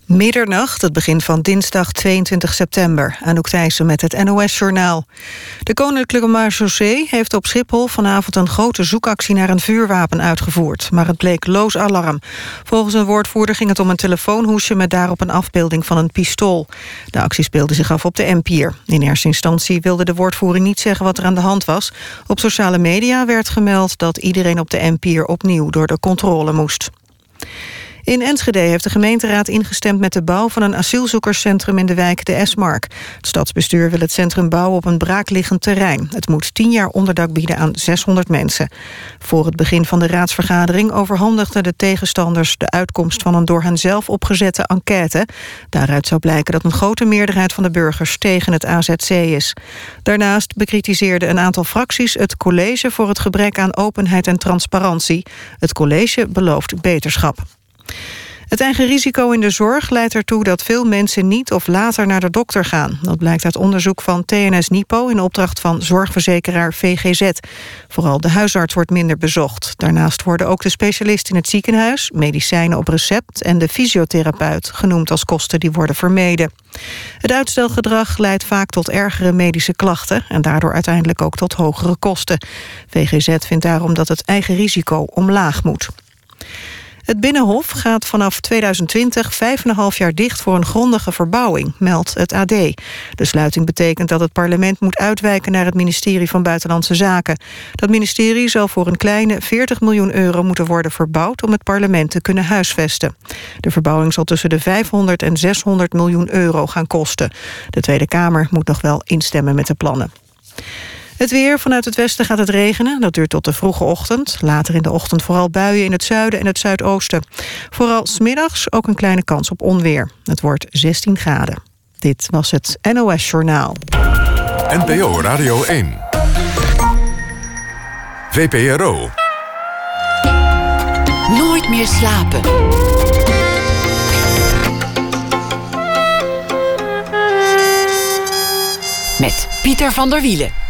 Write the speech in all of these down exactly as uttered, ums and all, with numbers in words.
Middernacht, het begin van dinsdag tweeëntwintig september. Anouk Thijssen met het N O S-journaal. De Koninklijke Marechaussee heeft op Schiphol vanavond een grote zoekactie naar een vuurwapen uitgevoerd. Maar het bleek loos alarm. Volgens een woordvoerder ging het om een telefoonhoesje met daarop een afbeelding van een pistool. De actie speelde zich af op de Empier. In eerste instantie wilde de woordvoerder niet zeggen wat er aan de hand was. Op sociale media werd gemeld dat iedereen op de Empier opnieuw door de controle moest. In Enschede heeft de gemeenteraad ingestemd met de bouw van een asielzoekerscentrum in de wijk de Esmark. Het stadsbestuur wil het centrum bouwen op een braakliggend terrein. Het moet tien jaar onderdak bieden aan zeshonderd mensen. Voor het begin van de raadsvergadering overhandigden de tegenstanders de uitkomst van een door hen zelf opgezette enquête. Daaruit zou blijken dat een grote meerderheid van de burgers tegen het A Z C is. Daarnaast bekritiseerden een aantal fracties het college voor het gebrek aan openheid en transparantie. Het college belooft beterschap. Het eigen risico in de zorg leidt ertoe dat veel mensen niet of later naar de dokter gaan. Dat blijkt uit onderzoek van T N S-Nipo in opdracht van zorgverzekeraar V G Z. Vooral de huisarts wordt minder bezocht. Daarnaast worden ook de specialist in het ziekenhuis, medicijnen op recept en de fysiotherapeut genoemd als kosten die worden vermeden. Het uitstelgedrag leidt vaak tot ergere medische klachten en daardoor uiteindelijk ook tot hogere kosten. V G Z vindt daarom dat het eigen risico omlaag moet. Het Binnenhof gaat vanaf tweeduizend twintig vijf en een half jaar dicht voor een grondige verbouwing, meldt het A D. De sluiting betekent dat het parlement moet uitwijken naar het ministerie van Buitenlandse Zaken. Dat ministerie zal voor een kleine veertig miljoen euro moeten worden verbouwd om het parlement te kunnen huisvesten. De verbouwing zal tussen de vijfhonderd en zeshonderd miljoen euro gaan kosten. De Tweede Kamer moet nog wel instemmen met de plannen. Het weer, vanuit het westen gaat het regenen. Dat duurt tot de vroege ochtend. Later in de ochtend vooral buien in het zuiden en het zuidoosten. Vooral 's middags ook een kleine kans op onweer. Het wordt zestien graden. Dit was het N O S-journaal. N P O Radio één. V P R O. Nooit meer slapen. Met Pieter van der Wielen.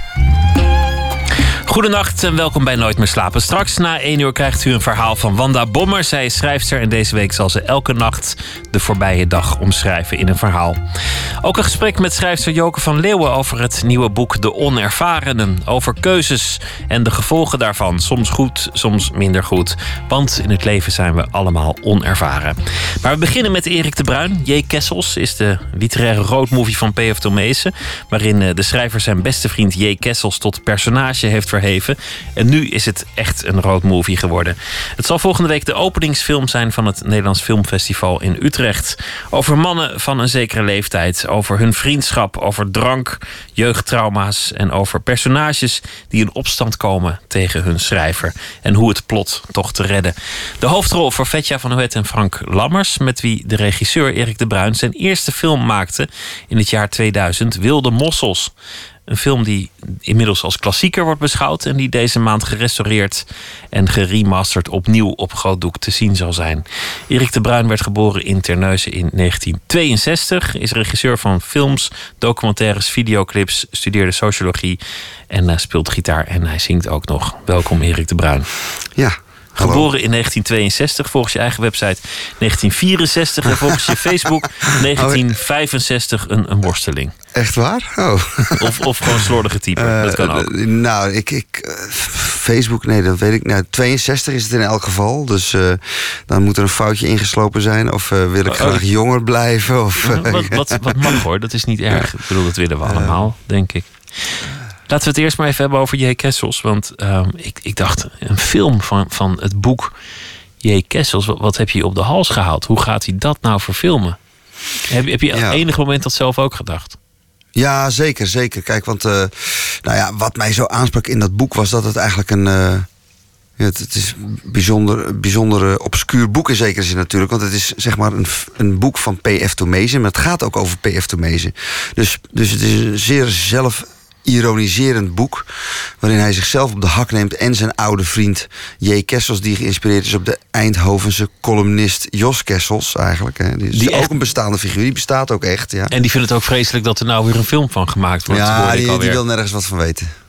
Goedenacht en welkom bij Nooit meer slapen. Straks na één uur krijgt u een verhaal van Wanda Bommer. Zij is schrijfster en deze week zal ze elke nacht de voorbije dag omschrijven in een verhaal. Ook een gesprek met schrijfster Joke van Leeuwen over het nieuwe boek De Onervarenen. Over keuzes en de gevolgen daarvan. Soms goed, soms minder goed. Want in het leven zijn we allemaal onervaren. Maar we beginnen met Erik de Bruin. J. Kessels is de literaire roadmovie van P F. Tomezen, waarin de schrijver zijn beste vriend J. Kessels tot personage heeft verheven. En nu is het echt een roadmovie geworden. Het zal volgende week de openingsfilm zijn van het Nederlands Filmfestival in Utrecht. Over mannen van een zekere leeftijd. Over hun vriendschap, over drank, jeugdtrauma's en over personages die in opstand komen tegen hun schrijver. En hoe het plot toch te redden. De hoofdrol voor Vetja van Huet en Frank Lammers, met wie de regisseur Erik de Bruin zijn eerste film maakte in het jaar tweeduizend, Wilde Mossels. Een film die inmiddels als klassieker wordt beschouwd en die deze maand gerestaureerd en geremasterd opnieuw op groot doek te zien zal zijn. Erik de Bruin werd geboren in Terneuzen in negentien tweeënzestig, is regisseur van films, documentaires, videoclips, studeerde sociologie en uh, speelt gitaar en hij zingt ook nog. Welkom Erik de Bruin. Ja. Hallo. Geboren in negentien tweeënzestig, volgens je eigen website negentien vierenzestig en volgens je Facebook negentien vijfenzestig een, een worsteling. Echt waar? Oh. Of, of gewoon slordige type, uh, dat kan ook. Uh, nou, ik, ik uh, Facebook, nee, dat weet ik. Nou, tweeënzestig is het in elk geval. Dus uh, dan moet er een foutje ingeslopen zijn. Of uh, wil ik oh, graag oh. jonger blijven. Of, uh, wat, wat, wat mag hoor, dat is niet erg. Ik bedoel, dat willen we allemaal, uh, denk ik. Laten we het eerst maar even hebben over J. Kessels. Want uh, ik, ik dacht, een film van, van het boek J. Kessels. Wat, wat heb je op de hals gehaald? Hoe gaat hij dat nou verfilmen? Heb, heb je ja. enig moment dat zelf ook gedacht? Ja, zeker, zeker. Kijk, want uh, nou ja, wat mij zo aansprak in dat boek was dat het eigenlijk een... Uh, ja, het, het is een bijzonder, bijzonder obscuur boek in zekere zin natuurlijk. Want het is zeg maar een, een boek van P F. Tomezen. Maar het gaat ook over P F. Tomezen. Dus, dus het is een zeer zelf... ironiserend boek, waarin hij zichzelf op de hak neemt en zijn oude vriend J. Kessels, die geïnspireerd is op de Eindhovense columnist Jos Kessels eigenlijk. Hè. Die is die ook echt... een bestaande figuur, die bestaat ook echt. Ja. En die vindt het ook vreselijk dat er nou weer een film van gemaakt wordt. Ja, die, die wil nergens wat van weten.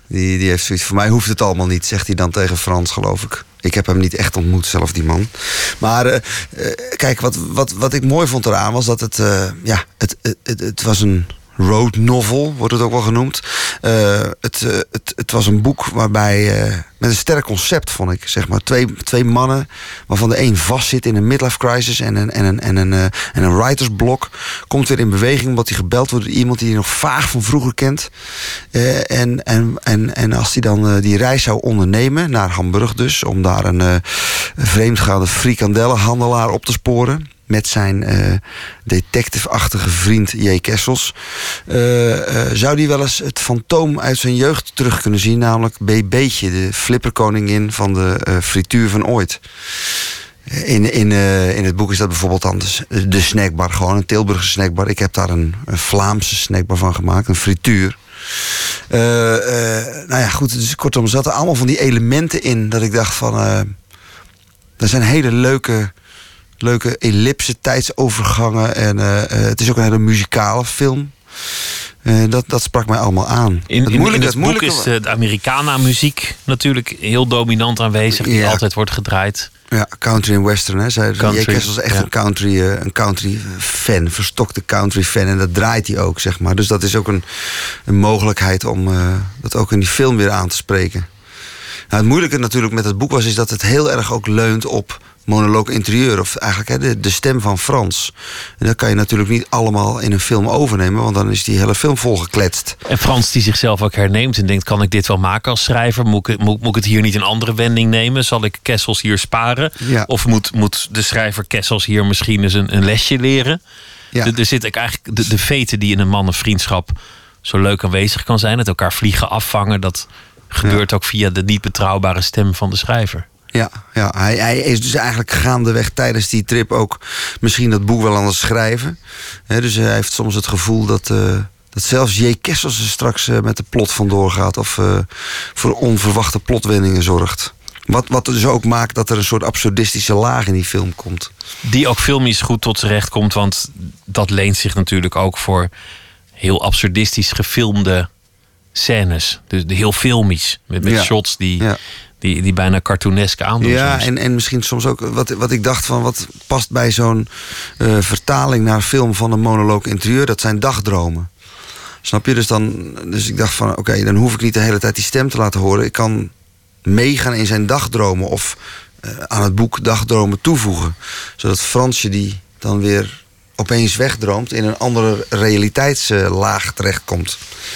Die, die heeft zoiets, voor mij hoeft het allemaal niet, zegt hij dan tegen Frans, geloof ik. Ik heb hem niet echt ontmoet, zelf, die man. Maar uh, uh, kijk, wat, wat, wat ik mooi vond eraan was dat het... Uh, ja, het, het, het, het was een road novel, wordt het ook wel genoemd. Uh, het, uh, het, het was een boek waarbij... Uh, met een sterk concept, vond ik. Zeg maar twee, twee mannen, waarvan de een vastzit in een midlife crisis... en een, en een, en een, uh, en een writersblok. Komt weer in beweging omdat hij gebeld wordt door iemand... die hij nog vaag van vroeger kent. Uh, en, en, en, en als hij dan uh, die reis zou ondernemen, naar Hamburg dus... om daar een uh, vreemdgaande frikandellenhandelaar op te sporen... met zijn uh, detective-achtige vriend J. Kessels... Uh, uh, zou die wel eens het fantoom uit zijn jeugd terug kunnen zien... namelijk B B'tje, de flipperkoningin van de uh, frituur van ooit. In, in, uh, in het boek is dat bijvoorbeeld dan de, de snackbar, gewoon een Tilburgse snackbar. Ik heb daar een, een Vlaamse snackbar van gemaakt, een frituur. Uh, uh, nou ja, goed, dus kortom, er zaten allemaal van die elementen in... dat ik dacht van, uh, dat zijn hele leuke... leuke ellipse, tijdsovergangen. En uh, uh, het is ook een hele muzikale film. Uh, dat, dat sprak mij allemaal aan. In, het in, in het, het boek is uh, de Americana-muziek natuurlijk heel dominant aanwezig. Die ja. altijd wordt gedraaid. Ja, country en western. Hè. Zij, J. Kessels is echt ja. een country, uh, een country fan. Verstokte country fan. En dat draait hij ook, zeg maar. Dus dat is ook een, een mogelijkheid om uh, dat ook in die film weer aan te spreken. Nou, het moeilijke natuurlijk met het boek was... is dat het heel erg ook leunt op... monoloog interieur, of eigenlijk hè, de, de stem van Frans. En dat kan je natuurlijk niet allemaal in een film overnemen... want dan is die hele film volgekletst. En Frans die zichzelf ook herneemt en denkt... kan ik dit wel maken als schrijver? Moet ik, moet, moet ik het hier niet een andere wending nemen? Zal ik Kessels hier sparen? Ja. Of moet, moet de schrijver Kessels hier misschien eens een, een lesje leren? Ja. Er, er zit ik eigenlijk de, de veten die in een mannenvriendschap... zo leuk aanwezig kan zijn. Het elkaar vliegen afvangen. Dat gebeurt ja. ook via de niet betrouwbare stem van de schrijver. Ja, ja hij, hij is dus eigenlijk gaandeweg tijdens die trip ook misschien dat boek wel aan het schrijven. He, dus hij heeft soms het gevoel dat, uh, dat zelfs J. Kessels er straks uh, met de plot vandoor gaat... of uh, voor onverwachte plotwendingen zorgt. Wat, wat dus ook maakt dat er een soort absurdistische laag in die film komt. Die ook filmisch goed tot z'n recht komt, want dat leent zich natuurlijk ook voor heel absurdistisch gefilmde scènes. Dus heel filmisch, met, met ja. shots die... Ja. Die, die bijna cartoonesk aandoen. Ja, en, en misschien soms ook wat, wat ik dacht van... wat past bij zo'n uh, vertaling naar film van een monoloog interieur... dat zijn dagdromen. Snap je? Dus, dan, dus ik dacht van, oké, okay, dan hoef ik niet de hele tijd die stem te laten horen. Ik kan meegaan in zijn dagdromen... of uh, aan het boek dagdromen toevoegen. Zodat Fransje die dan weer opeens wegdroomt... in een andere realiteitslaag terechtkomt.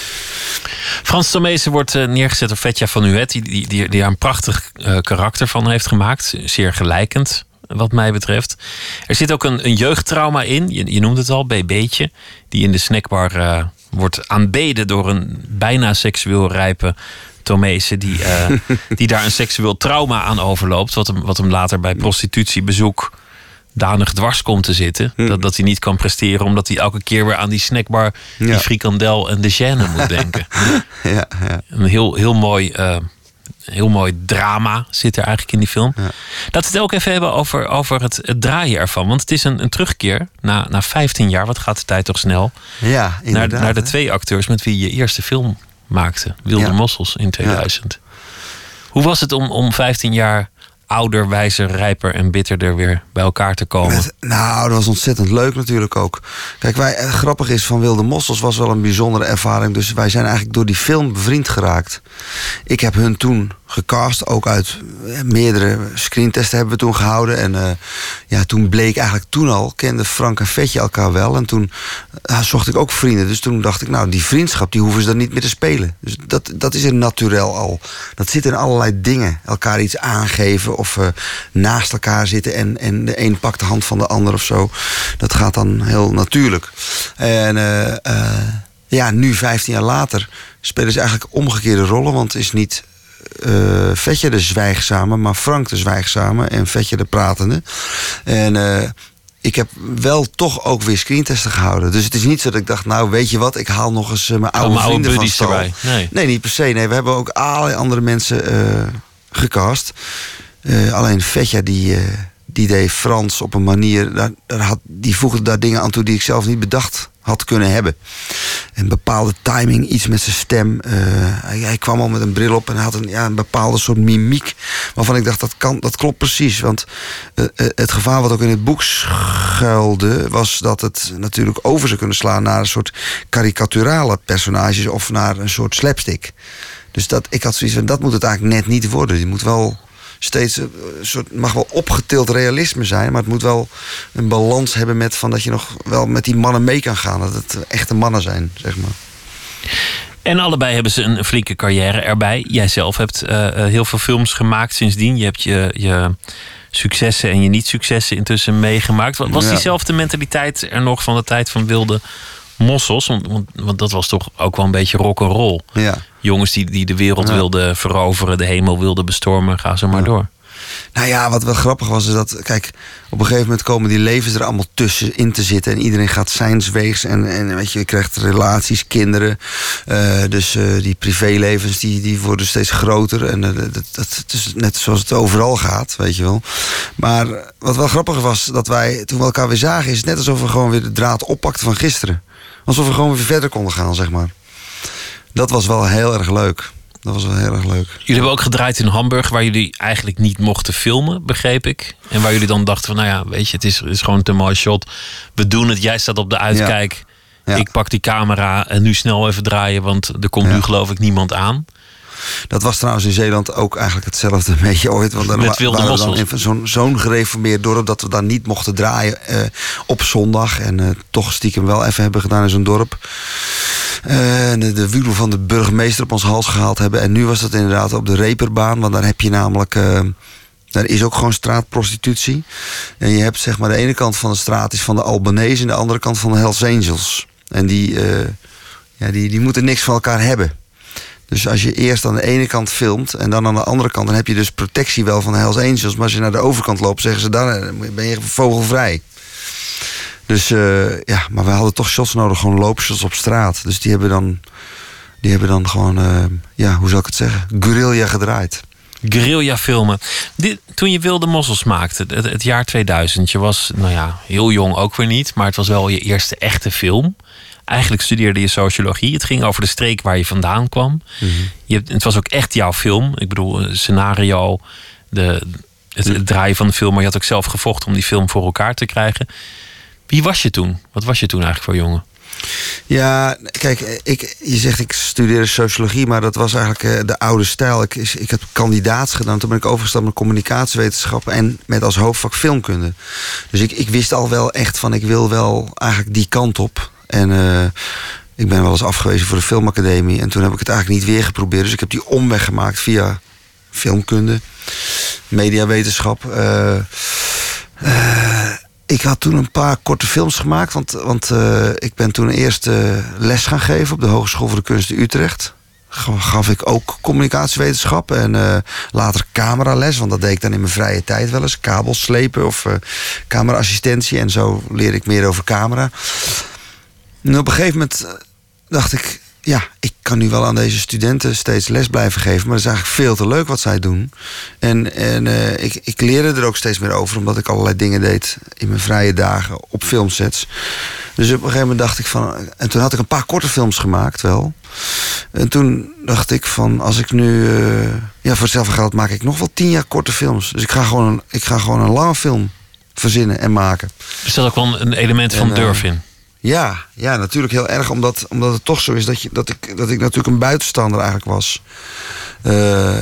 Frans Tomezen wordt uh, neergezet door Vetja van Nuet... die, die, die, die daar een prachtig uh, karakter van heeft gemaakt. Zeer gelijkend, wat mij betreft. Er zit ook een, een jeugdtrauma in. Je, je noemt het al, B B'tje. Die in de snackbar uh, wordt aanbeden door een bijna seksueel rijpe Tomezen... Die, uh, die daar een seksueel trauma aan overloopt... wat hem, wat hem later bij prostitutiebezoek... danig dwars komt te zitten. Hm. Dat, dat hij niet kan presteren... omdat hij elke keer weer aan die snackbar... Ja. die frikandel en de gêne moet denken. ja, ja. Een heel, heel, mooi, uh, heel mooi drama zit er eigenlijk in die film. Ja. Laten we het ook even hebben over, over het, het draaien ervan. Want het is een, een terugkeer na, na vijftien jaar... wat gaat de tijd toch snel... Ja, naar, naar de twee acteurs met wie je eerste film maakte. Wilde ja. Mossels in tweeduizend. Ja. Hoe was het om, om vijftien jaar... ouder, wijzer, rijper en bitterder weer bij elkaar te komen? Met, nou, dat was ontzettend leuk natuurlijk ook. Kijk, wij, eh, grappig is, van Wilde Mossels was wel een bijzondere ervaring. Dus wij zijn eigenlijk door die film bevriend geraakt. Ik heb hun toen gecast, ook uit eh, meerdere screentesten hebben we toen gehouden. En uh, ja, toen bleek eigenlijk toen al, kenden Frank en Vetje elkaar wel. En toen uh, zocht ik ook vrienden. Dus toen dacht ik, nou, die vriendschap, die hoeven ze dan niet meer te spelen. Dus dat, dat is een naturel al. Dat zit in allerlei dingen. Elkaar iets aangeven of uh, naast elkaar zitten en, en de een pakt de hand van de ander of zo. Dat gaat dan heel natuurlijk. En uh, uh, ja, nu vijftien jaar later spelen ze eigenlijk omgekeerde rollen, want het is niet uh, Vetje de zwijgzame, maar Frank de zwijgzame en Vetje de pratende. En uh, ik heb wel toch ook weer screentesten gehouden. Dus het is niet zo dat ik dacht, nou weet je wat, ik haal nog eens uh, mijn oude oh, vrienden oude van stal. Erbij. Nee. nee, niet per se. Nee, we hebben ook allerlei andere mensen uh, gecast. Uh, alleen Vetja die, uh, die deed Frans op een manier, daar, daar had, die voegde daar dingen aan toe die ik zelf niet bedacht had kunnen hebben. Een bepaalde timing, iets met zijn stem. Uh, hij, hij kwam al met een bril op en had een, ja, een bepaalde soort mimiek. Waarvan ik dacht, dat, kan, dat klopt precies. Want uh, het gevaar wat ook in het boek schuilde... was dat het natuurlijk over zou kunnen slaan... naar een soort karikaturale personages... of naar een soort slapstick. Dus dat, ik had zoiets van, dat moet het eigenlijk net niet worden. Je moet wel... steeds een soort, mag wel opgetild realisme zijn, maar het moet wel een balans hebben met van dat je nog wel met die mannen mee kan gaan. Dat het echte mannen zijn, zeg maar. En allebei hebben ze een flinke carrière erbij. Jij zelf hebt uh, heel veel films gemaakt sindsdien. Je hebt je, je successen en je niet-successen intussen meegemaakt. Was Ja. diezelfde mentaliteit er nog van de tijd van Wilde Mossels? Want, want, want dat was toch ook wel een beetje rock'n'roll. Ja. Jongens die, die de wereld Ja. wilden veroveren, de hemel wilden bestormen. Ga zo maar Ja. door. Nou ja, wat wel grappig was, is dat, kijk, op een gegeven moment komen die levens er allemaal tussenin te zitten. En iedereen gaat zijns weegs. En, en weet je, je krijgt relaties, kinderen. Uh, dus uh, die privélevens, die, die worden steeds groter. En uh, dat, dat, dat is net zoals het overal gaat, weet je wel. Maar wat wel grappig was, dat wij, toen we elkaar weer zagen, is het net alsof we gewoon weer de draad oppakten van gisteren. Alsof we gewoon weer verder konden gaan, zeg maar. Dat was wel heel erg leuk. Dat was wel heel erg leuk. Jullie hebben ook gedraaid in Hamburg, waar jullie eigenlijk niet mochten filmen, begreep ik. En waar jullie dan dachten van, nou ja, weet je, het is, het is gewoon een te mooi shot. We doen het, jij staat op de uitkijk. Ja. Ja. Ik pak die camera en nu snel even draaien, want er komt ja. nu geloof ik niemand aan. Dat was trouwens in Zeeland ook eigenlijk hetzelfde een beetje ooit. Want dan Met Wilde waren we Mossels. dan in zo'n, zo'n gereformeerd dorp dat we dan niet mochten draaien uh, op zondag. En uh, toch stiekem wel even hebben gedaan in zo'n dorp. Uh, de, de wiel van de burgemeester op ons hals gehaald hebben. En nu was dat inderdaad op de Reperbaan. Want daar heb je namelijk... Uh, daar is ook gewoon straatprostitutie. En je hebt zeg maar de ene kant van de straat is van de Albanese en de andere kant van de Hells Angels. En die, uh, ja, die, die moeten niks van elkaar hebben. Dus als je eerst aan de ene kant filmt en dan aan de andere kant... dan heb je dus protectie wel van de Hells Angels. Maar als je naar de overkant loopt, zeggen ze dan ben je vogelvrij. Dus uh, ja, maar we hadden toch shots nodig, gewoon loopshots op straat. Dus die hebben dan, die hebben dan gewoon, uh, ja, hoe zal ik het zeggen, guerrilla gedraaid. Guerrilla filmen. Dit, toen je Wilde Mossels maakte, het, het jaar tweeduizend... je was, nou ja, heel jong ook weer niet... maar het was wel je eerste echte film. Eigenlijk studeerde je sociologie. Het ging over de streek waar je vandaan kwam. Mm-hmm. Je, het was ook echt jouw film. Ik bedoel, scenario, de, het, het draaien van de film... maar je had ook zelf gevochten om die film voor elkaar te krijgen. Wie was je toen? Wat was je toen eigenlijk voor jongen? Ja, kijk, ik, je zegt ik studeerde sociologie... maar dat was eigenlijk uh, de oude stijl. Ik, ik heb kandidaats gedaan. Toen ben ik overgestapt naar communicatiewetenschappen... en met als hoofdvak filmkunde. Dus ik, ik wist al wel echt van... ik wil wel eigenlijk die kant op. En uh, ik ben wel eens afgewezen voor de filmacademie... en toen heb ik het eigenlijk niet weer geprobeerd. Dus ik heb die omweg gemaakt via filmkunde, mediawetenschap... Uh, uh, Ik had toen een paar korte films gemaakt. Want, want uh, ik ben toen eerst uh, les gaan geven op de Hogeschool voor de Kunsten Utrecht. Gaf ik ook communicatiewetenschap. En uh, later camerales. Want dat deed ik dan in mijn vrije tijd wel eens. Kabels slepen of uh, cameraassistentie. En zo leerde ik meer over camera. En op een gegeven moment dacht ik... ja, ik kan nu wel aan deze studenten steeds les blijven geven... maar dat is eigenlijk veel te leuk wat zij doen. En, en uh, ik, ik leerde er ook steeds meer over... omdat ik allerlei dingen deed in mijn vrije dagen op filmsets. Dus op een gegeven moment dacht ik van... en toen had ik een paar korte films gemaakt wel. En toen dacht ik van... als ik nu... Uh, ja, voor hetzelfde geld maak ik nog wel tien jaar korte films. Dus ik ga gewoon een, ik ga gewoon een lange film verzinnen en maken. Er staat ook wel een element van en, durf in. Ja, ja, natuurlijk heel erg. Omdat, omdat het toch zo is dat, je, dat, ik, dat ik natuurlijk een buitenstaander eigenlijk was. Uh,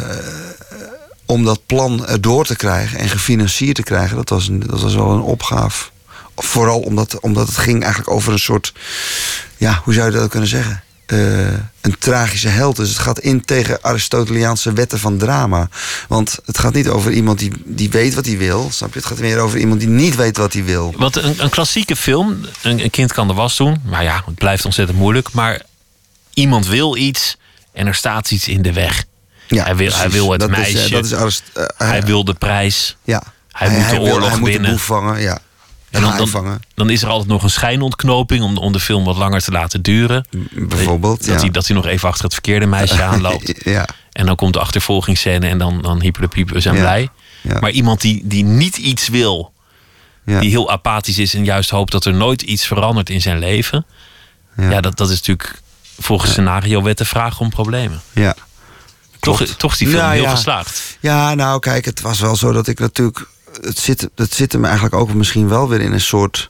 om dat plan erdoor te krijgen en gefinancierd te krijgen... dat was, een, dat was wel een opgave. Vooral omdat, omdat het ging eigenlijk over een soort... ja, hoe zou je dat kunnen zeggen? Uh, een tragische held. Dus het gaat in tegen Aristoteliaanse wetten van drama. Want het gaat niet over iemand die, die weet wat hij wil. Snap je? Het gaat meer over iemand die niet weet wat hij wil. Want een, een klassieke film, een, een kind kan de was doen. Maar ja, het blijft ontzettend moeilijk. Maar iemand wil iets en er staat iets in de weg. Ja, hij, wil, hij wil het dat meisje. Is, uh, dat is Arist, uh, hij uh, wil de prijs. Ja. Hij, hij moet de hij oorlog wil, hij winnen. Moet de boef vangen, ja. En dan, dan, dan is er altijd nog een schijnontknoping om, om de film wat langer te laten duren. Bijvoorbeeld, dat, ja. hij, dat hij nog even achter het verkeerde meisje aanloopt. Ja. En dan komt de achtervolgingsscène en dan, dan hyper de piep, we zijn ja. blij. Ja. Maar iemand die, die niet iets wil, ja. die heel apathisch is en juist hoopt dat er nooit iets verandert in zijn leven. Ja, ja dat, dat is natuurlijk volgens Ja. scenario-wet de vraag om problemen. Ja. Toch, Klopt. toch is die film Nou, heel ja. geslaagd. Ja, nou kijk, het was wel zo dat ik natuurlijk... Het zit, het zit hem eigenlijk ook misschien wel weer in een soort...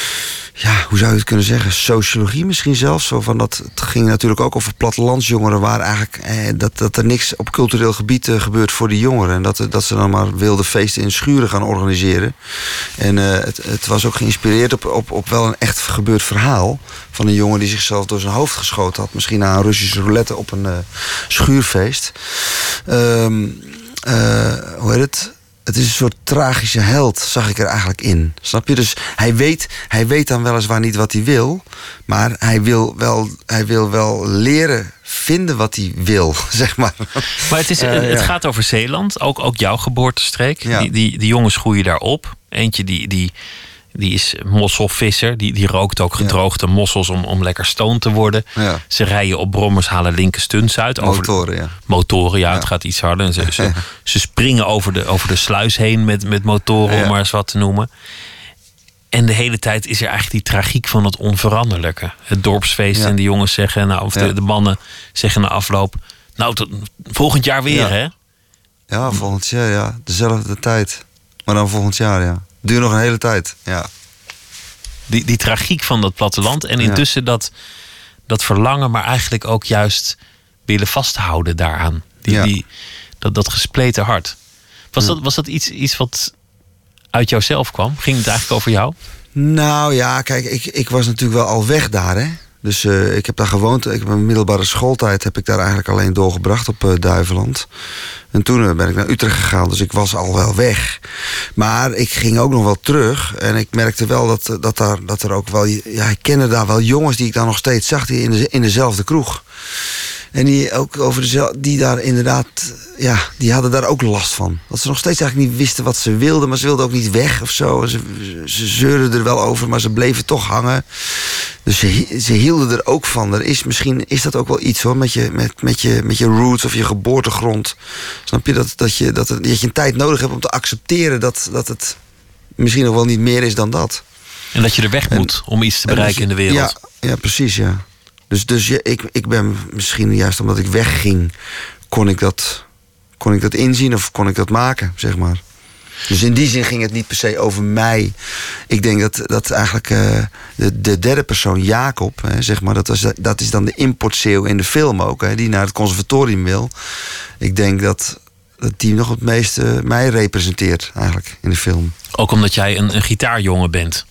Ja, hoe zou je het kunnen zeggen? Sociologie misschien zelfs. Zo van dat, het ging natuurlijk ook over plattelandsjongeren... waar eigenlijk eh, dat, dat er niks op cultureel gebied eh, gebeurt voor die jongeren. En dat, dat ze dan maar wilde feesten in schuren gaan organiseren. En uh, het, het was ook geïnspireerd op, op, op wel een echt gebeurd verhaal... van een jongen die zichzelf door zijn hoofd geschoten had. Misschien na een Russische roulette op een uh, schuurfeest. Um, uh, hoe heet het? Het is een soort tragische held, zag ik er eigenlijk in. Snap je? Dus hij weet, hij weet dan weliswaar niet wat hij wil... maar hij wil wel, hij wil wel leren vinden wat hij wil, zeg maar. Maar het, is, Uh, het ja. gaat over Zeeland, ook, ook jouw geboortestreek. Ja. Die, die, die jongens groeien daar op. Eentje die, die, die is mosselvisser. Die, die rookt ook gedroogde mossels om, om lekker stoned te worden. Ja. Ze rijden op brommers, halen linker stunts uit. Over Motoren, ja. Motoren, ja, Ja. het gaat iets harder. En ze, ze, ze springen over de, over de sluis heen met, met motoren, Ja. om maar eens wat te noemen. En de hele tijd is er eigenlijk die tragiek van het onveranderlijke. Het dorpsfeest Ja. en de jongens zeggen, nou, of de, Ja. de mannen zeggen na afloop... Nou, tot volgend jaar weer, Ja. hè? Ja, volgend jaar, ja. Dezelfde tijd. Maar dan volgend jaar, ja. Duurt nog een hele tijd, ja. Die, die tragiek van dat platteland. En Ja. intussen dat, dat verlangen, maar eigenlijk ook juist willen vasthouden daaraan. Die, Ja. die, dat, dat gespleten hart. Was Ja. dat, was dat iets, iets wat uit jouzelf kwam? Ging het eigenlijk over jou? Nou ja, kijk, ik, ik was natuurlijk wel al weg daar, hè. Dus uh, ik heb daar gewoond. Ik heb mijn middelbare schooltijd heb ik daar eigenlijk alleen doorgebracht op uh, Duiveland. En toen uh, ben ik naar Utrecht gegaan, dus ik was al wel weg. Maar ik ging ook nog wel terug. En ik merkte wel dat, dat, daar, dat er ook wel... Ja, ik kende daar wel jongens die ik daar nog steeds zag, die in, de, in dezelfde kroeg. En die ook over dezelfde, die daar inderdaad, ja, die hadden daar ook last van. Dat ze nog steeds eigenlijk niet wisten wat ze wilden, maar ze wilden ook niet weg of zo. Ze, ze zeurden er wel over, maar ze bleven toch hangen. Dus ze, ze hielden er ook van. Er is misschien is dat ook wel iets hoor, met je, met, met je, met je roots of je geboortegrond. Snap je dat, dat je dat, het, dat je een tijd nodig hebt om te accepteren dat, dat het misschien nog wel niet meer is dan dat. En dat je er weg moet En- om iets te En bereiken in dat de je- wereld. Ja, ja precies, ja. Dus, dus ja, ik, ik ben misschien juist omdat ik wegging, kon ik, dat, kon ik dat inzien of kon ik dat maken, zeg maar. Dus in die zin ging het niet per se over mij. Ik denk dat, dat eigenlijk uh, de, de derde persoon, Jacob, hè, zeg maar, dat, was, dat is dan de importzeeuw in de film ook, hè, die naar het conservatorium wil. Ik denk dat, dat die nog het meeste mij representeert, eigenlijk, in de film. Ook omdat jij een, een gitaarjongen bent.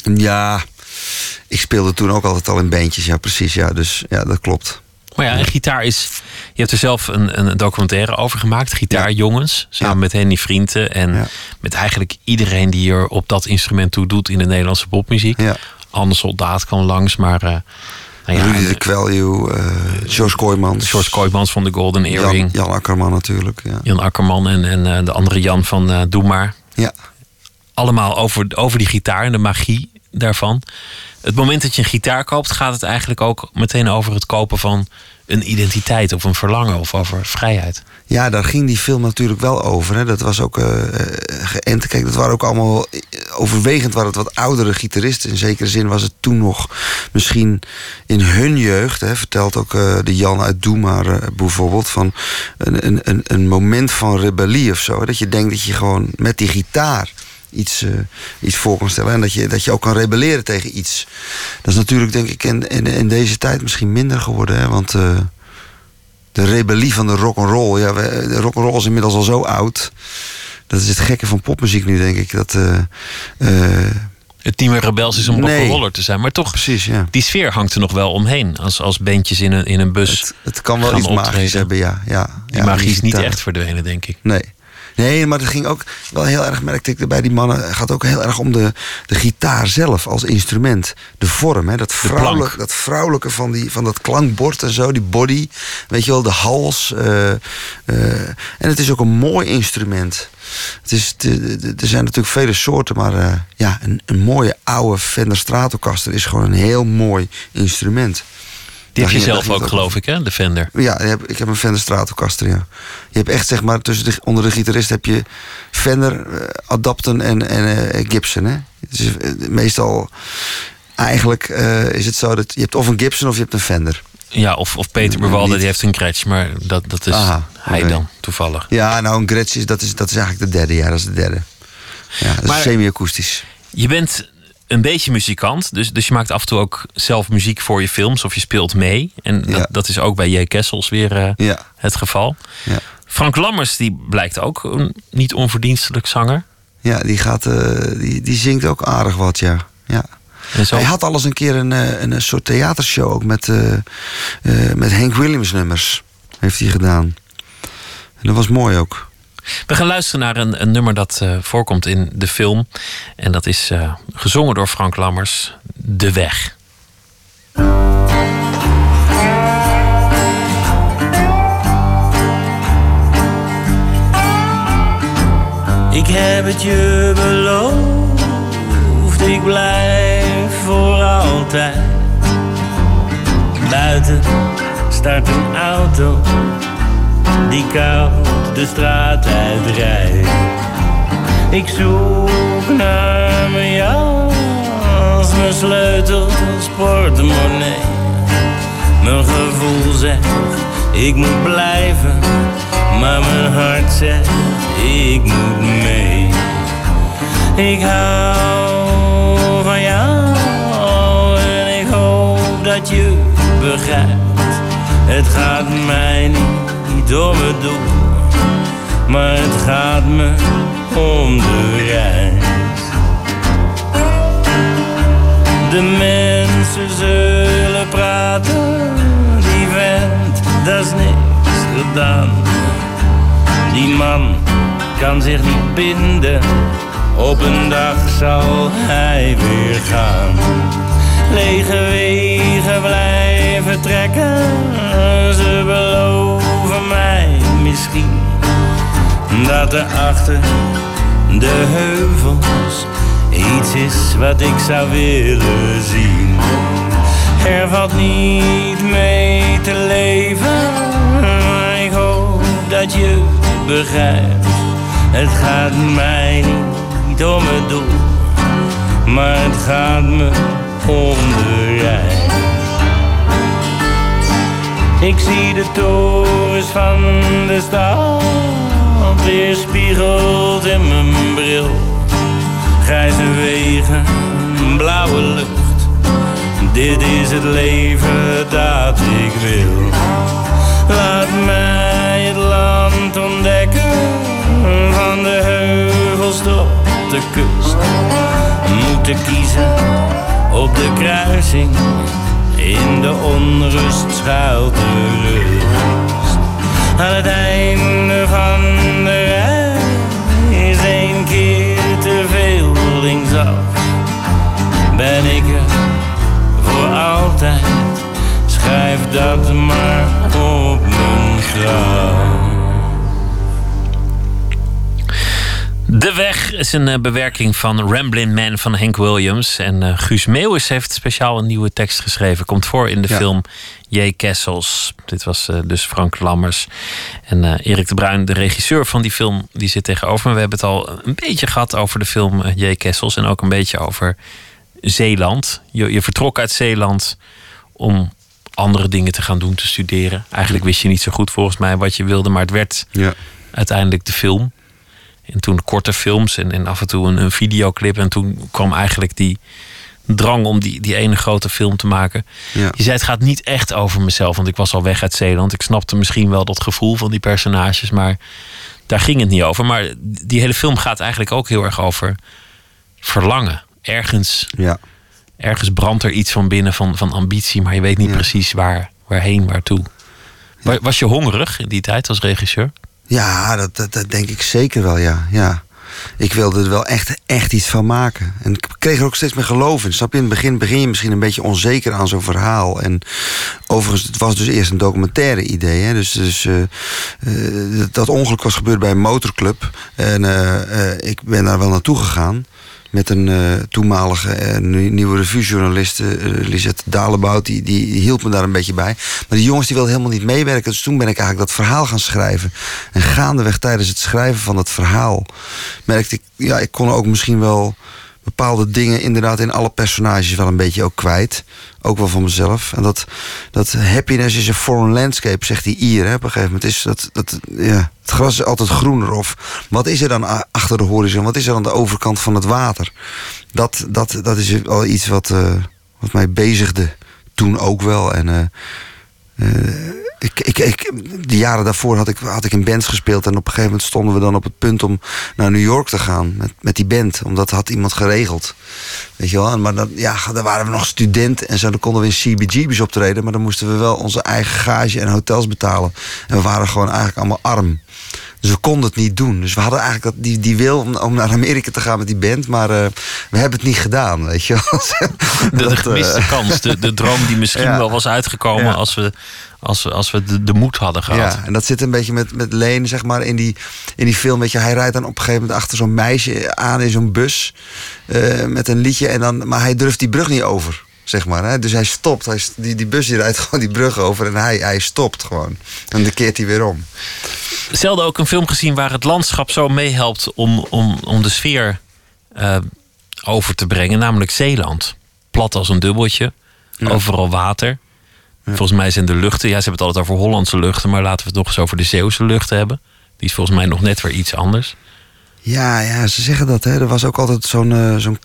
Ja, ik speelde toen ook altijd al in bandjes, ja, precies, ja, dus ja, dat klopt. Maar ja, een gitaar is... Je hebt er zelf een, een documentaire over gemaakt. Gitaarjongens. Samen Ja. met Henny Vrienden. En Ja. met eigenlijk iedereen die er op dat instrument toe doet in de Nederlandse popmuziek. Ja. Anne Soldaat kwam langs, maar... Uh, nou ja, Rudy de Kweljuw, uh, George Kooijmans. George Kooijmans van de Golden Jan, Earring. Jan Akkerman natuurlijk, ja. Jan Akkerman en, en uh, de andere Jan van uh, Doe Maar. Ja. Allemaal over, over die gitaar en de magie daarvan. Het moment dat je een gitaar koopt, gaat het eigenlijk ook meteen over het kopen van een identiteit of een verlangen of over vrijheid. Ja, daar ging die film natuurlijk wel over. Hè. Dat was ook uh, geënt. Kijk, dat waren ook allemaal overwegend waren het wat oudere gitaristen. In zekere zin was het toen nog misschien in hun jeugd. Hè, vertelt ook uh, de Jan uit Doe Maar uh, bijvoorbeeld van een, een, een moment van rebellie of zo. Dat je denkt dat je gewoon met die gitaar iets, uh, iets voor kan stellen. En dat je, dat je ook kan rebelleren tegen iets. Dat is natuurlijk, denk ik, in, in, in deze tijd misschien minder geworden. Hè? Want uh, de rebellie van de rock'n'roll. Ja, we, de rock'n'roll is inmiddels al zo oud. Dat is het gekke van popmuziek nu, denk ik. Dat, uh, uh, het niet meer rebels is om nee. rock'n'roller te zijn. Maar toch, precies, ja. die sfeer hangt er nog wel omheen. Als, als bandjes in een, in een bus Het, het kan wel gaan iets magisch optreden. hebben, ja. ja Die ja, magie is niet gitaar. echt verdwenen, denk ik. Nee. Nee, maar het ging ook wel heel erg, merkte ik bij die mannen, het gaat ook heel erg om de, de gitaar zelf als instrument. De vorm, hè, dat, vrouwelijk, dat vrouwelijke van, die, van dat klankbord en zo, die body, weet je wel, de hals. Uh, uh, en het is ook een mooi instrument. Het is, de, de, er zijn natuurlijk vele soorten, maar uh, ja, een, een mooie oude Fender Stratocaster is gewoon een heel mooi instrument. Die heb je ging- zelf ging ook, het geloof ik, hè? De Fender. Ja, ik heb, ik heb een Fender Stratocaster, ja. Je hebt echt, zeg maar, tussen de, onder de gitarist heb je Fender, uh, Adapton en, en uh, Gibson, hè. Het is, uh, meestal eigenlijk uh, is het zo dat je hebt of een Gibson of je hebt een Fender. Ja, of, of Peter Bewalde, die heeft een Gretsch, maar dat, dat is Aha, hij okay. dan, toevallig. Ja, nou, een Gretsch, is, dat, is, dat is eigenlijk de derde. Ja, dat is de derde. Ja, dat maar, is semi-akoestisch. Je bent een beetje muzikant, dus, dus je maakt af en toe ook zelf muziek voor je films of je speelt mee. En ja. dat, dat is ook bij J. Kessels weer uh, ja. het geval. Ja. Frank Lammers, die blijkt ook een niet onverdienstelijk zanger. Ja, die, gaat, uh, die, die zingt ook aardig wat, ja. ja. Hij had al eens een keer een, een, een soort theatershow ook met, uh, uh, met Hank Williams nummers. Heeft hij gedaan. En dat was mooi ook. We gaan luisteren naar een, een nummer dat uh, voorkomt in de film. En dat is uh, gezongen door Frank Lammers. De Weg. Ik heb het je beloofd, ik blijf voor altijd. Buiten start een auto die koud de straat uitrijdt. Ik zoek naar mijn jas, mijn sleutels, portemonnee. Mijn gevoel zegt, ik moet blijven, maar mijn hart zegt, ik moet mee. Ik hou van jou en ik hoop dat je begrijpt. Het gaat mij niet om het doel, maar het gaat me om de reis. De mensen zullen praten, die vent, dat is niks gedaan. Die man kan zich niet binden, op een dag zal hij weer gaan. Lege wegen blijven trekken, ze beloven mij misschien dat er achter de heuvels iets is wat ik zou willen zien. Er valt niet mee te leven, maar ik hoop dat je begrijpt. Het gaat mij niet om het doel, maar het gaat me om de reis. Ik zie de torens van de stad weerspiegeld in mijn bril. Grijze wegen, blauwe lucht, dit is het leven dat ik wil. Laat mij het land ontdekken, van de heuvels tot de kust. Moeten kiezen op de kruising, in de onrust schuilt de rust. Aan het einde van de reis, één keer te veel linksaf, ben ik er voor altijd. Schrijf dat maar op mijn graf. De Weg is een bewerking van Ramblin' Man van Hank Williams. En uh, Guus Meeuwis heeft speciaal een nieuwe tekst geschreven. Komt voor in de ja. film J. Kessels. Dit was uh, dus Frank Lammers. En uh, Erik de Bruin, de regisseur van die film, die zit tegenover me. We hebben het al een beetje gehad over de film uh, J. Kessels. En ook een beetje over Zeeland. Je, je vertrok uit Zeeland om andere dingen te gaan doen, te studeren. Eigenlijk wist je niet zo goed volgens mij wat je wilde. Maar het werd ja. uiteindelijk de film. En toen korte films en, en af en toe een, een videoclip. En toen kwam eigenlijk die drang om die, die ene grote film te maken. Ja. Je zei, het gaat niet echt over mezelf, want ik was al weg uit Zeeland. Ik snapte misschien wel dat gevoel van die personages, maar daar ging het niet over. Maar die hele film gaat eigenlijk ook heel erg over verlangen. Ergens, ja. ergens brandt er iets van binnen van, van ambitie, maar je weet niet ja. precies waar, waarheen, waartoe. Ja. Was je hongerig in die tijd als regisseur? Ja, dat, dat, dat denk ik zeker wel, ja. ja. Ik wilde er wel echt, echt iets van maken. En ik kreeg er ook steeds meer geloof in. Snap je? In het begin begin je misschien een beetje onzeker aan zo'n verhaal. En overigens, het was dus eerst een documentaire idee. Hè? Dus, dus uh, uh, dat ongeluk was gebeurd bij een motorclub. En uh, uh, ik ben daar wel naartoe gegaan. Met een uh, toenmalige uh, nieuwe revuejournalist, uh, Lisette Dalebout, die, die hielp me daar een beetje bij. Maar die jongens die wilden helemaal niet meewerken. Dus toen ben ik eigenlijk dat verhaal gaan schrijven. En gaandeweg tijdens het schrijven van dat verhaal merkte ik, ja, ik kon ook misschien wel bepaalde dingen inderdaad in alle personages wel een beetje ook kwijt. Ook wel van mezelf. En dat, dat happiness is a foreign landscape, zegt die Ier. Hè, op een gegeven moment is dat, dat ja, het gras is altijd groener. Of wat is er dan achter de horizon? Wat is er aan de overkant van het water? Dat, dat, dat is wel iets wat, uh, wat mij bezigde toen ook wel. En uh, uh, ik, ik, ik, de jaren daarvoor had ik, had ik in bands gespeeld. En op een gegeven moment stonden we dan op het punt om naar New York te gaan. Met, met die band. Omdat had iemand geregeld. Weet je wel? Maar dan, ja, dan waren we nog studenten. En zo dan konden we in C B G B's optreden. Maar dan moesten we wel onze eigen gage en hotels betalen. En we waren gewoon eigenlijk allemaal arm. Dus we konden het niet doen. Dus we hadden eigenlijk dat, die, die wil om, om naar Amerika te gaan met die band. Maar uh, we hebben het niet gedaan, weet je wel. De, de gemiste uh, kans. De, de droom die misschien ja. wel was uitgekomen... Ja. als we, als we, als we de, de moed hadden gehad. Ja, en dat zit een beetje met, met Leen, zeg maar, in die, in die film. Weet je, hij rijdt dan op een gegeven moment achter zo'n meisje aan in zo'n bus. Uh, met een liedje. En dan, maar hij durft die brug niet over. Zeg maar, hè? Dus hij stopt. Hij, die, die bus die rijdt gewoon die brug over. En hij, hij stopt gewoon. En dan keert hij weer om. Zelden ook een film gezien waar het landschap zo meehelpt om, om, om de sfeer uh, over te brengen. Namelijk Zeeland. Plat als een dubbeltje. Ja. Overal water. Ja. Volgens mij zijn de luchten... Ja, ze hebben het altijd over Hollandse luchten. Maar laten we het nog eens over de Zeeuwse luchten hebben. Die is volgens mij nog net weer iets anders. Ja, ja, ze zeggen dat. Hè. Er was ook altijd zo'n, uh, zo'n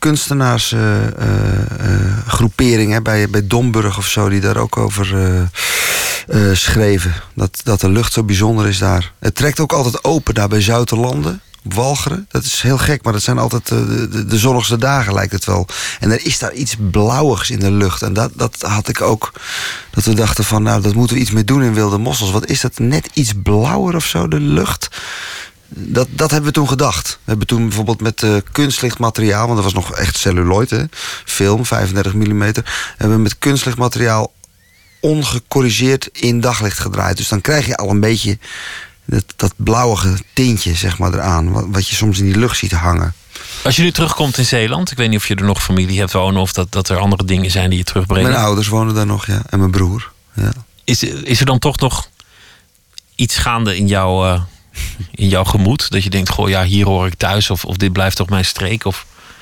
kunstenaarsgroepering uh, uh, bij, bij Domburg of zo... die daar ook over uh, uh, schreven. Dat, dat de lucht zo bijzonder is daar. Het trekt ook altijd open daar bij Zoutelanden. Op Walcheren. Dat is heel gek, maar dat zijn altijd uh, de, de zonnigste dagen, lijkt het wel. En er is daar iets blauwigs in de lucht. En dat, dat had ik ook. Dat we dachten van, nou, dat moeten we iets mee doen in Wilde Mossels. Wat is dat? Net iets blauwer of zo, de lucht... Dat, dat hebben we toen gedacht. We hebben toen bijvoorbeeld met uh, kunstlichtmateriaal... want dat was nog echt celluloid, hè? Film, vijfendertig millimeter... hebben we met kunstlichtmateriaal ongecorrigeerd in daglicht gedraaid. Dus dan krijg je al een beetje dat, dat blauwige tintje, zeg maar, eraan... Wat, wat je soms in die lucht ziet hangen. Als je nu terugkomt in Zeeland... ik weet niet of je er nog familie hebt wonen... of dat, dat er andere dingen zijn die je terugbrengen. Mijn ouders wonen daar nog, ja. En mijn broer, ja. Is, is er dan toch nog iets gaande in jouw... Uh... in jouw gemoed? Dat je denkt, goh, ja, hier hoor ik thuis... of, of dit blijft toch mijn streek? Of...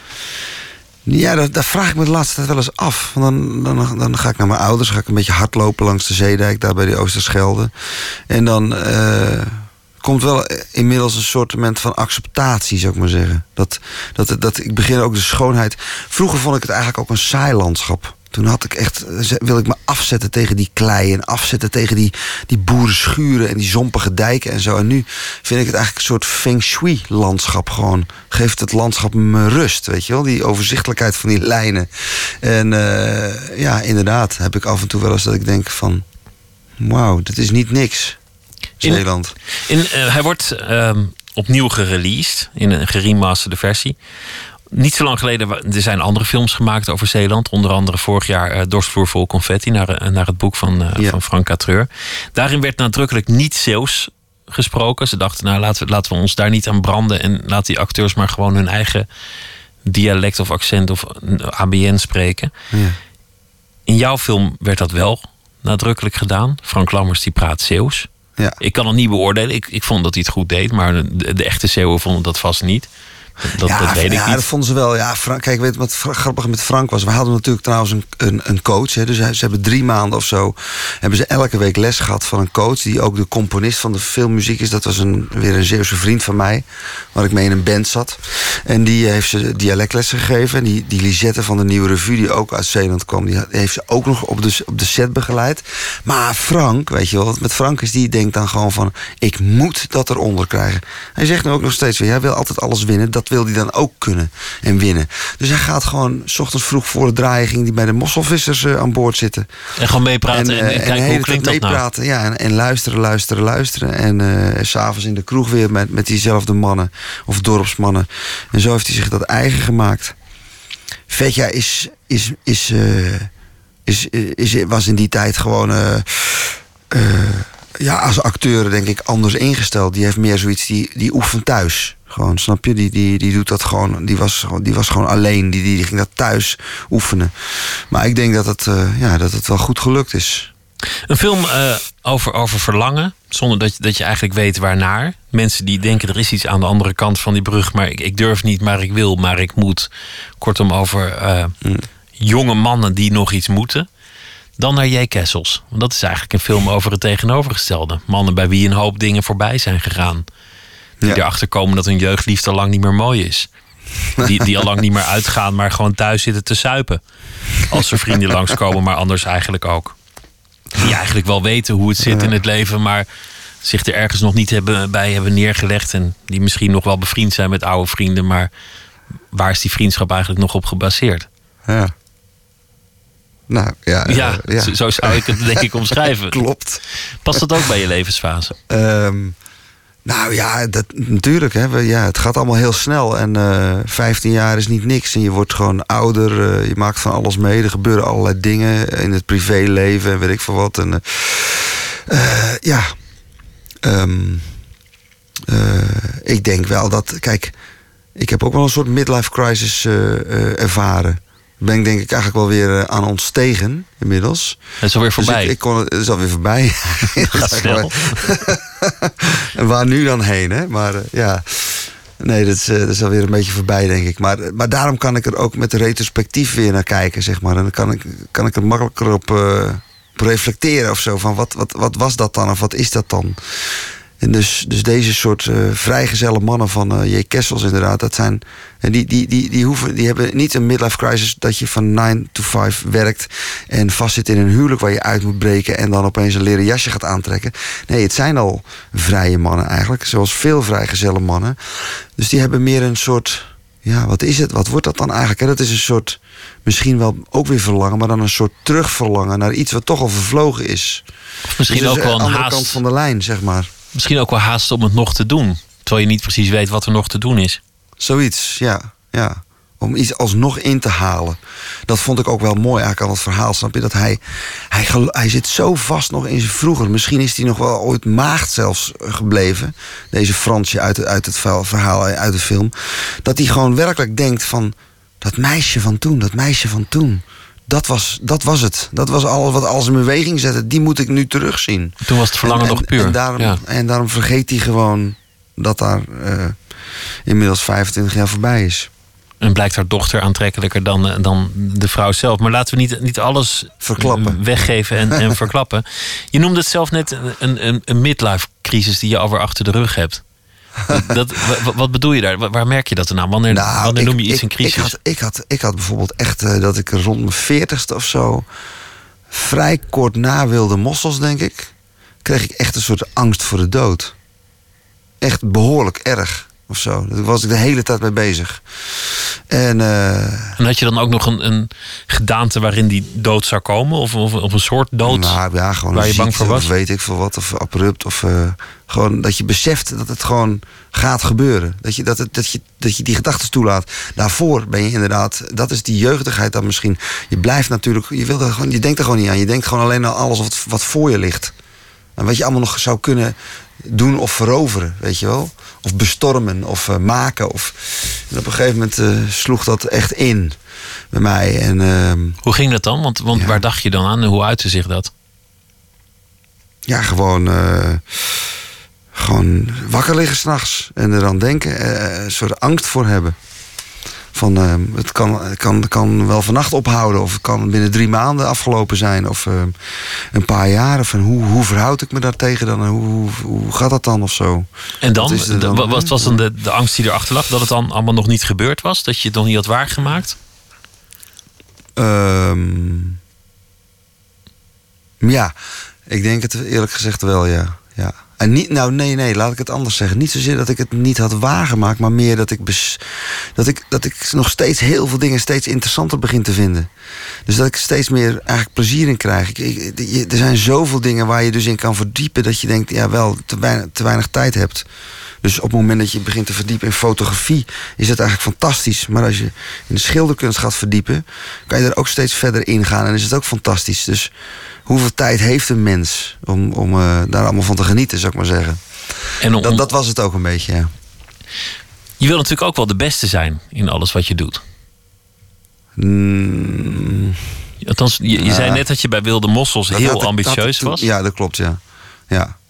Ja, dat, dat vraag ik me de laatste tijd wel eens af. Want dan, dan, dan ga ik naar mijn ouders... ga ik een beetje hardlopen langs de Zeedijk... daar bij de Oosterschelde. En dan uh, komt wel inmiddels een soortement van acceptatie, zou ik maar zeggen. Dat, dat, dat, ik begin ook de schoonheid... Vroeger vond ik het eigenlijk ook een saai landschap. Toen had ik echt, wil ik me afzetten tegen die klei... en afzetten tegen die, die boerenschuren en die zompige dijken en zo. En nu vind ik het eigenlijk een soort feng shui landschap gewoon. Geeft het landschap me rust, weet je wel? Die overzichtelijkheid van die lijnen. En uh, ja, inderdaad heb ik af en toe wel eens dat ik denk van... wauw, dit is niet niks, Zeeland. In, in, uh, hij wordt uh, opnieuw gereleased in een geremasterde versie... Niet zo lang geleden, er zijn andere films gemaakt over Zeeland. Onder andere vorig jaar uh, Dorstvloer vol confetti... naar, uh, naar het boek van, uh, ja. van Frank Catreur. Daarin werd nadrukkelijk niet Zeeuws gesproken. Ze dachten, nou, laten we, laten we ons daar niet aan branden... en laat die acteurs maar gewoon hun eigen dialect of accent... of A B N spreken. Ja. In jouw film werd dat wel nadrukkelijk gedaan. Frank Lammers die praat Zeeuws. Ja. Ik kan het niet beoordelen. Ik, ik vond dat hij het goed deed... maar de, de echte Zeeuwen vonden dat vast niet... Dat, ja, dat weet ik ja, niet. dat vonden ze wel. Ja, Frank, kijk, weet je wat grappig met Frank was? We hadden natuurlijk trouwens een, een, een coach. Hè, dus ze hebben drie maanden of zo... hebben ze elke week les gehad van een coach... die ook de componist van de filmmuziek is. Dat was een, weer een Zeeuwse vriend van mij... waar ik mee in een band zat. En die heeft ze dialectlessen gegeven. En die, die Lisette van de Nieuwe Revue... die ook uit Zeeland kwam... die heeft ze ook nog op de, op de set begeleid. Maar Frank, weet je wel... wat met Frank is, die denkt dan gewoon van... ik moet dat eronder krijgen. Hij zegt nu ook nog steeds weer... jij wil altijd alles winnen... Dat wil hij dan ook kunnen en winnen. Dus hij gaat gewoon 's ochtends vroeg voor de draaien... ging hij bij de mosselvissers uh, aan boord zitten. En gewoon meepraten en, uh, en, en kijken en hoe klinkt dat meepraten, nou? Ja, en, en luisteren, luisteren, luisteren. En uh, 's avonds in de kroeg weer met, met diezelfde mannen. Of dorpsmannen. En zo heeft hij zich dat eigen gemaakt. Vetja is, is, is, uh, is, is, is, was in die tijd gewoon... Uh, uh, ja, als acteur denk ik anders ingesteld. Die heeft meer zoiets, die, die oefent thuis. Gewoon, snap je? Die, die, die doet dat gewoon. Die was, die was gewoon alleen. Die, die ging dat thuis oefenen. Maar ik denk dat het, uh, ja, dat het wel goed gelukt is. Een film uh, over, over verlangen. zonder dat je, dat je eigenlijk weet waarnaar. Mensen die denken er is iets aan de andere kant van die brug, maar ik, ik durf niet, maar ik wil, maar ik moet. Kortom, over uh, mm. jonge mannen die nog iets moeten. Dan naar J. Kessels. Want dat is eigenlijk een film over het tegenovergestelde. Mannen bij wie een hoop dingen voorbij zijn gegaan. Die ja. erachter komen dat hun jeugdliefde al lang niet meer mooi is. Die, die al lang niet meer uitgaan, maar gewoon thuis zitten te suipen. Als er vrienden langskomen, maar anders eigenlijk ook. Die eigenlijk wel weten hoe het zit in het leven, maar zich er ergens nog niet hebben, bij hebben neergelegd. En die misschien nog wel bevriend zijn met oude vrienden, maar waar is die vriendschap eigenlijk nog op gebaseerd? Ja. Nou, ja. Ja, uh, ja. Zo zou ik het denk ik omschrijven. Klopt. Past dat ook bij je levensfase? Um, nou ja, dat, natuurlijk. Hè. We, ja, het gaat allemaal heel snel. En uh, vijftien jaar is niet niks. En je wordt gewoon ouder. Uh, je maakt van alles mee. Er gebeuren allerlei dingen in het privéleven en weet ik veel wat. En, uh, uh, ja. Um, uh, ik denk wel dat... Kijk, ik heb ook wel een soort midlife crisis uh, uh, ervaren. Ben ik denk ik eigenlijk wel weer uh, aan ontstegen inmiddels. Het is alweer voorbij. Dus ik, ik kon, het is alweer voorbij. Gaat snel. En waar nu dan heen, hè? Maar uh, ja, nee, dat is, uh, dat is alweer een beetje voorbij, denk ik. Maar, maar daarom kan ik er ook met de retrospectief weer naar kijken, zeg maar. En dan kan ik, kan ik er makkelijker op, uh, op reflecteren of zo. Van wat, wat, wat was dat dan of wat is dat dan? En dus, dus deze soort uh, vrijgezelle mannen van uh, J. Kessels inderdaad, dat zijn. En die, die, die, die, hoeven, die hebben niet een midlife crisis dat je van nine to five werkt en vastzit in een huwelijk waar je uit moet breken en dan opeens een leren jasje gaat aantrekken. Nee, het zijn al vrije mannen eigenlijk, zoals veel vrijgezelle mannen. Dus die hebben meer een soort. Ja, wat is het? Wat wordt dat dan eigenlijk? Hè? Dat is een soort, misschien wel ook weer verlangen, maar dan een soort terugverlangen naar iets wat toch al vervlogen is. Of misschien dus ook wel een een andere haast. kant van de lijn, zeg maar. Misschien ook wel haast om het nog te doen. Terwijl je niet precies weet wat er nog te doen is. Zoiets, ja. ja. Om iets alsnog in te halen. Dat vond ik ook wel mooi eigenlijk aan het verhaal. Snap je? Dat hij, hij, hij zit zo vast nog in zijn vroeger. Misschien is hij nog wel ooit maagd zelfs gebleven. Deze Fransje uit, uit het verhaal, uit de film. Dat hij gewoon werkelijk denkt van... Dat meisje van toen, dat meisje van toen... Dat was, dat was het. Dat was alles wat alles in beweging zette. Die moet ik nu terugzien. Toen was het verlangen en, en, nog puur. En daarom, ja. en daarom vergeet hij gewoon dat daar uh, inmiddels vijfentwintig jaar voorbij is. En blijkt haar dochter aantrekkelijker dan, dan de vrouw zelf. Maar laten we niet, niet alles verklappen. weggeven en, en verklappen. Je noemde het zelf net een, een, een midlife crisis die je alweer achter de rug hebt. Dat, wat bedoel je daar? Waar merk je dat dan aan? Wanneer, nou, wanneer ik, noem je iets ik, een crisis? Ik had, ik had, ik had bijvoorbeeld echt uh, dat ik rond mijn veertigste of zo... vrij kort na Wilde Mossels, denk ik... kreeg ik echt een soort angst voor de dood. Echt behoorlijk erg of zo. Daar was ik de hele tijd mee bezig. En, uh, en had je dan ook nog een, een gedaante waarin die dood zou komen? Of, of, of een soort dood nou, ja, gewoon waar je ziekte, bang voor was? Of weet ik veel wat, of abrupt. Of uh, gewoon dat je beseft dat het gewoon gaat gebeuren. Dat je, dat het, dat je, dat je die gedachten toelaat. Daarvoor ben je inderdaad, dat is die jeugdigheid dan misschien. Je blijft natuurlijk, je, wil er gewoon, je denkt er gewoon niet aan. Je denkt gewoon alleen aan alles wat, wat voor je ligt. En wat je allemaal nog zou kunnen doen of veroveren, weet je wel. Of bestormen, of uh, maken. Of... En op een gegeven moment uh, sloeg dat echt in bij mij. En, uh, hoe ging dat dan? Want, want ja. waar dacht je dan aan en hoe uitte zich dat? Ja, gewoon... Uh, gewoon wakker liggen 's nachts. En er aan denken. Uh, een soort angst voor hebben. Van, uh, het kan, kan, kan wel vannacht ophouden. Of het kan binnen drie maanden afgelopen zijn. Of uh, een paar jaar. Of, en hoe, hoe verhoud ik me daartegen dan? Hoe, hoe, hoe gaat dat dan of zo? En dan? Wat, dan? De, wat was dan de, de angst die erachter lag? Dat het dan allemaal nog niet gebeurd was? Dat je het nog niet had waargemaakt? Um, ja, ik denk het eerlijk gezegd wel, ja. ja. En niet, nou nee, nee, laat ik het anders zeggen. Niet zozeer dat ik het niet had waargemaakt, maar meer dat ik, bes, dat ik, dat ik nog steeds heel veel dingen steeds interessanter begin te vinden. Dus dat ik steeds meer eigenlijk plezier in krijg. Ik, ik, je, er zijn zoveel dingen waar je dus in kan verdiepen dat je denkt, ja wel, te weinig, te weinig tijd hebt. Dus op het moment dat je begint te verdiepen in fotografie, is het eigenlijk fantastisch. Maar als je in de schilderkunst gaat verdiepen, kan je er ook steeds verder in gaan en is het ook fantastisch. Dus hoeveel tijd heeft een mens om, om uh, daar allemaal van te genieten, zou ik maar zeggen. En om, dat, dat was het ook een beetje, ja. Je wil natuurlijk ook wel de beste zijn in alles wat je doet. Mm, Althans, je, je ja. zei net dat je bij Wilde Mossels dat heel ambitieus toen, was. Ja, dat klopt, ja. ja.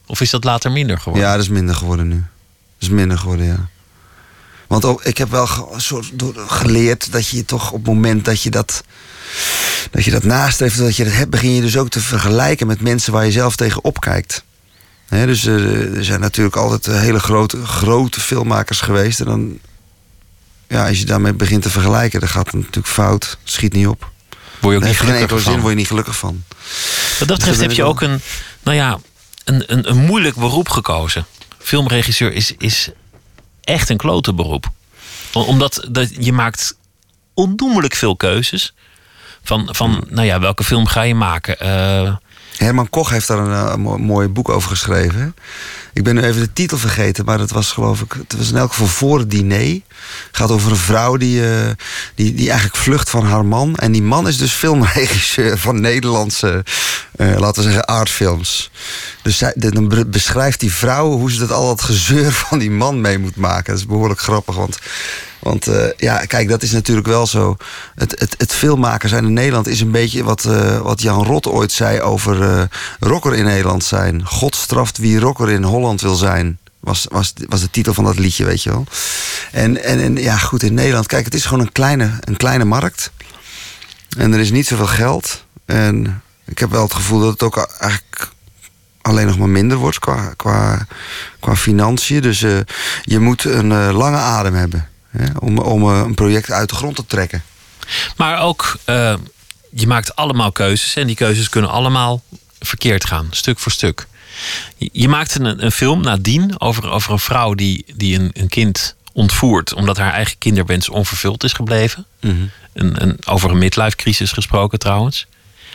Of is dat later minder geworden? Ja, dat is minder geworden nu. Dat is minder geworden, ja. Want ook, ik heb wel ge, soort, door, geleerd dat je toch op het moment dat je dat, dat je dat nastreeft, dat je dat hebt, begin je dus ook te vergelijken met mensen waar je zelf tegen opkijkt. He, dus uh, er zijn natuurlijk altijd hele grote, grote filmmakers geweest. En dan, ja, als je daarmee begint te vergelijken, dan gaat het natuurlijk fout. Schiet niet op. Word je ook niet gelukkig van? gelukkig van? Zin word je niet gelukkig van. Wat dat betreft heb je ook een, nou ja, een, een, een moeilijk beroep gekozen. Filmregisseur is, is echt een klote beroep. Omdat dat, je maakt onnoemelijk veel keuzes. Van, van nou ja, welke film ga je maken? Uh... Herman Koch heeft daar een, een mooi, mooi boek over geschreven. Hè? Ik ben nu even de titel vergeten, maar dat was geloof ik, het was in elk geval voor het diner. Het gaat over een vrouw die, uh, die, die eigenlijk vlucht van haar man. En die man is dus filmregisseur van Nederlandse, uh, laten we zeggen, artfilms. Dus zij, dan beschrijft die vrouw hoe ze dat al dat gezeur van die man mee moet maken. Dat is behoorlijk grappig, want... Want uh, ja, kijk, dat is natuurlijk wel zo. Het, het, het filmmaker zijn in Nederland is een beetje wat, uh, wat Jan Rot ooit zei over uh, rocker in Nederland zijn. God straft wie rocker in Holland wil zijn. Was, was, was de titel van dat liedje, weet je wel. En, en, en ja, goed, in Nederland, kijk, het is gewoon een kleine, een kleine markt. En er is niet zoveel geld. En ik heb wel het gevoel dat het ook eigenlijk alleen nog maar minder wordt qua, qua, qua financiën. Dus uh, je moet een uh, lange adem hebben. Ja, om, om uh, een project uit de grond te trekken. Maar ook, uh, je maakt allemaal keuzes. En die keuzes kunnen allemaal verkeerd gaan. Stuk voor stuk. Je, je maakt een, een film nadien over, over een vrouw die, die een, een kind ontvoert. Omdat haar eigen kinderwens onvervuld is gebleven. Mm-hmm. Een, een, over een midlife crisis gesproken trouwens.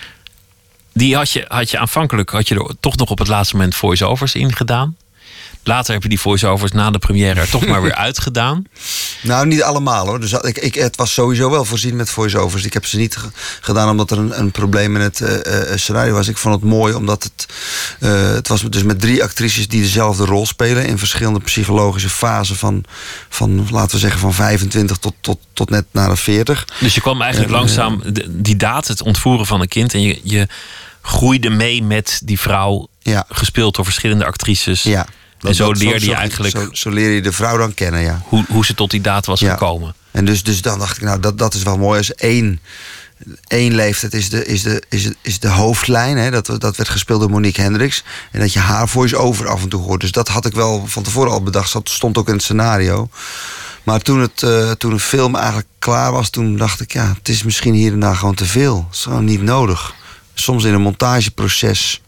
Die had je, had je aanvankelijk had je er toch nog op het laatste moment voice-overs in gedaan. Later heb je die voice-overs na de première er toch maar weer uitgedaan. Nou, niet allemaal hoor. Dus ik, ik, het was sowieso wel voorzien met voice-overs. Ik heb ze niet g- gedaan omdat er een, een probleem in het uh, uh, scenario was. Ik vond het mooi omdat het... Uh, het was dus met drie actrices die dezelfde rol spelen. In verschillende psychologische fasen van, van laten we zeggen, van vijfentwintig tot, tot, tot net naar de veertig. Dus je kwam eigenlijk uh, langzaam, die daad, het ontvoeren van een kind. En je, je groeide mee met die vrouw, ja. Gespeeld door verschillende actrices. Ja. En dat, zo dat, leerde zo, je eigenlijk... Zo, zo leer je de vrouw dan kennen, ja. Hoe, hoe ze tot die daad was ja. gekomen. En dus, dus dan dacht ik, nou, dat, dat is wel mooi. Als één, één leeftijd is de, is de, is de, is de hoofdlijn. Hè. Dat, dat werd gespeeld door Monique Hendricks. En dat je haar voice-over af en toe hoort. Dus dat had ik wel van tevoren al bedacht. Dat stond ook in het scenario. Maar toen, het, uh, toen de film eigenlijk klaar was, toen dacht ik, ja, het is misschien hier en daar gewoon te veel. Het is gewoon niet nodig. Soms in een montageproces...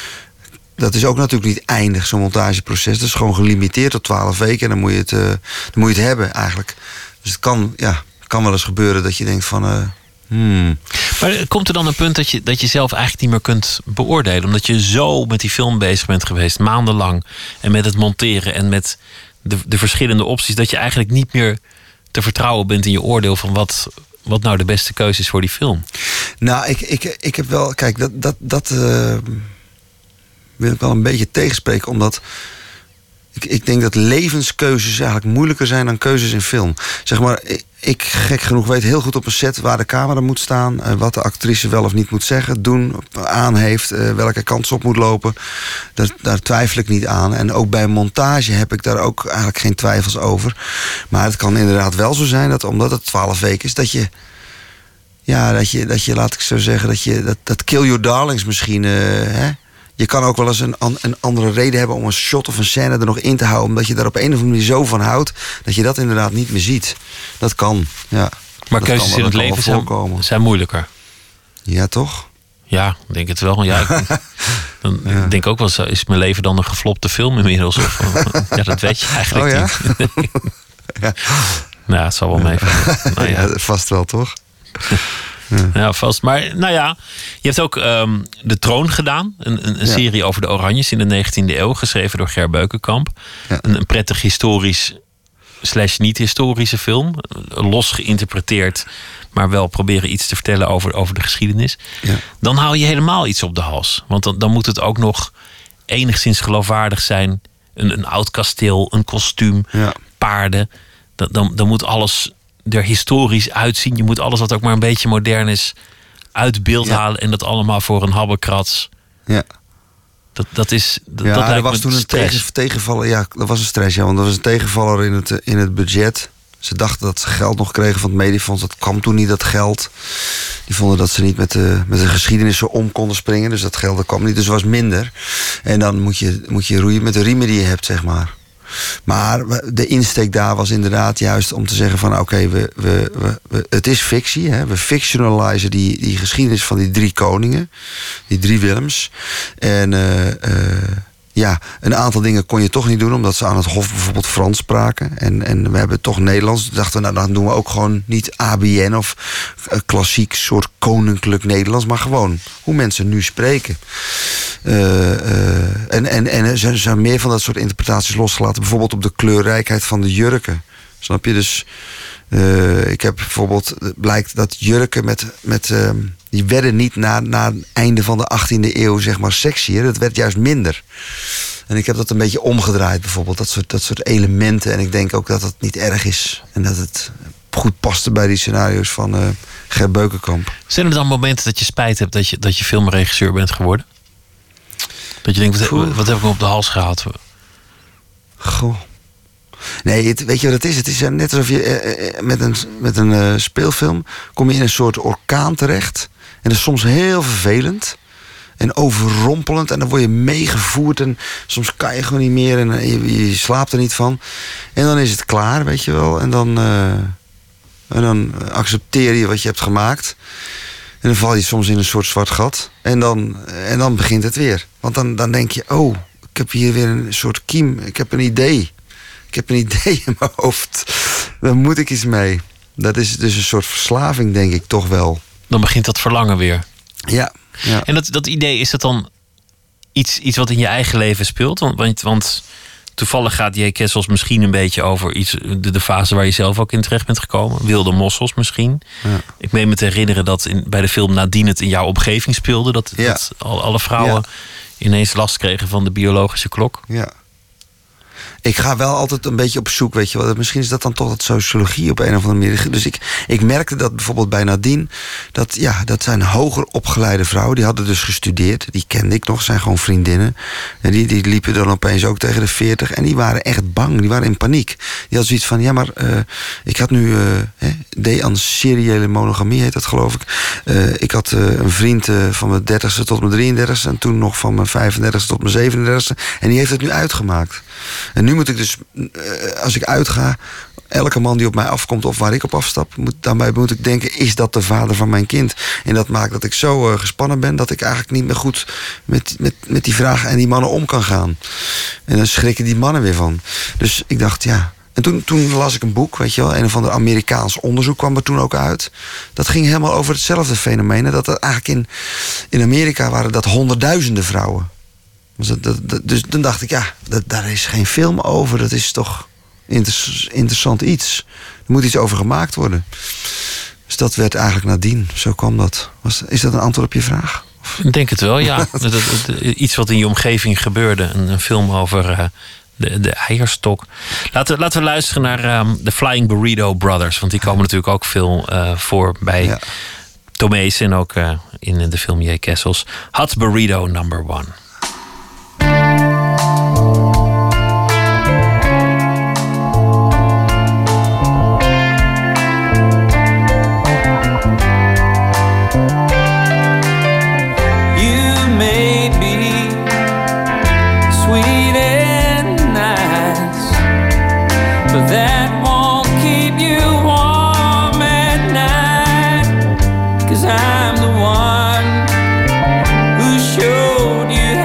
Dat is ook natuurlijk niet eindig, zo'n montageproces. Dat is gewoon gelimiteerd tot twaalf weken. En dan moet je het, uh, dan moet je het hebben, eigenlijk. Dus het kan, ja, het kan wel eens gebeuren dat je denkt van... Uh, hmm. Maar komt er dan een punt dat je, dat je zelf eigenlijk niet meer kunt beoordelen? Omdat je zo met die film bezig bent geweest, maandenlang. En met het monteren en met de, de verschillende opties. Dat je eigenlijk niet meer te vertrouwen bent in je oordeel van wat... wat nou de beste keuze is voor die film. Nou, ik, ik, ik heb wel... Kijk, dat... dat, dat uh... wil ik wel een beetje tegenspreken, omdat ik, ik denk dat levenskeuzes eigenlijk moeilijker zijn dan keuzes in film. Zeg maar, ik, ik gek genoeg weet heel goed op een set waar de camera moet staan, uh, wat de actrice wel of niet moet zeggen, doen, aan heeft, uh, welke kant ze op moet lopen. Daar, daar twijfel ik niet aan. En ook bij montage heb ik daar ook eigenlijk geen twijfels over. Maar het kan inderdaad wel zo zijn dat, omdat het twaalf weken is, dat je ja, dat je, dat je laat ik zo zeggen, dat je dat, dat kill your darlings misschien, uh, hè? Je kan ook wel eens een, een andere reden hebben om een shot of een scène er nog in te houden. Omdat je daar op een of andere manier zo van houdt dat je dat inderdaad niet meer ziet. Dat kan, ja. Maar dat keuzes kan, in het leven zijn, zijn moeilijker. Ja, toch? Ja, ik denk het wel. Ja, ik, dan ja. Ik denk ook wel, is mijn leven dan een geflopte film inmiddels? Of, ja, dat weet je eigenlijk oh, ja? niet. ja. Nou, het zal wel meevallen. Nou, ja. Ja, vast wel, toch? Ja. ja, vast. Maar nou ja, je hebt ook um, De Troon gedaan. Een, een, een ja. serie over de Oranjes in de negentiende eeuw. Geschreven door Ger Beukenkamp. Ja. Een, een prettig historisch slash niet-historische film. Los geïnterpreteerd, maar wel proberen iets te vertellen over, over de geschiedenis. Ja. Dan haal je helemaal iets op de hals. Want dan, dan moet het ook nog enigszins geloofwaardig zijn. Een, een oud kasteel, een kostuum, ja. paarden. Dan, dan, dan moet alles er historisch uitzien. Je moet alles wat ook maar een beetje modern is uit beeld ja. halen. En dat allemaal voor een habbekrats. Ja. Dat, dat is. Dat, Ja, dat er lijkt was me toen een stress. tegen, tegenvaller. Ja, dat was een stress, ja. Want er was een tegenvaller in het, eh, in het budget. Ze dachten dat ze geld nog kregen van het Mediefonds. Dat kwam toen niet, dat geld. Die vonden dat ze niet met de, met de geschiedenis zo om konden springen. Dus dat geld dat kwam niet, dus het was minder. En dan moet je, moet je roeien met de riemen die je hebt, zeg maar. Maar de insteek daar was inderdaad juist om te zeggen van... oké, okay, we, we, we, we, het is fictie. Hè? We fictionalizen die, die geschiedenis van die drie koningen. Die drie Willems. En... Uh, uh, Ja, een aantal dingen kon je toch niet doen... omdat ze aan het hof bijvoorbeeld Frans spraken. En, en we hebben toch Nederlands. Toen dachten we, nou, dan doen we ook gewoon niet A B N... of uh, klassiek soort koninklijk Nederlands... maar gewoon hoe mensen nu spreken. Uh, uh, en en, en er zijn meer van dat soort interpretaties losgelaten. Bijvoorbeeld op de kleurrijkheid van de jurken. Snap je? Dus uh, ik heb bijvoorbeeld... Het blijkt dat jurken met... met uh, die werden niet na, na het einde van de achttiende eeuw zeg maar sexier. Dat werd juist minder. En ik heb dat een beetje omgedraaid bijvoorbeeld. Dat soort, dat soort elementen. En ik denk ook dat het niet erg is. En dat het goed paste bij die scenario's van uh, Ger Beukenkamp. Zijn er dan momenten dat je spijt hebt dat je, dat je filmregisseur bent geworden? Dat je denkt, wat, wat heb ik me op de hals gehaald? Goh. Nee, het, weet je wat het is? Het is net alsof je eh, met een, met een uh, speelfilm... kom je in een soort orkaan terecht. En dat is soms heel vervelend. En overrompelend. En dan word je meegevoerd. En soms kan je gewoon niet meer. En je, je slaapt er niet van. En dan is het klaar, weet je wel. En dan, uh, en dan accepteer je wat je hebt gemaakt. En dan val je soms in een soort zwart gat. En dan, en dan begint het weer. Want dan, dan denk je... oh, ik heb hier weer een soort kiem. Ik heb een idee. Ik heb een idee in mijn hoofd. Daar moet ik iets mee. Dat is dus een soort verslaving, denk ik, toch wel. Dan begint dat verlangen weer. Ja. ja. En dat, dat idee, is dat dan iets, iets wat in je eigen leven speelt? Want, want, want toevallig gaat J. Kessels misschien een beetje over iets, de, de fase waar je zelf ook in terecht bent gekomen. Wilde mossels misschien. Ja. Ik meen me te herinneren dat in, bij de film Nadien het in jouw omgeving speelde. Dat, ja. dat al, alle vrouwen ja. ineens last kregen van de biologische klok. Ja. Ik ga wel altijd een beetje op zoek, weet je wel. Misschien is dat dan toch dat sociologie op een of andere manier. Dus ik, ik merkte dat bijvoorbeeld bij Nadien... dat, ja, dat zijn hoger opgeleide vrouwen. Die hadden dus gestudeerd. Die kende ik nog, zijn gewoon vriendinnen. En die, die liepen dan opeens ook tegen de veertig. En die waren echt bang, die waren in paniek. Die hadden zoiets van, ja, maar uh, ik had nu... Uh, de-seriële monogamie heet dat, geloof ik. Uh, ik had uh, een vriend uh, van mijn dertigste tot mijn drieëndertigste... en toen nog van mijn vijfendertigste tot mijn zevenendertigste. En die heeft het nu uitgemaakt. En nu moet ik dus, als ik uitga... elke man die op mij afkomt of waar ik op afstap... Moet, daarbij moet ik denken, is dat de vader van mijn kind? En dat maakt dat ik zo uh, gespannen ben... dat ik eigenlijk niet meer goed met, met, met die vragen en die mannen om kan gaan. En dan schrikken die mannen weer van. Dus ik dacht, ja... En toen, toen las ik een boek, weet je wel... een of ander Amerikaans onderzoek kwam er toen ook uit. Dat ging helemaal over hetzelfde fenomeen. Dat er eigenlijk in, in Amerika waren dat honderdduizenden vrouwen... Dus, dat, dat, dus dan dacht ik, ja, dat, daar is geen film over. Dat is toch inter- interessant iets. Er moet iets over gemaakt worden. Dus dat werd eigenlijk Nadien. Zo kwam dat. Was, is dat een antwoord op je vraag? Ik denk het wel, ja. dat, dat, dat, iets wat in je omgeving gebeurde. Een, een film over uh, de, de eierstok. Laten, laten we luisteren naar um, de Flying Burrito Brothers. Want die komen natuurlijk ook veel uh, voor bij ja. Tomees... en ook uh, in de film J. Kessels. Hot Burrito number one. I'm the one who showed you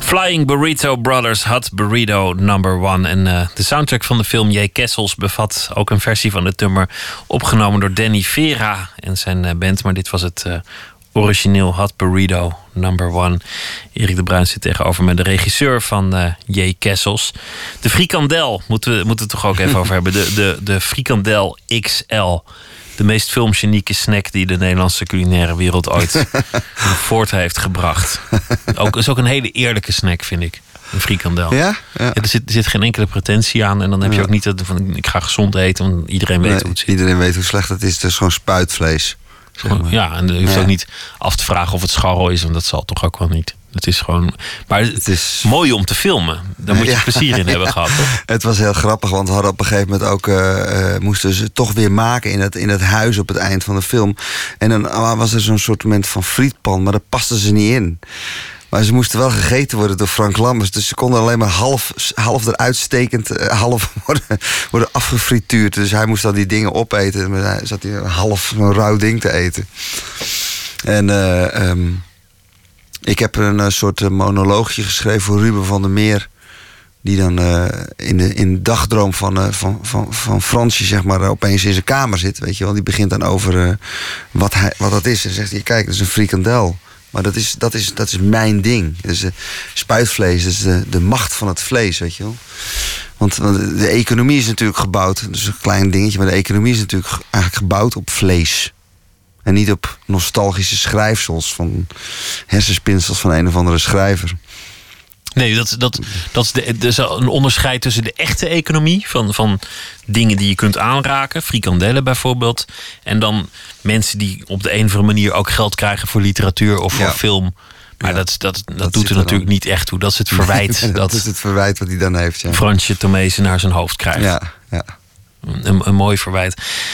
Flying Burrito Brothers, Hot Burrito Number One. En uh, de soundtrack van de film J. Kessels bevat ook een versie van het nummer opgenomen door Danny Vera en zijn uh, band. Maar dit was het uh, origineel Hot Burrito Number One. Erik de Bruin zit tegenover me, de regisseur van uh, J. Kessels. De frikandel moeten we, moeten we het toch ook even over hebben. De, de, de frikandel X L. De meest filmgenieke snack die de Nederlandse culinaire wereld ooit voort heeft gebracht. Ook, is ook een hele eerlijke snack, vind ik. Een frikandel. Ja? Ja. Ja, er, zit, er zit geen enkele pretentie aan. En dan heb je Ja. ook niet dat van ik ga gezond eten. Want iedereen weet Nee, hoe het zit. iedereen weet hoe slecht het is. Het is gewoon spuitvlees. Zeg maar. Ja, en je hoeft Ja. ook niet af te vragen of het scharrel is. Want dat zal toch ook wel niet. Het is gewoon. Maar het Het is mooi om te filmen. Daar moet je Ja. plezier in hebben gehad, toch? Het was heel grappig, want we hadden op een gegeven moment ook uh, uh, moesten ze toch weer maken in het, in het huis op het eind van de film. En dan was er zo'n soort van frietpan, maar daar pasten ze niet in. Maar ze moesten wel gegeten worden door Frank Lammers. Dus ze konden alleen maar half, half eruit stekend, uh, half worden, worden afgefrituurd. Dus hij moest dan die dingen opeten. Maar hij zat hier half een rauw ding te eten. En uh, um, ik heb een uh, soort uh, monoloogje geschreven voor Ruben van der Meer. Die dan uh, in de in dagdroom van, uh, van, van, van Fransje, zeg maar, uh, opeens in zijn kamer zit. Weet je wel. Die begint dan over uh, wat, hij, wat dat is. En zegt hij, kijk, dat is een frikandel. Maar dat is, dat is, dat is mijn ding. Dat is uh, spuitvlees, dat is de, de macht van het vlees, weet je wel. Want, want de economie is natuurlijk gebouwd, dus een klein dingetje, maar de economie is natuurlijk eigenlijk gebouwd op vlees. En niet op nostalgische schrijfsels van hersenspinsels van een of andere schrijver. Nee, dat, dat, dat is, de, dat is een onderscheid tussen de echte economie. Van, van dingen die je kunt aanraken. Frikandellen bijvoorbeeld. En dan mensen die op de een of andere manier ook geld krijgen voor literatuur of voor Ja. film. Maar Ja. dat, dat, dat, Dat doet zit er er natuurlijk dan. niet echt toe. Dat is het verwijt dat, dat is het verwijt wat hij dan heeft. Ja, Fransje Tomezen naar zijn hoofd krijgt. ja, ja. Een, een mooi verwijt.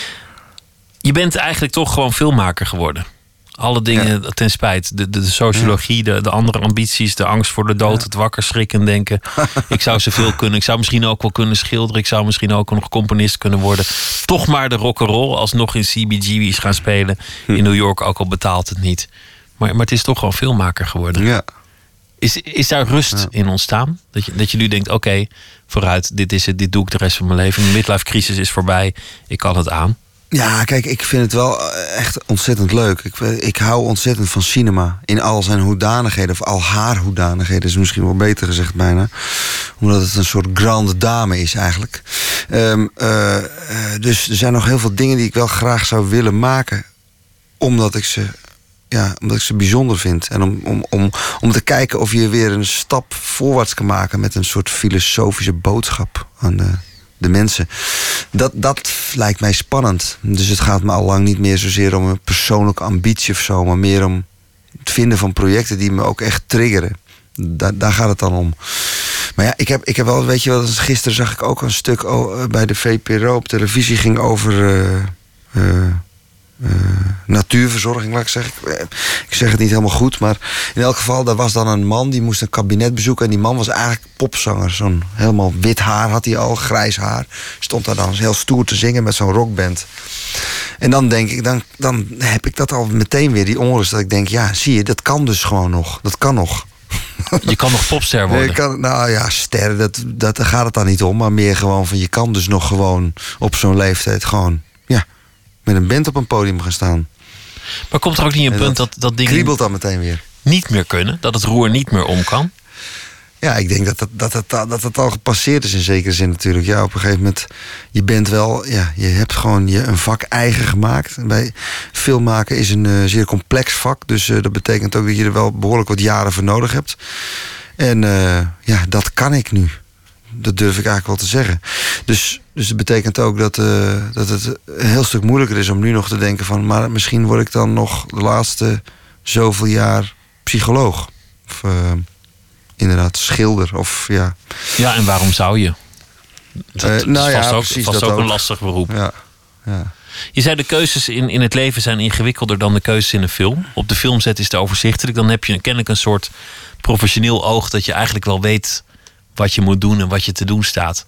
Je bent eigenlijk toch gewoon filmmaker geworden. Alle dingen ten spijt. De, de, de sociologie, de, de andere ambities, de angst voor de dood, Ja. het wakker schrikken denken. Ik zou zoveel kunnen. Ik zou misschien ook wel kunnen schilderen. Ik zou misschien ook nog componist kunnen worden. Toch maar de rock'n'roll. Alsnog in C B G B's gaan spelen. Hm. In New York, ook al betaalt het niet. Maar, maar het is toch gewoon filmmaker geworden. ja. Is, is daar rust Ja. in ontstaan? Dat je, dat je nu denkt, oké, okay, vooruit, dit is het. Dit doe ik de rest van mijn leven. Mijn midlife crisis is voorbij. Ik kan het aan. Ja, kijk, ik vind het wel echt ontzettend leuk. Ik, ik hou ontzettend van cinema. In al zijn hoedanigheden, of al haar hoedanigheden, is misschien wel beter gezegd bijna. Omdat het een soort grande dame is eigenlijk. Um, uh, uh, dus er zijn nog heel veel dingen die ik wel graag zou willen maken. Omdat ik ze, ja, omdat ik ze bijzonder vind. En om, om, om, om te kijken of je weer een stap voorwaarts kan maken met een soort filosofische boodschap aan de... de mensen. Dat, dat lijkt mij spannend. Dus het gaat me al lang niet meer zozeer om een persoonlijke ambitie of zo, maar meer om het vinden van projecten die me ook echt triggeren. Daar, daar gaat het dan om. Maar ja, ik heb, ik heb wel, weet je wel, gisteren zag ik ook een stuk oh, bij de V P R O op televisie, ging over uh, uh, uh, natuurverzorging, laat ik zeggen. Ik zeg het niet helemaal goed, maar in elk geval, daar was dan een man die moest een kabinet bezoeken. En die man was eigenlijk popzanger. Zo'n helemaal wit haar had hij al, grijs haar. Stond daar dan heel stoer te zingen met zo'n rockband. En dan denk ik, dan, dan heb ik dat al meteen weer, die onrust. Dat ik denk, ja, zie je, dat kan dus gewoon nog. Dat kan nog. Je kan nog popster worden. Je kan, nou ja, sterren, dat, dat, daar gaat het dan niet om. Maar meer gewoon van, je kan dus nog gewoon op zo'n leeftijd gewoon, ja, met een band op een podium gaan staan. Maar komt er ook niet een En punt dat, dat dingen kriebelt dan meteen weer. niet meer kunnen? Dat het roer niet meer om kan? Ja, ik denk dat dat, dat, dat, dat het al gepasseerd is in zekere zin natuurlijk. Ja, op een gegeven moment, je bent wel, ja, je hebt gewoon je een vak eigen gemaakt. Bij filmmaken is een uh, zeer complex vak. Dus uh, dat betekent ook dat je er wel behoorlijk wat jaren voor nodig hebt. En uh, ja, dat kan ik nu. Dat durf ik eigenlijk wel te zeggen. Dus, dus dat betekent ook dat, uh, dat het een heel stuk moeilijker is om nu nog te denken van, maar misschien word ik dan nog de laatste zoveel jaar psycholoog. Of uh, inderdaad schilder. Of ja. Ja, en waarom zou je? Dat Uh, is nou ja, vast ook, precies, vast dat ook een ook. lastig beroep. Ja, ja. Je zei de keuzes in, in het leven zijn ingewikkelder dan de keuzes in een film. Op de filmset is het overzichtelijk. Dan heb je kennelijk een soort professioneel oog dat je eigenlijk wel weet wat je moet doen en wat je te doen staat.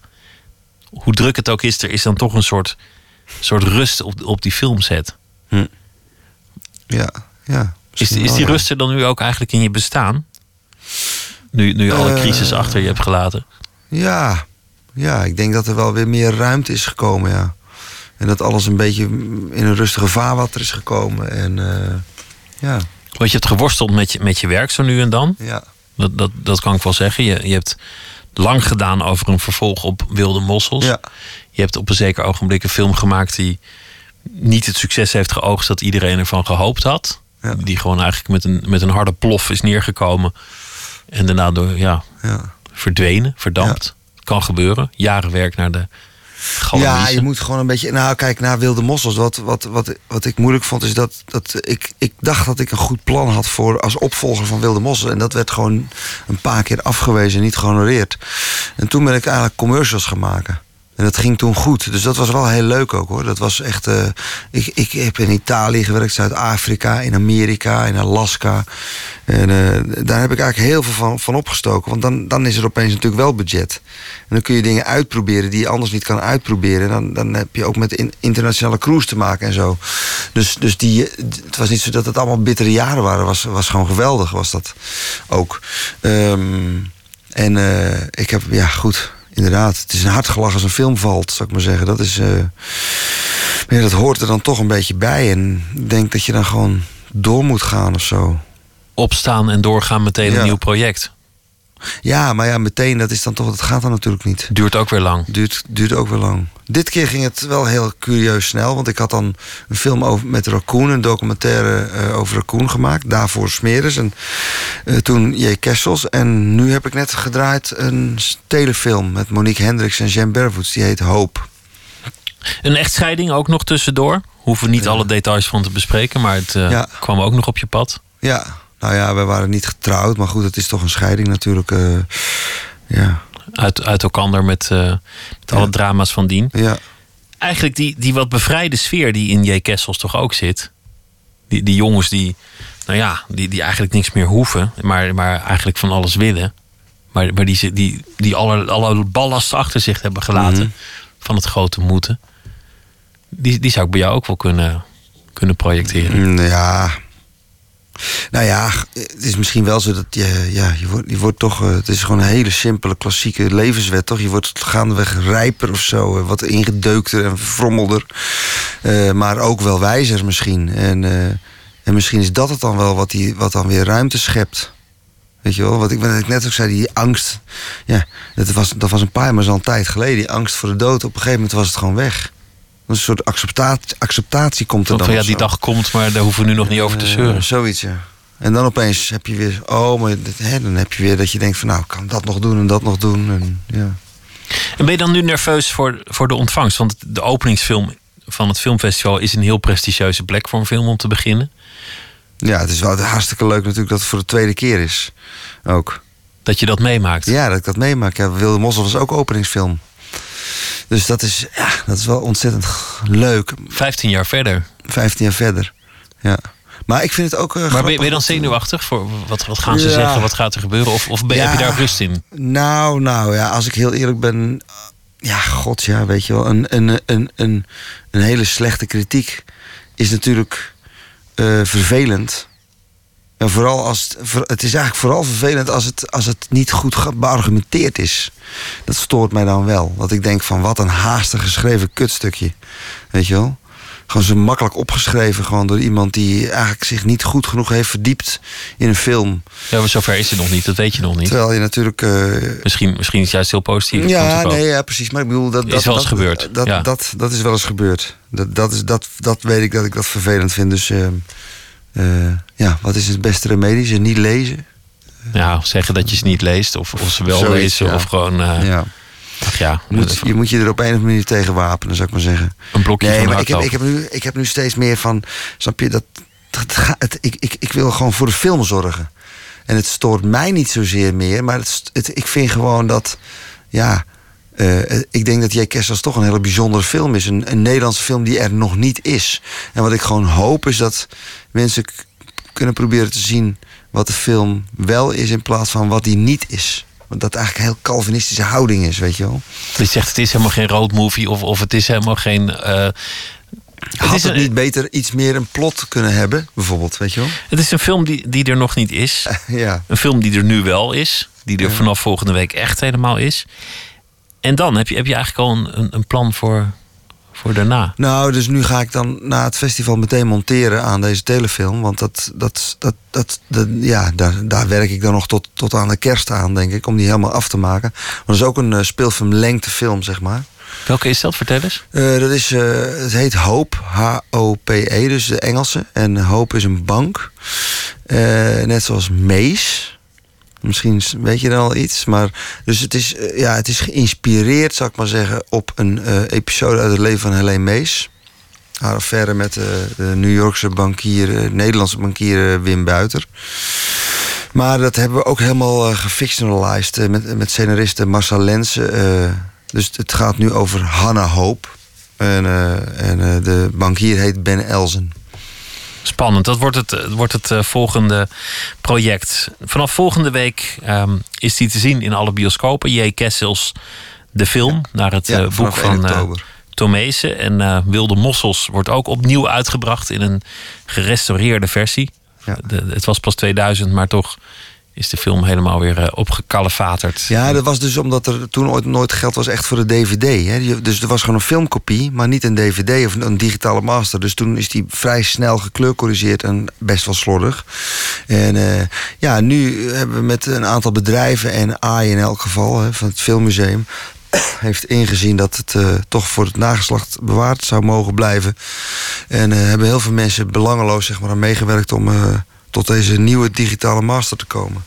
Hoe druk het ook is, er is dan toch een soort, soort rust op, op die filmset. Hm. Ja, ja. Is, is die rust er dan nu ook eigenlijk in je bestaan? Nu, nu je alle Uh, crisis achter je hebt gelaten. Ja, ja, ik denk dat er wel weer meer ruimte is gekomen, ja. En dat alles een beetje in een rustige vaarwater is gekomen. En uh, ja. Want je hebt geworsteld met je, met je werk zo nu en dan. Ja. Dat, dat, dat kan ik wel zeggen. Je, je hebt lang gedaan over een vervolg op Wilde Mossels. Ja. Je hebt op een zeker ogenblik een film gemaakt die niet het succes heeft geoogst dat iedereen ervan gehoopt had. Ja. Die gewoon eigenlijk met een, met een harde plof is neergekomen. En daarna door, ja, Ja. verdwenen, verdampt. Ja. Kan gebeuren. Jaren werk naar de Galamise. Ja, je moet gewoon een beetje... Nou, kijk, naar Wilde Mossels. Wat, wat, wat, wat ik moeilijk vond, is dat, dat ik, ik dacht dat ik een goed plan had voor als opvolger van Wilde Mossels. En dat werd gewoon een paar keer afgewezen, niet gehonoreerd. En toen ben ik eigenlijk commercials gaan maken. En dat ging toen goed. Dus dat was wel heel leuk ook, hoor. Dat was echt... Uh, ik, ik heb in Italië gewerkt, Zuid-Afrika, in Amerika, in Alaska. En uh, daar heb ik eigenlijk heel veel van, van opgestoken. Want dan, dan is er opeens natuurlijk wel budget. En dan kun je dingen uitproberen die je anders niet kan uitproberen. En dan, dan heb je ook met in, internationale cruise te maken en zo. Dus, dus die, het was niet zo dat het allemaal bittere jaren waren. Het was, was gewoon geweldig, was dat ook. Um, en uh, ik heb, ja, goed... Inderdaad, het is een hard gelach als een film valt, zou ik maar zeggen. Dat is, uh, ja, dat hoort er dan toch een beetje bij. En ik denk dat je dan gewoon door moet gaan of zo. Opstaan en doorgaan meteen Ja. een nieuw project. Ja, maar ja, meteen, dat is dan toch, dat gaat dan natuurlijk niet. Duurt ook weer lang. Duurt, duurt ook wel lang. Dit keer ging het wel heel curieus snel. Want ik had dan een film over, met Raccoon, een documentaire uh, over Raccoon gemaakt. Daarvoor Smeres en uh, toen J. Kessels. En nu heb ik net gedraaid een telefilm met Monique Hendricks en Jen Bervoets. Die heet Hoop. Een echtscheiding ook nog tussendoor. Hoeven we niet Ja. alle details van te bespreken, maar het uh, Ja. kwam ook nog op je pad. Ja, nou ja, we waren niet getrouwd. Maar goed, het is toch een scheiding natuurlijk. Uh, ja. Uit, uit elkander met, uh, met alle Ja. drama's van dien. Ja. Eigenlijk die, die wat bevrijde sfeer die in J. Kessels toch ook zit. Die, die jongens die, nou ja, die, die eigenlijk niks meer hoeven, maar, maar eigenlijk van alles willen. Maar, maar die, die, die alle, alle ballast achter zich hebben gelaten Mm-hmm. van het grote moeten. Die, die zou ik bij jou ook wel kunnen, kunnen projecteren. Mm, ja. Nou ja, het is misschien wel zo dat je, ja, je, wordt, je wordt toch... Uh, het is gewoon een hele simpele, klassieke levenswet, toch? Je wordt gaandeweg rijper of zo. Uh, wat ingedeukter en verfrommelder. Uh, maar ook wel wijzer misschien. En, uh, en misschien is dat het dan wel wat, die, wat dan weer ruimte schept. Weet je wel? Wat ik, wat ik net ook zei, die angst... Ja, dat was, dat was een paar jaar, maar zo'n tijd geleden. Die angst voor de dood, op een gegeven moment was het gewoon weg. Een soort acceptatie, acceptatie komt er Van, dan. van ja, of die zo. dag komt, maar daar hoeven we nu nog niet over te zeuren. Uh, zoiets, ja. En dan opeens heb je weer... Oh, maar dit, hè, dan heb je weer dat je denkt van... Nou, ik kan dat nog doen en dat nog doen. En, ja. En ben je dan nu nerveus voor, voor de ontvangst? Want de openingsfilm van het filmfestival is een heel prestigieuze plek voor een film om te beginnen. Ja, het is wel hartstikke leuk natuurlijk dat het voor de tweede keer is. Ook. Dat je dat meemaakt. Ja, dat ik dat meemaak. Ja, Wilde Mossel was ook openingsfilm. Dus dat is, ja, dat is wel ontzettend leuk. Vijftien jaar verder. Vijftien jaar verder, ja. Maar ik vind het ook... Uh, maar ben je, ben je dan zenuwachtig? Voor wat, wat gaan ze Ja. zeggen? Wat gaat er gebeuren? Of, of ben, Ja. heb je daar rust in? Nou, nou ja, als ik heel eerlijk ben... Ja, god ja, weet je wel. Een, een, een, een, een hele slechte kritiek is natuurlijk uh, vervelend. En vooral als het, het is eigenlijk vooral vervelend als het, als het niet goed beargumenteerd is. Dat stoort mij dan wel. Dat ik denk van wat een haastig geschreven kutstukje. Weet je wel? Gewoon zo makkelijk opgeschreven gewoon door iemand die eigenlijk zich niet goed genoeg heeft verdiept in een film. Ja, maar zover is het nog niet. Dat weet je nog niet. Terwijl je natuurlijk... Uh, misschien, misschien is het juist heel positief. Ja, nee, ja, precies. Maar ik bedoel... Dat, is dat, wel eens dat, gebeurd. Dat, ja. dat, dat, dat is wel eens gebeurd. Dat, dat, is, dat, dat weet ik dat ik dat vervelend vind. Dus uh, uh, ja, wat is het beste remedie? Ze niet lezen? Ja, zeggen dat je ze niet leest. Of, of ze wel Zoiets, lezen. ja. Of gewoon... Uh, ja. Ach ja. Je moet, je moet je er op een of andere manier tegen wapenen, zou ik maar zeggen. Een blokje nee, van maar ik heb, hardlopen. ik, heb nu, ik heb nu steeds meer van... Snap je, dat, dat gaat, het, ik, ik, ik wil gewoon voor de film zorgen. En het stoort mij niet zozeer meer. Maar het, het, ik vind gewoon dat... Ja, uh, ik denk dat J. Kessels toch een hele bijzondere film is. Een, een Nederlandse film die er nog niet is. En wat ik gewoon hoop is dat mensen k- kunnen proberen te zien... wat de film wel is in plaats van wat die niet is. Want dat eigenlijk een heel Calvinistische houding is, weet je wel. Je zegt het is helemaal geen road movie. Of, of het is helemaal geen... Uh, Had het, is het een, niet beter iets meer een plot kunnen hebben, bijvoorbeeld, weet je wel? het is een film die, die er nog niet is. Ja. Een film die er nu wel is. die er Ja. vanaf volgende week echt helemaal is. En dan heb je, heb je eigenlijk al een, een plan voor, voor daarna. Nou, dus nu ga ik dan na het festival meteen monteren aan deze telefilm. Want dat, dat, dat, dat, dat ja, daar, daar werk ik dan nog tot, tot aan de kerst aan, denk ik. Om die helemaal af te maken. Maar dat is ook een uh, speelfilm lengtefilm, zeg maar. Welke is dat? Vertel eens. Uh, dat is, uh, het heet Hope, H O P E, dus de Engelse. En Hope is een bank. Uh, net zoals Maze. Misschien weet je dan al iets. Maar dus het is, uh, ja, het is geïnspireerd, zou ik maar zeggen, op een uh, episode uit het leven van Helene Mace. Haar affaire met uh, de New Yorkse bankier, uh, Nederlandse bankier uh, Wim Buiter. Maar dat hebben we ook helemaal uh, gefictionalized uh, met, met scenariste Marcel Lensen. Uh, dus het gaat nu over Hannah Hope. En, uh, en uh, de bankier heet Ben Elzen. Spannend, dat wordt het, wordt het uh, volgende project. Vanaf volgende week um, is die te zien in alle bioscopen. J. Kessels, de film, naar het ja, uh, boek van uh, Tomezen. En uh, Wilde Mossels wordt ook opnieuw uitgebracht in een gerestaureerde versie. Ja. De, het was pas tweeduizend, maar toch is de film helemaal weer uh, opgekalefaterd. Ja, dat was dus omdat er toen ooit nooit geld was echt voor de D V D. Hè. Dus er was gewoon een filmkopie, maar niet een D V D of een digitale master. Dus toen is die vrij snel gekleurcorrigeerd en best wel slordig. En uh, ja, nu hebben we met een aantal bedrijven en A I in elk geval, hè, van het Filmmuseum, heeft ingezien dat het uh, toch voor het nageslacht bewaard zou mogen blijven. En uh, hebben heel veel mensen belangeloos, zeg maar, aan meegewerkt om uh, tot deze nieuwe digitale master te komen.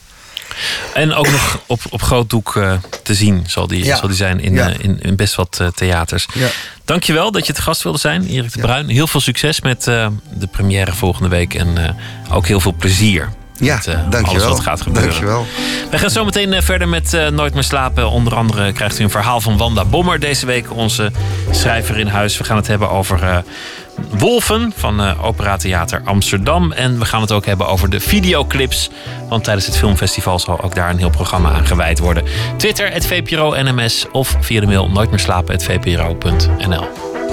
En ook nog op, op groot doek uh, te zien zal die, ja. zal die zijn in, ja. uh, in, in best wat uh, theaters. Ja. Dankjewel dat je te gast wilde zijn, Erik de ja. Bruin. Heel veel succes met uh, de première volgende week. En uh, ook heel veel plezier. Ja, met, uh, dankjewel. alles wat gaat gebeuren. Dankjewel. We gaan zo meteen uh, verder met uh, Nooit meer slapen. Onder andere krijgt u een verhaal van Wanda Bommer deze week. Onze schrijver in huis. We gaan het hebben over uh, Wolven van uh, Opera Theater Amsterdam. En we gaan het ook hebben over de videoclips. Want tijdens het filmfestival zal ook daar een heel programma aan gewijd worden. Twitter, het V P R O N M S. Of via de mail nooitmeerslapen, het v p r o punt n l.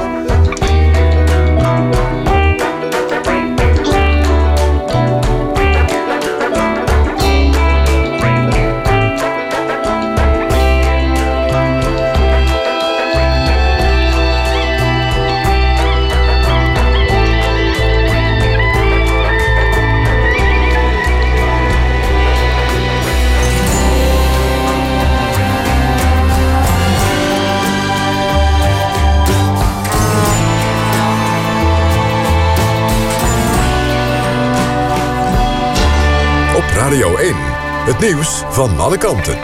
Radio één, het nieuws van alle kanten.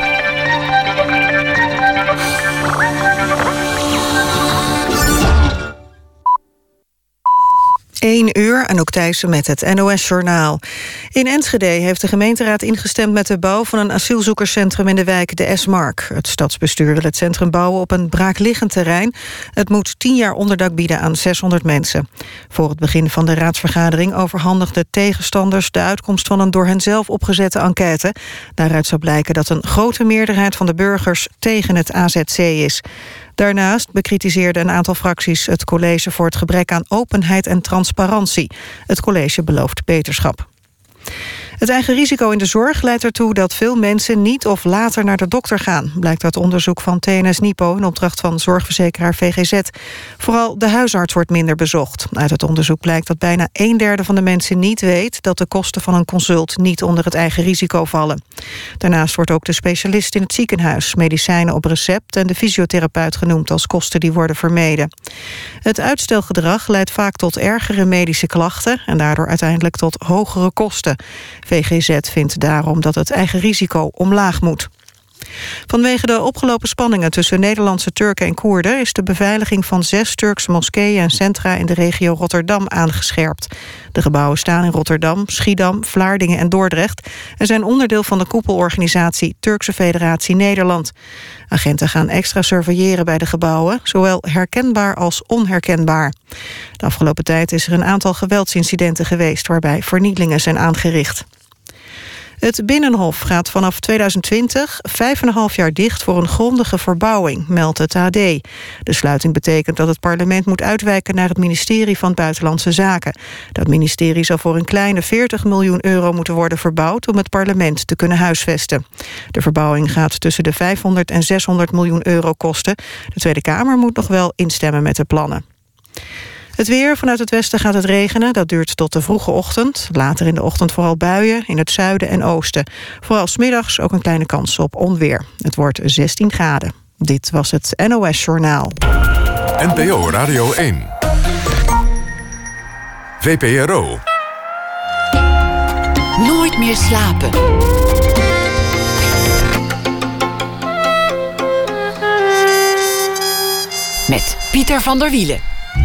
één uur, Anouk Thijssen met het N O S-journaal. In Enschede heeft de gemeenteraad ingestemd met de bouw van een asielzoekerscentrum in de wijk de Esmark. Het stadsbestuur wil het centrum bouwen op een braakliggend terrein. Het moet tien jaar onderdak bieden aan zeshonderd mensen. Voor het begin van de raadsvergadering overhandigden tegenstanders de uitkomst van een door hen zelf opgezette enquête. Daaruit zou blijken dat een grote meerderheid van de burgers tegen het A Z C is. Daarnaast bekritiseerde een aantal fracties het college voor het gebrek aan openheid en transparantie. Het college belooft beterschap. Het eigen risico in de zorg leidt ertoe dat veel mensen niet of later naar de dokter gaan, blijkt uit onderzoek van T N S-Nipo in opdracht van zorgverzekeraar V G Z. Vooral de huisarts wordt minder bezocht. Uit het onderzoek blijkt dat bijna een derde van de mensen niet weet dat de kosten van een consult niet onder het eigen risico vallen. Daarnaast wordt ook de specialist in het ziekenhuis, medicijnen op recept en de fysiotherapeut genoemd als kosten die worden vermeden. Het uitstelgedrag leidt vaak tot ergere medische klachten en daardoor uiteindelijk tot hogere kosten. V G Z vindt daarom dat het eigen risico omlaag moet. Vanwege de opgelopen spanningen tussen Nederlandse Turken en Koerden is de beveiliging van zes Turkse moskeeën en centra in de regio Rotterdam aangescherpt. De gebouwen staan in Rotterdam, Schiedam, Vlaardingen en Dordrecht en zijn onderdeel van de koepelorganisatie Turkse Federatie Nederland. Agenten gaan extra surveilleren bij de gebouwen, zowel herkenbaar als onherkenbaar. De afgelopen tijd is er een aantal geweldsincidenten geweest waarbij vernielingen zijn aangericht. Het Binnenhof gaat vanaf tweeduizend twintig vijf en een half jaar dicht voor een grondige verbouwing, meldt het A D. De sluiting betekent dat het parlement moet uitwijken naar het ministerie van Buitenlandse Zaken. Dat ministerie zal voor een kleine veertig miljoen euro moeten worden verbouwd om het parlement te kunnen huisvesten. De verbouwing gaat tussen de vijfhonderd en zeshonderd miljoen euro kosten. De Tweede Kamer moet nog wel instemmen met de plannen. Het weer, vanuit het westen gaat het regenen. Dat duurt tot de vroege ochtend. Later in de ochtend vooral buien in het zuiden en oosten. Vooral 's middags ook een kleine kans op onweer. Het wordt zestien graden. Dit was het N O S Journaal. N P O Radio één. V P R O. Nooit meer slapen. Met Pieter van der Wielen.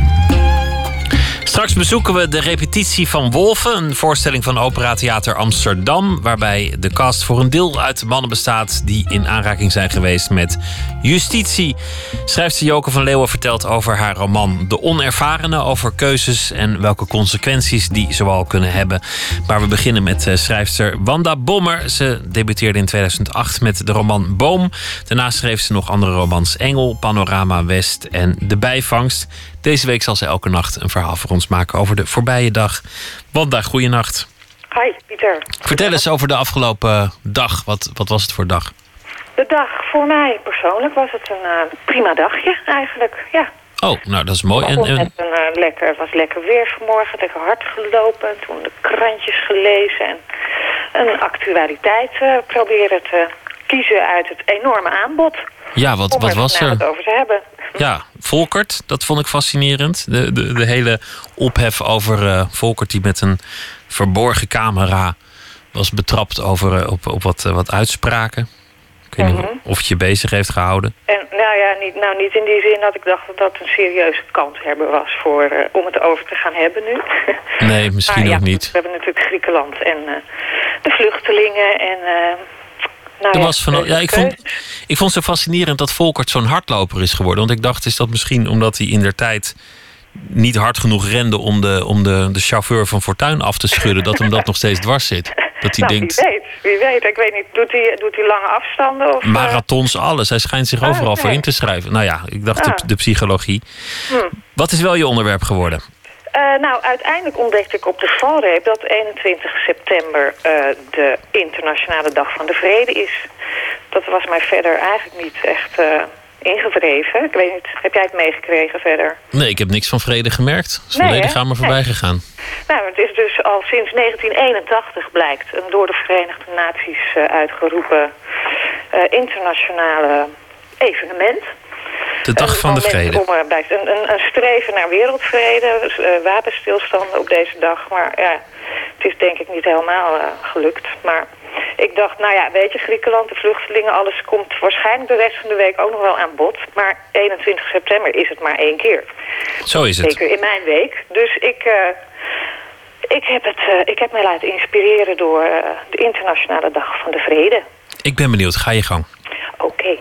Straks bezoeken we de repetitie van Wolven, een voorstelling van Opera Theater Amsterdam, waarbij de cast voor een deel uit mannen bestaat die in aanraking zijn geweest met justitie. Schrijfster Joke van Leeuwen vertelt over haar roman De Onervarene, over keuzes en welke consequenties die zoal kunnen hebben. Maar we beginnen met schrijfster Wanda Bommer. Ze debuteerde in tweeduizend acht met de roman Boom. Daarna schreef ze nog andere romans: Engel, Panorama West en De Bijvangst. Deze week zal ze elke nacht een verhaal voor ons maken over de voorbije dag. Wanda, goeienacht. Hi, Pieter. Vertel eens over de afgelopen dag. Wat, wat was het voor dag? De dag voor mij persoonlijk was het een uh, prima dagje eigenlijk, ja. Oh, nou dat is mooi. En, en, en... Een, uh, lekker, het was lekker weer vanmorgen, lekker hard gelopen. En toen de krantjes gelezen en een actualiteit uh, proberen te kiezen uit het enorme aanbod. Ja, wat, wat was er? Om het over te hebben. Ja, Volkert, dat vond ik fascinerend. De, de, de hele ophef over uh, Volkert die met een verborgen camera was betrapt over uh, op, op wat, uh, wat uitspraken. Ik weet mm-hmm. niet of het je bezig heeft gehouden. En nou ja, niet, nou niet in die zin dat ik dacht dat dat een serieuze kanshebber was voor, uh, om het over te gaan hebben nu. Nee, misschien maar, ook ja, niet. We hebben natuurlijk Griekenland en uh, de vluchtelingen en... Uh, Nou er ja, was van, ja, ik, vond, ik vond het zo fascinerend dat Volkert zo'n hardloper is geworden. Want ik dacht, is dat misschien omdat hij indertijd niet hard genoeg rende om de, om de, de chauffeur van Fortuin af te schudden, dat hem dat nog steeds dwars zit. Dat hij nou, denkt, wie weet, wie weet. Ik weet niet, doet hij, doet hij lange afstanden? Of, marathons, alles. Hij schijnt zich overal oh, voor nee. in te schrijven. Nou ja, ik dacht ah. de, de psychologie. Hm. Wat is wel je onderwerp geworden? Uh, nou, uiteindelijk ontdekte ik op de valreep dat eenentwintig september uh, de internationale dag van de vrede is. Dat was mij verder eigenlijk niet echt uh, ingewreven. Ik weet niet, heb jij het meegekregen verder? Nee, ik heb niks van vrede gemerkt. Het is nee, volledig hè? aan me voorbij nee. gegaan. Nou, het is dus al sinds negentien eenentachtig blijkt een door de Verenigde Naties uh, uitgeroepen uh, internationale evenement. De dag van de vrede. Om, uh, een, een, een streven naar wereldvrede, uh, wapenstilstanden op deze dag. Maar ja, het is denk ik niet helemaal uh, gelukt. Maar ik dacht, nou ja, weet je, Griekenland, de vluchtelingen, alles komt waarschijnlijk de rest van de week ook nog wel aan bod. Maar eenentwintig september is het maar één keer. Zo is het. Zeker in mijn week. Dus ik, uh, ik, heb het, uh, ik heb mij laten inspireren door uh, de internationale dag van de vrede. Ik ben benieuwd, ga je gang. Oké. Okay.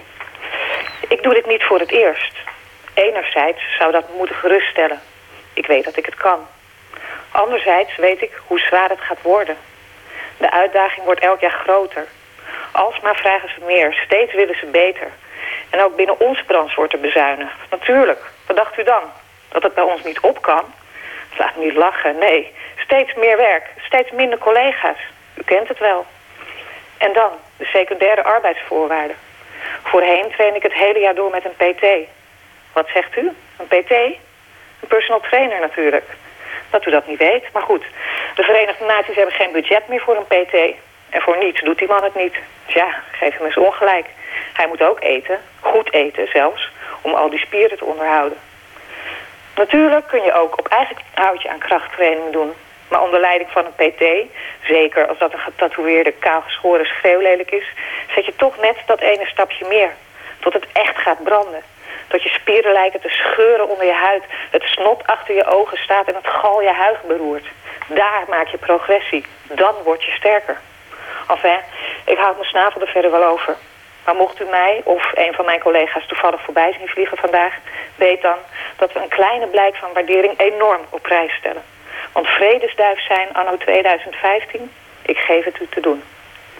Ik doe dit niet voor het eerst. Enerzijds zou dat me moeten geruststellen. Ik weet dat ik het kan. Anderzijds weet ik hoe zwaar het gaat worden. De uitdaging wordt elk jaar groter. Alsmaar vragen ze meer, steeds willen ze beter. En ook binnen onze branche wordt er bezuinigd. Natuurlijk, wat dacht u dan? Dat het bij ons niet op kan? Laat me niet lachen, nee. Steeds meer werk, steeds minder collega's. U kent het wel. En dan, de secundaire arbeidsvoorwaarden. Voorheen train ik het hele jaar door met een P T. Wat zegt u? Een P T? Een personal trainer natuurlijk. Dat u dat niet weet, maar goed. De Verenigde Naties hebben geen budget meer voor een P T. En voor niets doet die man het niet. Tja, geef hem eens ongelijk. Hij moet ook eten, goed eten zelfs, om al die spieren te onderhouden. Natuurlijk kun je ook op eigen houtje aan krachttraining doen. Maar onder leiding van een P T, zeker als dat een getatoeëerde, kaalgeschoren schreeuwlelijk is, zet je toch net dat ene stapje meer. Tot het echt gaat branden. Dat je spieren lijken te scheuren onder je huid, het snot achter je ogen staat en het gal je huig beroert. Daar maak je progressie. Dan word je sterker. Enfin, ik houd mijn snavel er verder wel over. Maar mocht u mij of een van mijn collega's toevallig voorbij zien vliegen vandaag, weet dan dat we een kleine blijk van waardering enorm op prijs stellen. Want vredesduif zijn anno tweeduizend vijftien, ik geef het u te doen.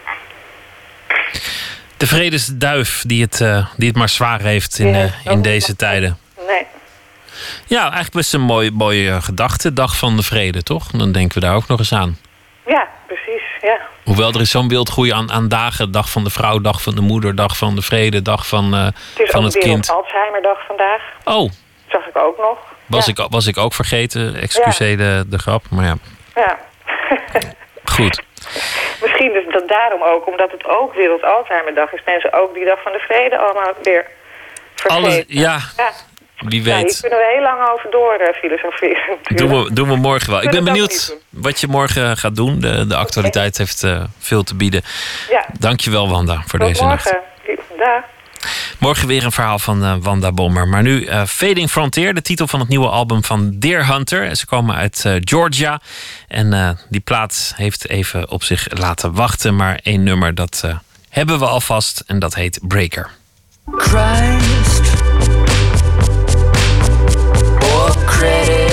De vredesduif die het, uh, die het maar zwaar heeft in, uh, in deze tijden. Nee. Ja, eigenlijk best een mooie, mooie gedachte. Dag van de vrede, toch? Dan denken we daar ook nog eens aan. Ja, precies, ja. Hoewel er is zo'n wildgroei aan, aan dagen. Dag van de vrouw, dag van de moeder, dag van de vrede, dag van, uh, het is van ook het kind. Het Alzheimerdag vandaag. Oh. Zag ik ook nog. Was, ja. ik, was ik ook vergeten. Excuseer ja. de, de grap, maar ja. Ja. Goed. Misschien dus dat daarom ook, omdat het ook Wereld Alzheimerdag is. Mensen ook die dag van de vrede allemaal weer vergeten. Alles, ja. ja. Wie weet. Ja, hier kunnen we heel lang over door uh, filosoferen. Doen we, doen we morgen wel. Ik ben benieuwd wat je morgen gaat doen. De, de actualiteit heeft uh, veel te bieden. Ja. Dank je wel, Wanda, voor Tot deze morgen. nacht. Dag. Morgen weer een verhaal van uh, Wanda Bommer. Maar nu uh, Fading Frontier, de titel van het nieuwe album van Deer Hunter. Ze komen uit uh, Georgia. En uh, die plaat heeft even op zich laten wachten. Maar één nummer, dat uh, hebben we alvast. En dat heet Breaker. Christ. Credit.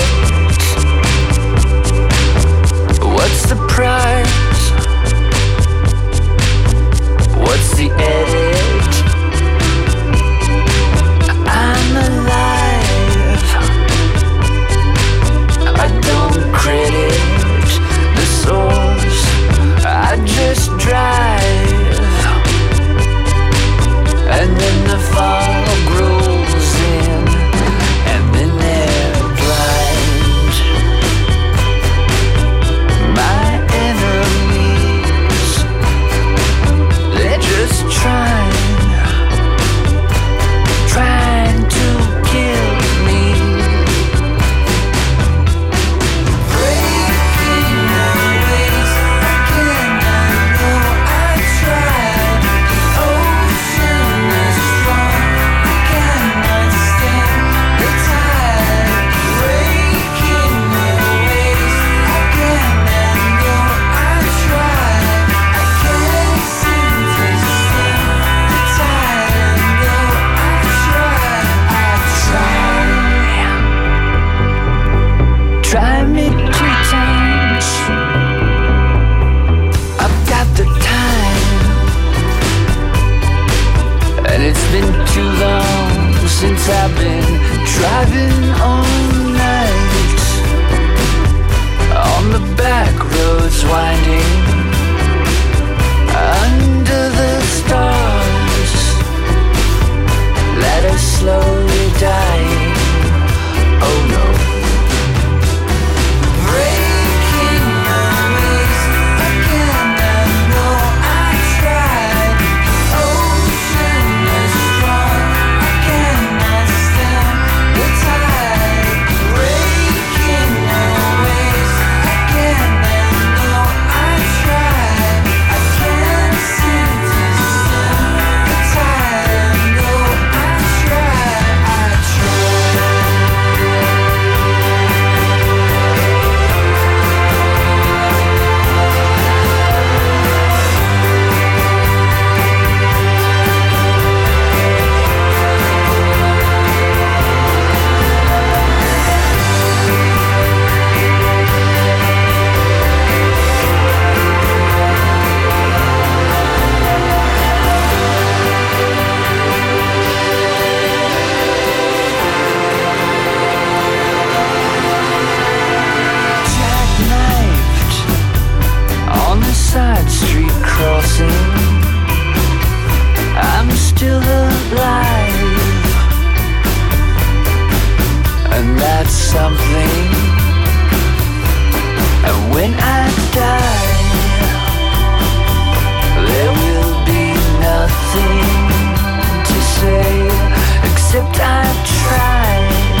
What's the price? What's the edit? I'm alive. I don't credit the source. I just drive. And then the fog rolls in. And then there trying, trying to kill me. Breaking my ways again, I know I tried. The ocean is strong, I cannot stand the tide. Breaking my ways again, I know I tried. I can't seem to try me two times. I've got the time, and it's been too long since I've been driving all night on the back roads winding under the stars. Let us slowly dying. Oh no. Side street crossing, I'm still alive, and that's something. And when I die, there will be nothing to say except I tried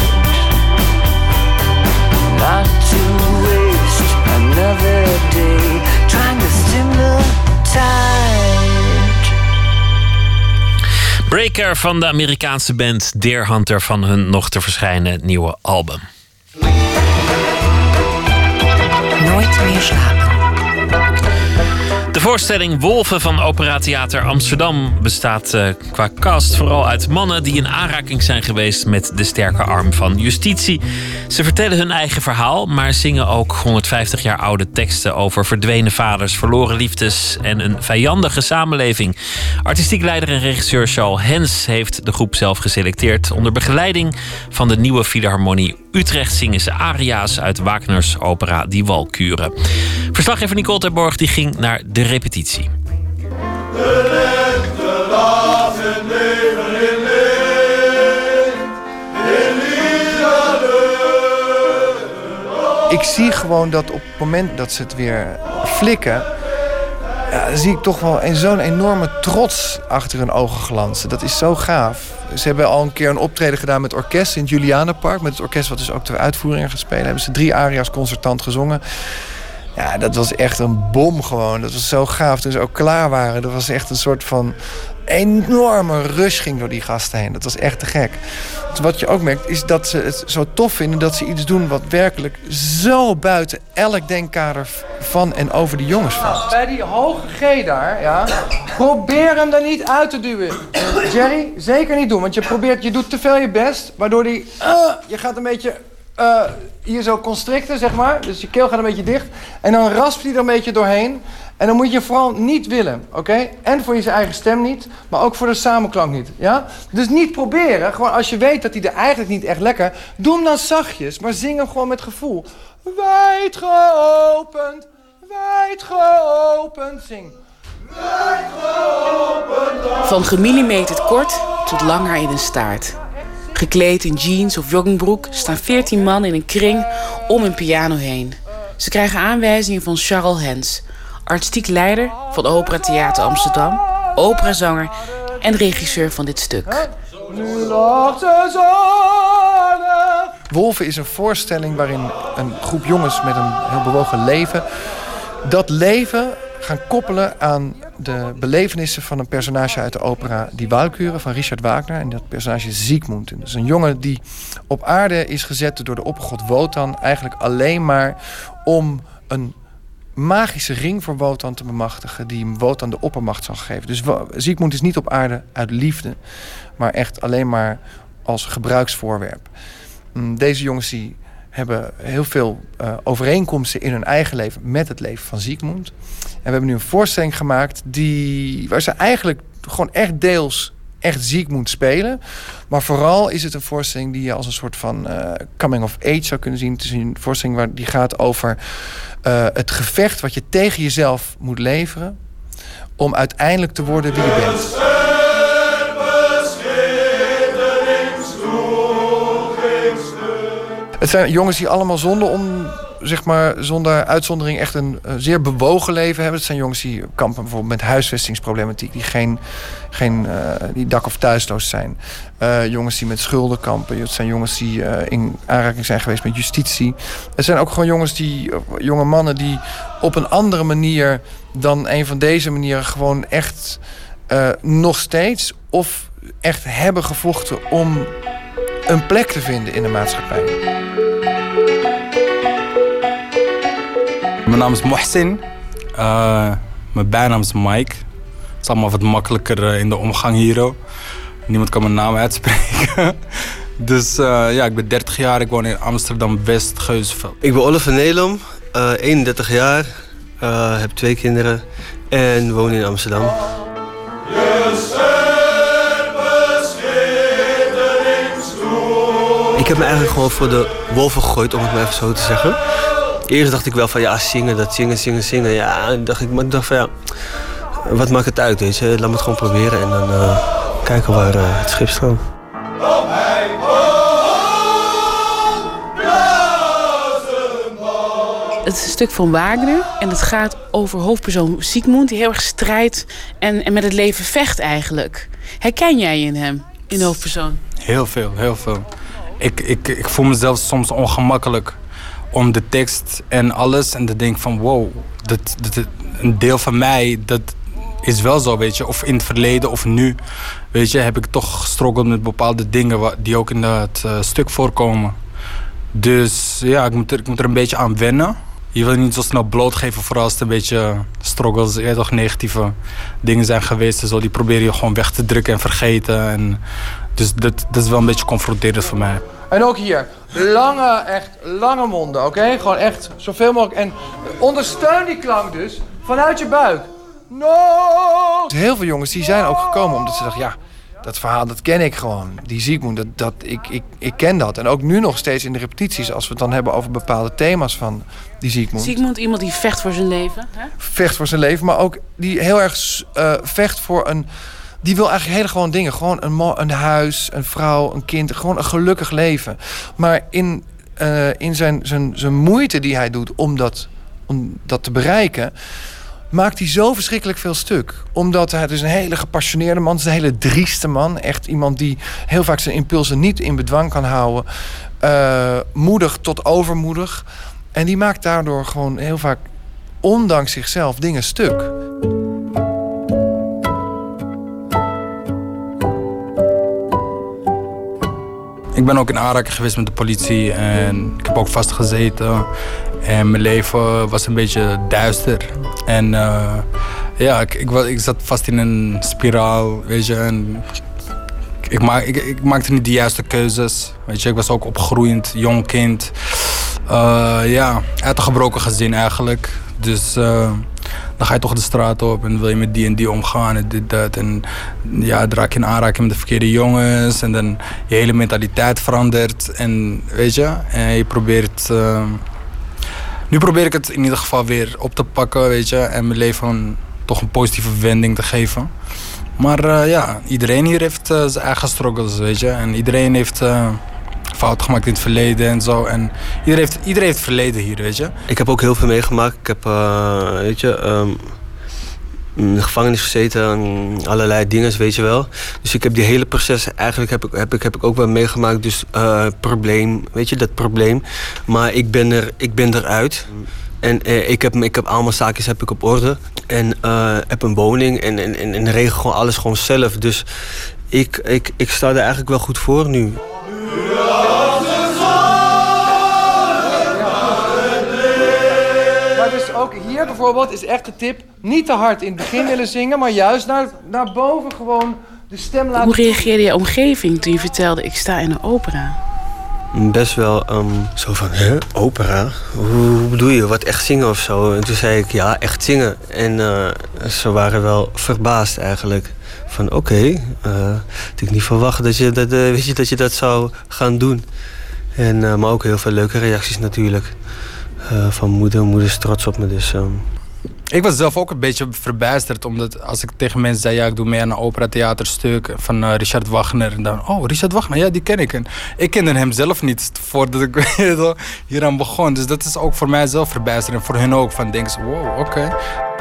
not to waste another day trying to stem the tide. Breaker van de Amerikaanse band Deer Hunter van hun nog te verschijnen nieuwe album. Nooit meer slapen. De voorstelling Wolven van Opera Theater Amsterdam bestaat uh, qua cast vooral uit mannen die in aanraking zijn geweest met de sterke arm van justitie. Ze vertellen hun eigen verhaal, maar zingen ook honderdvijftig jaar oude teksten over verdwenen vaders, verloren liefdes en een vijandige samenleving. Artistiek leider en regisseur Charles Hens heeft de groep zelf geselecteerd. Onder begeleiding van de nieuwe Philharmonie Utrecht zingen ze aria's uit Wagners opera Die Walkuren. Verslaggever Nicole Terborg die ging naar de repetitie. De lente laat het leven in licht, in liefde. Ik zie gewoon dat op het moment dat ze het weer flikken, ja, dan zie ik toch wel een, zo'n enorme trots achter hun ogen glanzen. Dat is zo gaaf. Ze hebben al een keer een optreden gedaan met orkest in het Julianenpark. Met het orkest wat dus ook de uitvoering gaat spelen. Hebben ze drie aria's concertant gezongen. Ja, dat was echt een bom gewoon. Dat was zo gaaf toen ze ook klaar waren. Dat was echt een soort van enorme rush ging door die gasten heen. Dat was echt te gek. Dus wat je ook merkt is dat ze het zo tof vinden dat ze iets doen wat werkelijk zo buiten elk denkkader van en over die jongens valt. Bij die hoge G daar, ja, probeer hem daar niet uit te duwen. Jerry, zeker niet doen, want je probeert, je doet te veel je best, waardoor die, uh, je gaat een beetje uh, hier zo constricten, zeg maar. Dus je keel gaat een beetje dicht en dan raspt hij er een beetje doorheen. En dan moet je vooral niet willen, oké? Okay? En voor je zijn eigen stem niet, maar ook voor de samenklank niet, ja? Dus niet proberen, gewoon als je weet dat hij er eigenlijk niet echt lekker... Doe hem dan zachtjes, maar zing hem gewoon met gevoel. Wijd geopend, wijd geopend, zing. Wijd geopend. Van gemillimeterd kort tot langer in een staart. Gekleed in jeans of joggingbroek staan veertien man in een kring om een piano heen. Ze krijgen aanwijzingen van Charles Hens, artistiek leider van Opera Theater Amsterdam, operazanger en regisseur van dit stuk. Nu lacht de zon. Wolven is een voorstelling waarin een groep jongens met een heel bewogen leven dat leven gaan koppelen aan de belevenissen van een personage uit de opera Die Walkuren van Richard Wagner. En dat personage is Siegmund. Dat is een jongen die op aarde is gezet door de oppergod Wotan, eigenlijk alleen maar om een magische ring voor Wotan te bemachtigen die hem Wotan de oppermacht zal geven. Dus Siegmund is niet op aarde uit liefde, maar echt alleen maar als gebruiksvoorwerp. Deze jongens die hebben heel veel uh, overeenkomsten in hun eigen leven met het leven van Siegmund. En we hebben nu een voorstelling gemaakt die, waar ze eigenlijk gewoon echt deels echt Siegmund spelen. Maar vooral is het een voorstelling die je als een soort van uh, coming of age zou kunnen zien. Het is een voorstelling waar die gaat over uh, het gevecht wat je tegen jezelf moet leveren om uiteindelijk te worden wie je bent. Het zijn jongens die allemaal zonder, om, zeg maar, zonder uitzondering echt een uh, zeer bewogen leven hebben. Het zijn jongens die kampen bijvoorbeeld met huisvestingsproblematiek, die geen, geen uh, die dak- of thuisloos zijn. Uh, jongens die met schulden kampen. Het zijn jongens die uh, in aanraking zijn geweest met justitie. Het zijn ook gewoon jongens die, uh, jonge mannen die op een andere manier dan een van deze manieren gewoon echt uh, nog steeds of echt hebben gevochten om een plek te vinden in de maatschappij. Mijn naam is Mohsin. Uh, mijn bijnaam is Mike. Het is allemaal wat makkelijker uh, in de omgang hier. Niemand kan mijn naam uitspreken. Dus uh, ja, ik ben dertig jaar. Ik woon in Amsterdam-West, Geuzenveld. Ik ben Oliver Nelom, uh, eenendertig jaar. Uh, heb twee kinderen en woon in Amsterdam. Ik heb me eigenlijk gewoon voor de wolven gegooid, om het maar even zo te zeggen. Eerst dacht ik wel van ja, zingen, dat zingen, zingen, zingen. Ja, en dacht ik, maar ik dacht van ja, wat maakt het uit, weet je? Laat me het gewoon proberen en dan uh, kijken waar uh, het schip stroomt. Het is een stuk van Wagner en het gaat over hoofdpersoon Siegmund die heel erg strijdt en, en met het leven vecht eigenlijk. Herken jij in hem, in de hoofdpersoon? Heel veel, heel veel. Ik, ik, ik voel mezelf soms ongemakkelijk om de tekst en alles. En dan denk ik van wow, dat, dat, een deel van mij, dat is wel zo, weet je. Of in het verleden of nu, weet je, heb ik toch gestruggeld met bepaalde dingen die ook in het uh, stuk voorkomen. Dus ja, ik moet, er, ik moet er een beetje aan wennen. je wil je niet zo snel blootgeven, vooral als het een beetje struggles, ja, toch negatieve dingen zijn geweest en zo. Die probeer je gewoon weg te drukken en vergeten. En dus dat, dat is wel een beetje confronterend voor mij. En ook hier, lange, echt lange monden, oké? Okay? Gewoon echt zoveel mogelijk. En ondersteun die klank dus vanuit je buik. No! Heel veel jongens die zijn ook gekomen omdat ze dachten, ja, dat verhaal, dat ken ik gewoon. Die Sigmund, dat, dat, ik, ik, ik ken dat. En ook nu nog steeds in de repetities, als we het dan hebben over bepaalde thema's van die Sigmund. Sigmund, iemand die vecht voor zijn leven, hè? Vecht voor zijn leven, maar ook die heel erg uh, vecht voor een... Die wil eigenlijk hele gewoon dingen. Gewoon een, mo- een huis, een vrouw, een kind. Gewoon een gelukkig leven. Maar in, uh, in zijn, zijn, zijn moeite die hij doet om dat, om dat te bereiken, maakt hij zo verschrikkelijk veel stuk. Omdat hij dus een hele gepassioneerde man is. Een hele drieste man. Echt iemand die heel vaak zijn impulsen niet in bedwang kan houden. Uh, moedig tot overmoedig. En die maakt daardoor gewoon heel vaak, ondanks zichzelf, dingen stuk. Ik ben ook in aanraking geweest met de politie en ik heb ook vastgezeten. En mijn leven was een beetje duister. En uh, ja, ik, ik, ik zat vast in een spiraal, weet je. En ik, maak, ik, ik maakte niet de juiste keuzes. Weet je, ik was ook opgroeiend, jong kind. Uh, ja, uit een gebroken gezin eigenlijk. Dus uh, dan ga je toch de straat op en wil je met die en die omgaan en dit, dat. En ja, dan raak je in aanraking met de verkeerde jongens. En dan je hele mentaliteit verandert. En weet je, en je probeert... Uh, nu probeer ik het in ieder geval weer op te pakken, weet je. En mijn leven toch een positieve wending te geven. Maar uh, ja, iedereen hier heeft uh, zijn eigen struggles, weet je. En iedereen heeft... Uh, fout gemaakt in het verleden en zo. En iedereen heeft, iedereen heeft verleden hier, weet je. Ik heb ook heel veel meegemaakt. Ik heb, uh, weet je, um, in de gevangenis gezeten. Allerlei dingen, weet je wel. Dus ik heb die hele proces eigenlijk heb ik, heb ik, heb ik ook wel meegemaakt. Dus uh, probleem, weet je, dat probleem. Maar ik ben, er, ik ben eruit. En uh, ik, heb, ik heb allemaal zaakjes heb ik op orde. En uh, heb een woning en, en, en, en regel gewoon alles gewoon zelf. Dus ik, ik, ik sta er eigenlijk wel goed voor nu. Maar dus ook hier bijvoorbeeld is echt de tip, niet te hard in het begin willen zingen, maar juist naar, naar boven gewoon de stem laten... Hoe reageerde je omgeving toen je vertelde, ik sta in een opera? Best wel um, zo van, hè, opera? Hoe bedoel je, wat echt zingen of zo? En toen zei ik, ja, echt zingen. En uh, ze waren wel verbaasd eigenlijk. Van oké, okay, uh, had ik niet verwacht dat je dat, uh, weet je, dat je dat zou gaan doen. En, uh, maar ook heel veel leuke reacties natuurlijk. Uh, van moeder, moeder is trots op me. Dus, um... Ik was zelf ook een beetje verbijsterd. Omdat als ik tegen mensen zei, ja, ik doe mee aan een opera-theaterstuk van uh, Richard Wagner. En dan, oh, Richard Wagner, ja, die ken ik. En ik kende hem zelf niet voordat ik hier aan begon. Dus dat is ook voor mij zelf verbijsterend. En voor hen ook, van denken ze, wow, oké. Okay.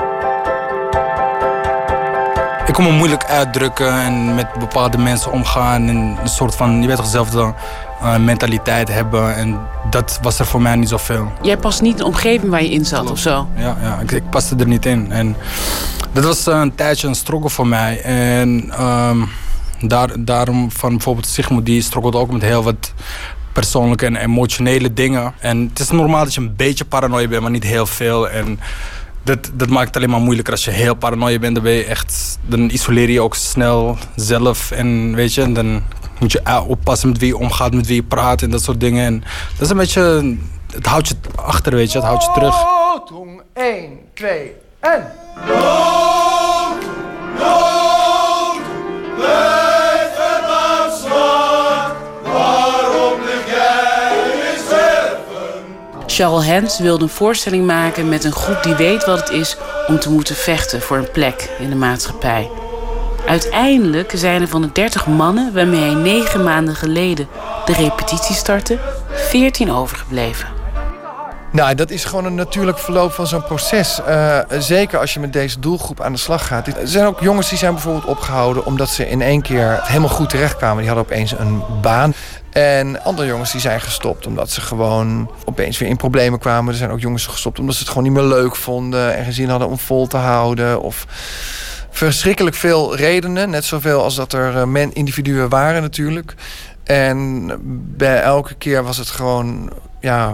Ik kon me moeilijk uitdrukken en met bepaalde mensen omgaan. En een soort van, je weet toch, dezelfde uh, mentaliteit hebben. En dat was er voor mij niet zoveel. Jij past niet in de omgeving waar je in zat of zo? Ja, ja ik, ik paste er niet in. En dat was uh, een tijdje een struggle voor mij. En um, daar, daarom van bijvoorbeeld Sigmund, die struggelde ook met heel wat persoonlijke en emotionele dingen. En het is normaal dat je een beetje paranoia bent, maar niet heel veel. En Dat, dat maakt het alleen maar moeilijker als je heel paranoia bent. Dan ben je echt, dan isoleer je je ook snel zelf. En weet je, dan moet je oppassen met wie je omgaat, met wie je praat en dat soort dingen. En dat is een beetje, het houdt je achter, weet je, het houdt je terug. Noodhoeng, één, twee en... Nood, nood, blijf er maar zwak. Waarom lig jij in zwerven? Charles Hens wilde een voorstelling maken met een groep die weet wat het is om te moeten vechten voor een plek in de maatschappij. Uiteindelijk zijn er van de dertig mannen waarmee hij negen maanden geleden de repetitie startte, veertien overgebleven. Nou, dat is gewoon een natuurlijk verloop van zo'n proces. Uh, zeker als je met deze doelgroep aan de slag gaat. Er zijn ook jongens die zijn bijvoorbeeld opgehouden omdat ze in één keer helemaal goed terechtkwamen. Die hadden opeens een baan. En andere jongens die zijn gestopt omdat ze gewoon opeens weer in problemen kwamen. Er zijn ook jongens gestopt omdat ze het gewoon niet meer leuk vonden en geen zin hadden om vol te houden. Of verschrikkelijk veel redenen. Net zoveel als dat er men individuen waren natuurlijk. En bij elke keer was het gewoon, ja,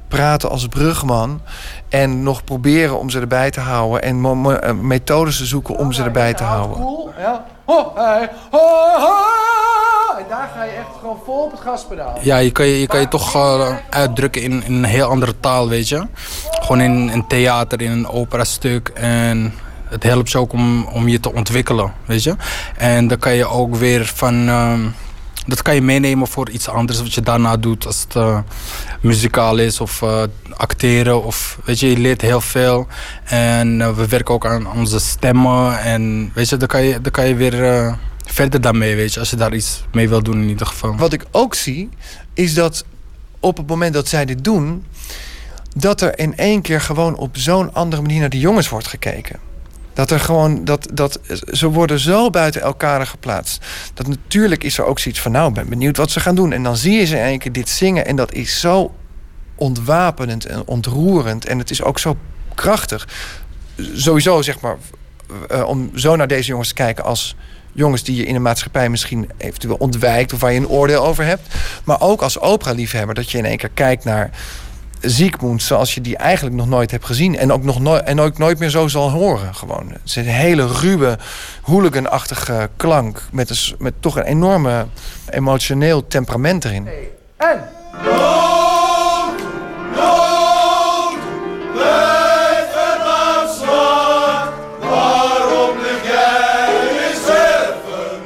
praten als brugman en nog proberen om ze erbij te houden en mo- mo- methodes te zoeken om ze erbij te houden. Ja. Ho, hey, ho, ho. En daar ga je echt gewoon vol op het gaspedaal. Ja, je kan je, je, kan je toch uh, uitdrukken in, in een heel andere taal, weet je. Gewoon in een theater, in een operastuk. En het helpt je ook om, om je te ontwikkelen, weet je. En dan kan je ook weer van... Uh, dat kan je meenemen voor iets anders wat je daarna doet. Als het uh, muzikaal is of uh, acteren. Of, weet je, je leert heel veel. En uh, we werken ook aan onze stemmen. En weet je, dan kan je, dan kan je weer uh, verder daarmee, weet je. Als je daar iets mee wil doen in ieder geval. Wat ik ook zie, is dat op het moment dat zij dit doen... dat er in één keer gewoon op zo'n andere manier naar die jongens wordt gekeken. Dat er gewoon, dat, dat, ze worden zo buiten elkaar geplaatst. Dat natuurlijk is er ook zoiets van, nou, ik ben benieuwd wat ze gaan doen. En dan zie je ze in één keer dit zingen. En dat is zo ontwapenend en ontroerend. En het is ook zo krachtig. Sowieso, zeg maar, uh, om zo naar deze jongens te kijken als jongens die je in de maatschappij misschien eventueel ontwijkt of waar je een oordeel over hebt. Maar ook als opera-liefhebber, dat je in één keer kijkt naar Siegmund zoals je die eigenlijk nog nooit hebt gezien. En ook, nog nooit, en ook nooit meer zo zal horen. Gewoon. Het is een hele ruwe, hooliganachtige klank. Met, een, met toch een enorme emotioneel temperament erin. En? Nood, nood, leid verbaasd zwak. Waarom lig jij in sterven?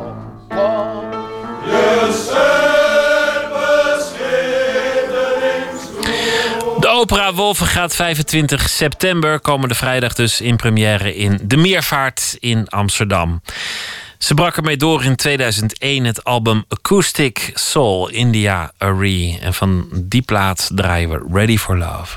Je De opera Wolven gaat vijfentwintig september, komende vrijdag dus, in première in De Meervaart in Amsterdam. Ze brak ermee door in tweeduizend één het album Acoustic Soul India Arie. En van die plaat draaien we Ready for Love.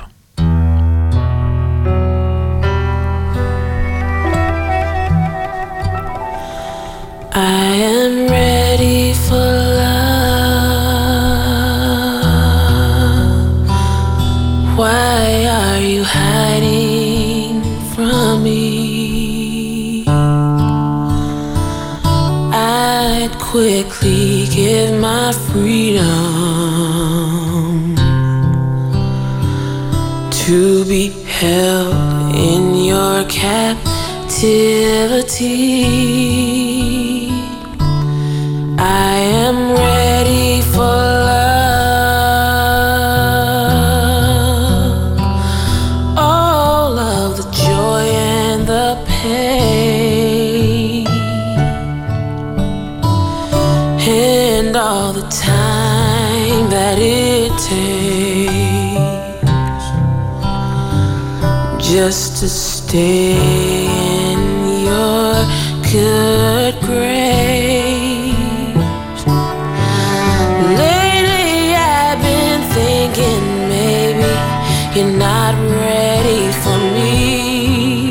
I am ready for love. Why are you hiding from me? I'd quickly give my freedom to be held in your captivity. I am ready for love. All of the joy and the pain, and all the time that it takes just to stay in your good grace. Lately I've been thinking maybe you're not ready for me.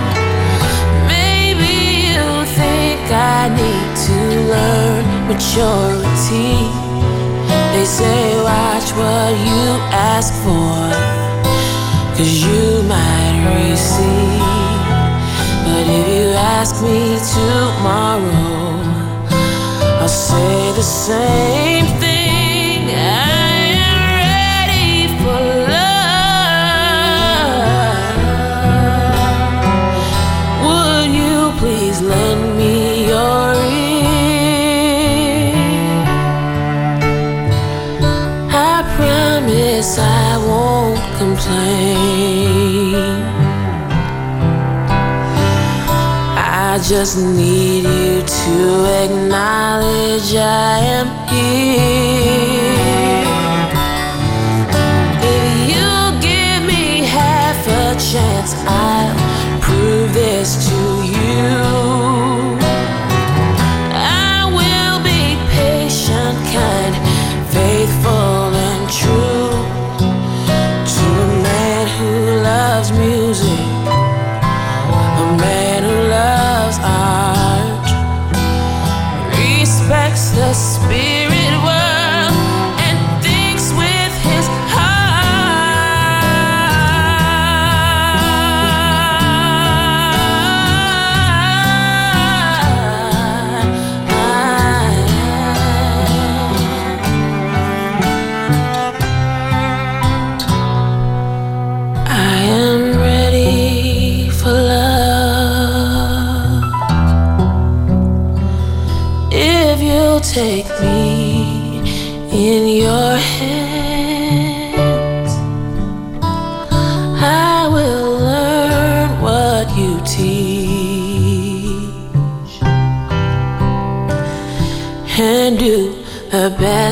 Maybe you think I need to learn maturity. They say watch what you ask for, 'cause you might receive. But if you ask me tomorrow, I'll say the same thing. I am ready for love. Would you please lend me your ear? I promise I won't complain. I just need you to acknowledge I am here. If you give me half a chance, I'll prove this to you. I will be patient, kind, faithful and true to a man who loves music, a man who loves art, respects the spirit world,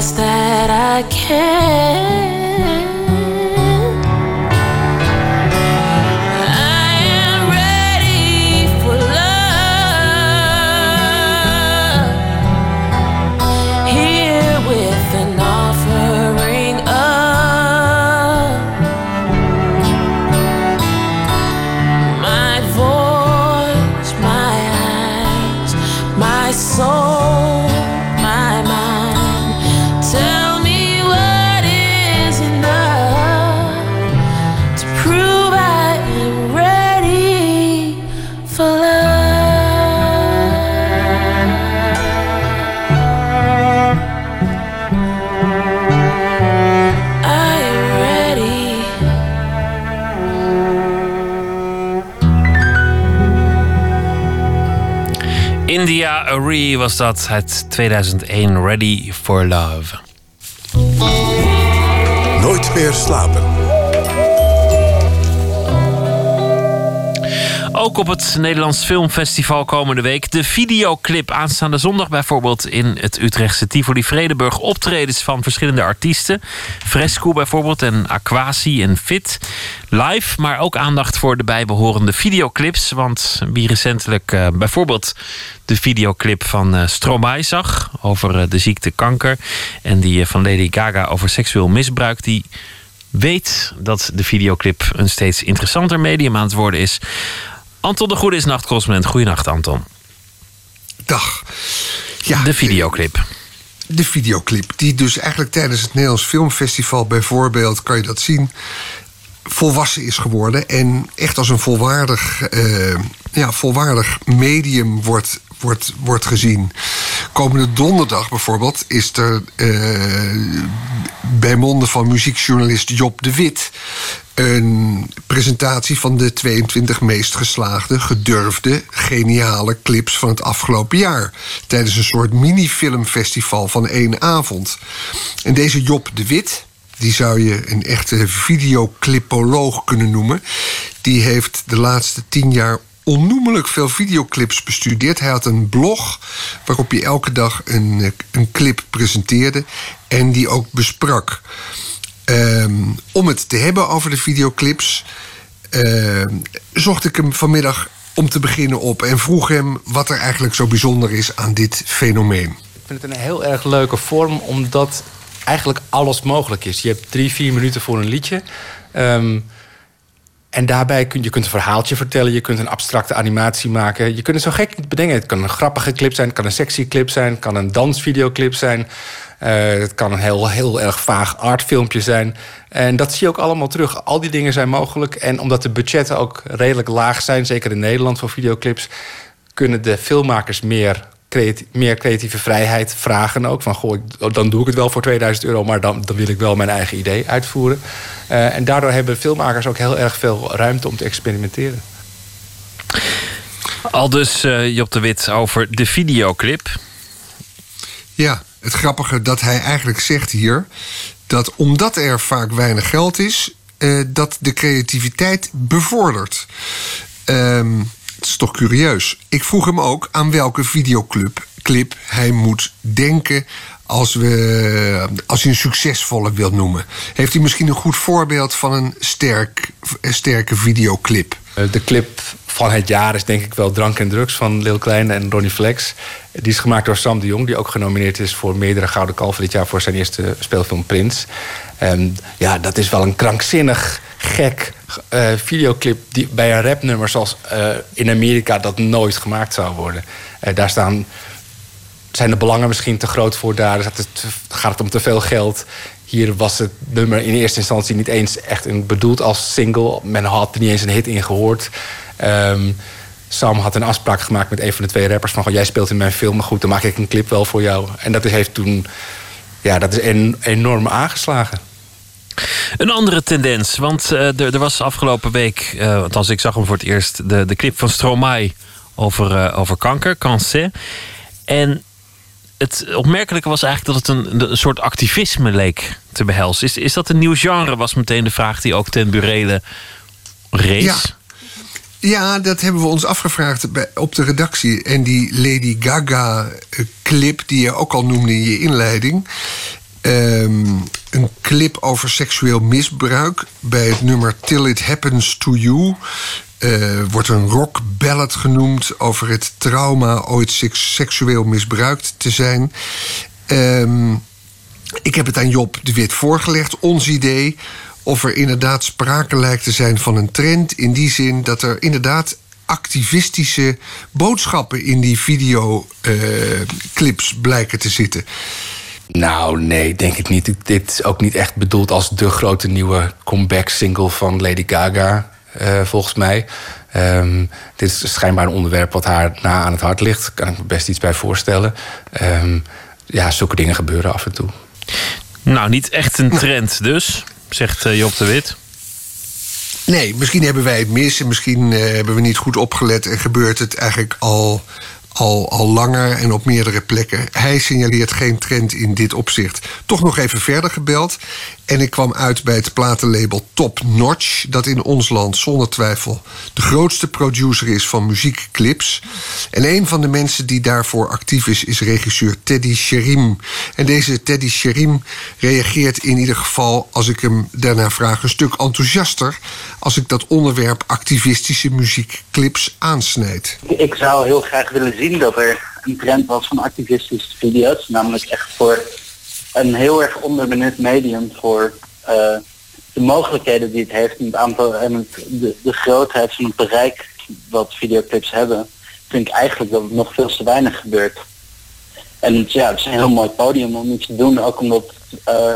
best that I can. India Arie was dat uit tweeduizend één, Ready for Love. Nooit meer slapen. Ook op het Nederlands Filmfestival komende week. De videoclip aanstaande zondag bijvoorbeeld in het Utrechtse Tivoli Vredenburg. Optredens van verschillende artiesten. Fresco bijvoorbeeld en Aquasi en Fit. Live, maar ook aandacht voor de bijbehorende videoclips. Want wie recentelijk uh, bijvoorbeeld de videoclip van uh, Stromae zag over uh, de ziekte kanker. En die uh, van Lady Gaga over seksueel misbruik. Die weet dat de videoclip een steeds interessanter medium aan het worden is. Anton de Goede is nachtcorrespondent. Goedenacht, Anton. Dag. Ja, de videoclip. De videoclip, die dus eigenlijk tijdens het Nederlands Filmfestival bijvoorbeeld, kan je dat zien, volwassen is geworden en echt als een volwaardig, uh, ja, volwaardig medium wordt, wordt, wordt gezien. Komende donderdag bijvoorbeeld is er uh, bij monden van muziekjournalist Job de Wit een presentatie van de tweeëntwintig meest geslaagde, gedurfde, geniale clips van het afgelopen jaar. Tijdens een soort mini-filmfestival van één avond. En deze Job de Wit, die zou je een echte videoclipoloog kunnen noemen. Die heeft de laatste tien jaar onnoemelijk veel videoclips bestudeerd. Hij had een blog waarop hij elke dag een, een clip presenteerde en die ook besprak. Um, om het te hebben over de videoclips uh, zocht ik hem vanmiddag om te beginnen op en vroeg hem wat er eigenlijk zo bijzonder is aan dit fenomeen. Ik vind het een heel erg leuke vorm, omdat eigenlijk alles mogelijk is. Je hebt drie, vier minuten voor een liedje. Um, en daarbij kun je kunt een verhaaltje vertellen, je kunt een abstracte animatie maken. Je kunt het zo gek niet bedenken. Het kan een grappige clip zijn, het kan een sexy clip zijn, het kan een dansvideoclip zijn. Uh, het kan een heel, heel erg vaag artfilmpje zijn. En dat zie je ook allemaal terug. Al die dingen zijn mogelijk. En omdat de budgetten ook redelijk laag zijn, zeker in Nederland voor videoclips, kunnen de filmmakers meer, creati- meer creatieve vrijheid vragen ook. Van, goh, dan doe ik het wel voor tweeduizend euro, maar dan, dan wil ik wel mijn eigen idee uitvoeren. Uh, en daardoor hebben filmmakers ook heel erg veel ruimte om te experimenteren. Al dus uh, Job de Wit over de videoclip. Ja, het grappige dat hij eigenlijk zegt hier, dat omdat er vaak weinig geld is, uh, dat de creativiteit bevordert. Um, het is toch curieus. Ik vroeg hem ook aan welke videoclip clip hij moet denken als, we, als hij een succesvolle wil noemen. Heeft hij misschien een goed voorbeeld van een sterk, sterke videoclip? De clip van het jaar is denk ik wel Drank en Drugs van Lil Kleine en Ronnie Flex. Die is gemaakt door Sam de Jong, die ook genomineerd is voor meerdere Gouden Kalven dit jaar voor zijn eerste speelfilm Prins. En ja, dat is wel een krankzinnig, gek uh, videoclip die bij een rapnummer zoals uh, in Amerika dat nooit gemaakt zou worden. Uh, daar staan, zijn de belangen misschien te groot voor daar, gaat het, gaat het om te veel geld. Hier was het nummer in eerste instantie niet eens echt een, bedoeld als single. Men had er niet eens een hit in gehoord. Um, Sam had een afspraak gemaakt met een van de twee rappers van, jij speelt in mijn film, maar goed, dan maak ik een clip wel voor jou. En dat heeft toen, ja, dat is en, enorm aangeslagen. Een andere tendens, want uh, er, er was afgelopen week, uh, althans ik zag hem voor het eerst, de, de clip van Stromae over, uh, over kanker, cancer. En het opmerkelijke was eigenlijk dat het een, een soort activisme leek te behelzen. Is, is dat een nieuw genre, was meteen de vraag die ook ten burele rees. Ja. Ja, dat hebben we ons afgevraagd bij, op de redactie. En die Lady Gaga-clip, die je ook al noemde in je inleiding, Um, een clip over seksueel misbruik. Bij het nummer Till It Happens To You uh, wordt een rock ballad genoemd over het trauma ooit seks- seksueel misbruikt te zijn. Um, ik heb het aan Job de Wit voorgelegd, ons idee, of er inderdaad sprake lijkt te zijn van een trend, in die zin dat er inderdaad activistische boodschappen in die videoclips uh, blijken te zitten. Nou, nee, denk ik niet. Dit is ook niet echt bedoeld als de grote nieuwe comeback-single van Lady Gaga, uh, volgens mij. Um, dit is schijnbaar een onderwerp wat haar na aan het hart ligt. Daar kan ik me best iets bij voorstellen. Um, ja, zulke dingen gebeuren af en toe. Nou, niet echt een trend dus, zegt uh, Job de Wit. Nee, misschien hebben wij het mis en misschien uh, hebben we niet goed opgelet en gebeurt het eigenlijk al, al, al langer en op meerdere plekken. Hij signaleert geen trend in dit opzicht. Toch nog even verder gebeld en ik kwam uit bij het platenlabel Top Notch, dat in ons land zonder twijfel de grootste producer is van muziekclips. En een van de mensen die daarvoor actief is, is regisseur Teddy Sherim. En deze Teddy Sherim reageert in ieder geval, als ik hem daarna vraag, een stuk enthousiaster als ik dat onderwerp activistische muziekclips aansnijd. Ik zou heel graag willen zien dat er een trend was van activistische video's, namelijk echt voor een heel erg onderbenut medium voor uh, de mogelijkheden die het heeft en het aantal en het, de, de grootheid van het bereik wat videoclips hebben, vind ik eigenlijk dat het nog veel te weinig gebeurt. En het, ja, het is een heel mooi podium om iets te doen, ook omdat uh,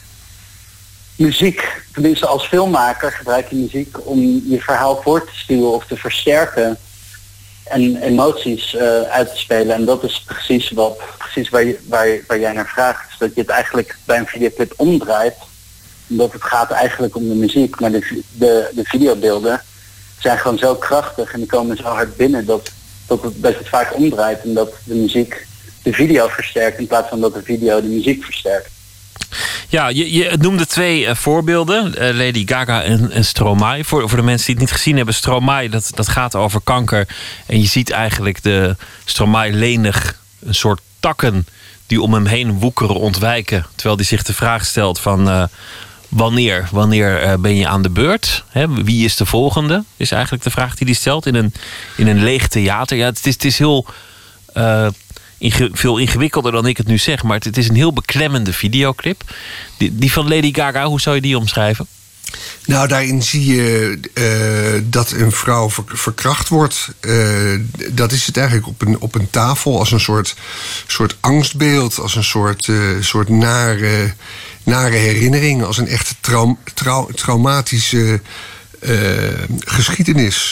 muziek, tenminste als filmmaker gebruik je muziek om je verhaal voor te stuwen of te versterken en emoties uh, uit te spelen. En dat is precies, wat, precies waar, je, waar, waar jij naar vraagt. Dus dat je het eigenlijk bij een videoclip omdraait. Omdat het gaat eigenlijk om de muziek. Maar de, de, de videobeelden zijn gewoon zo krachtig en die komen zo hard binnen dat, dat, het, dat je het vaak omdraait. En dat de muziek de video versterkt in plaats van dat de video de muziek versterkt. Ja, je, je noemde twee uh, voorbeelden, uh, Lady Gaga en, en Stromae. Voor, voor de mensen die het niet gezien hebben, Stromae, dat, dat gaat over kanker. En je ziet eigenlijk de Stromae lenig een soort takken die om hem heen woekeren ontwijken. Terwijl hij zich de vraag stelt van uh, wanneer, wanneer uh, ben je aan de beurt? Hè, wie is de volgende? Is eigenlijk de vraag die hij stelt in een, in een leeg theater. Ja, het is, het is heel... Uh, Inge- veel ingewikkelder dan ik het nu zeg, maar het, het is een heel beklemmende videoclip. Die, die van Lady Gaga, hoe zou je die omschrijven? Nou, daarin zie je uh, dat een vrouw ver, verkracht wordt. Uh, dat is het eigenlijk op een, op een tafel als een soort, soort angstbeeld, als een soort, uh, soort nare, nare herinnering, als een echte trau- trau- traumatische uh, geschiedenis.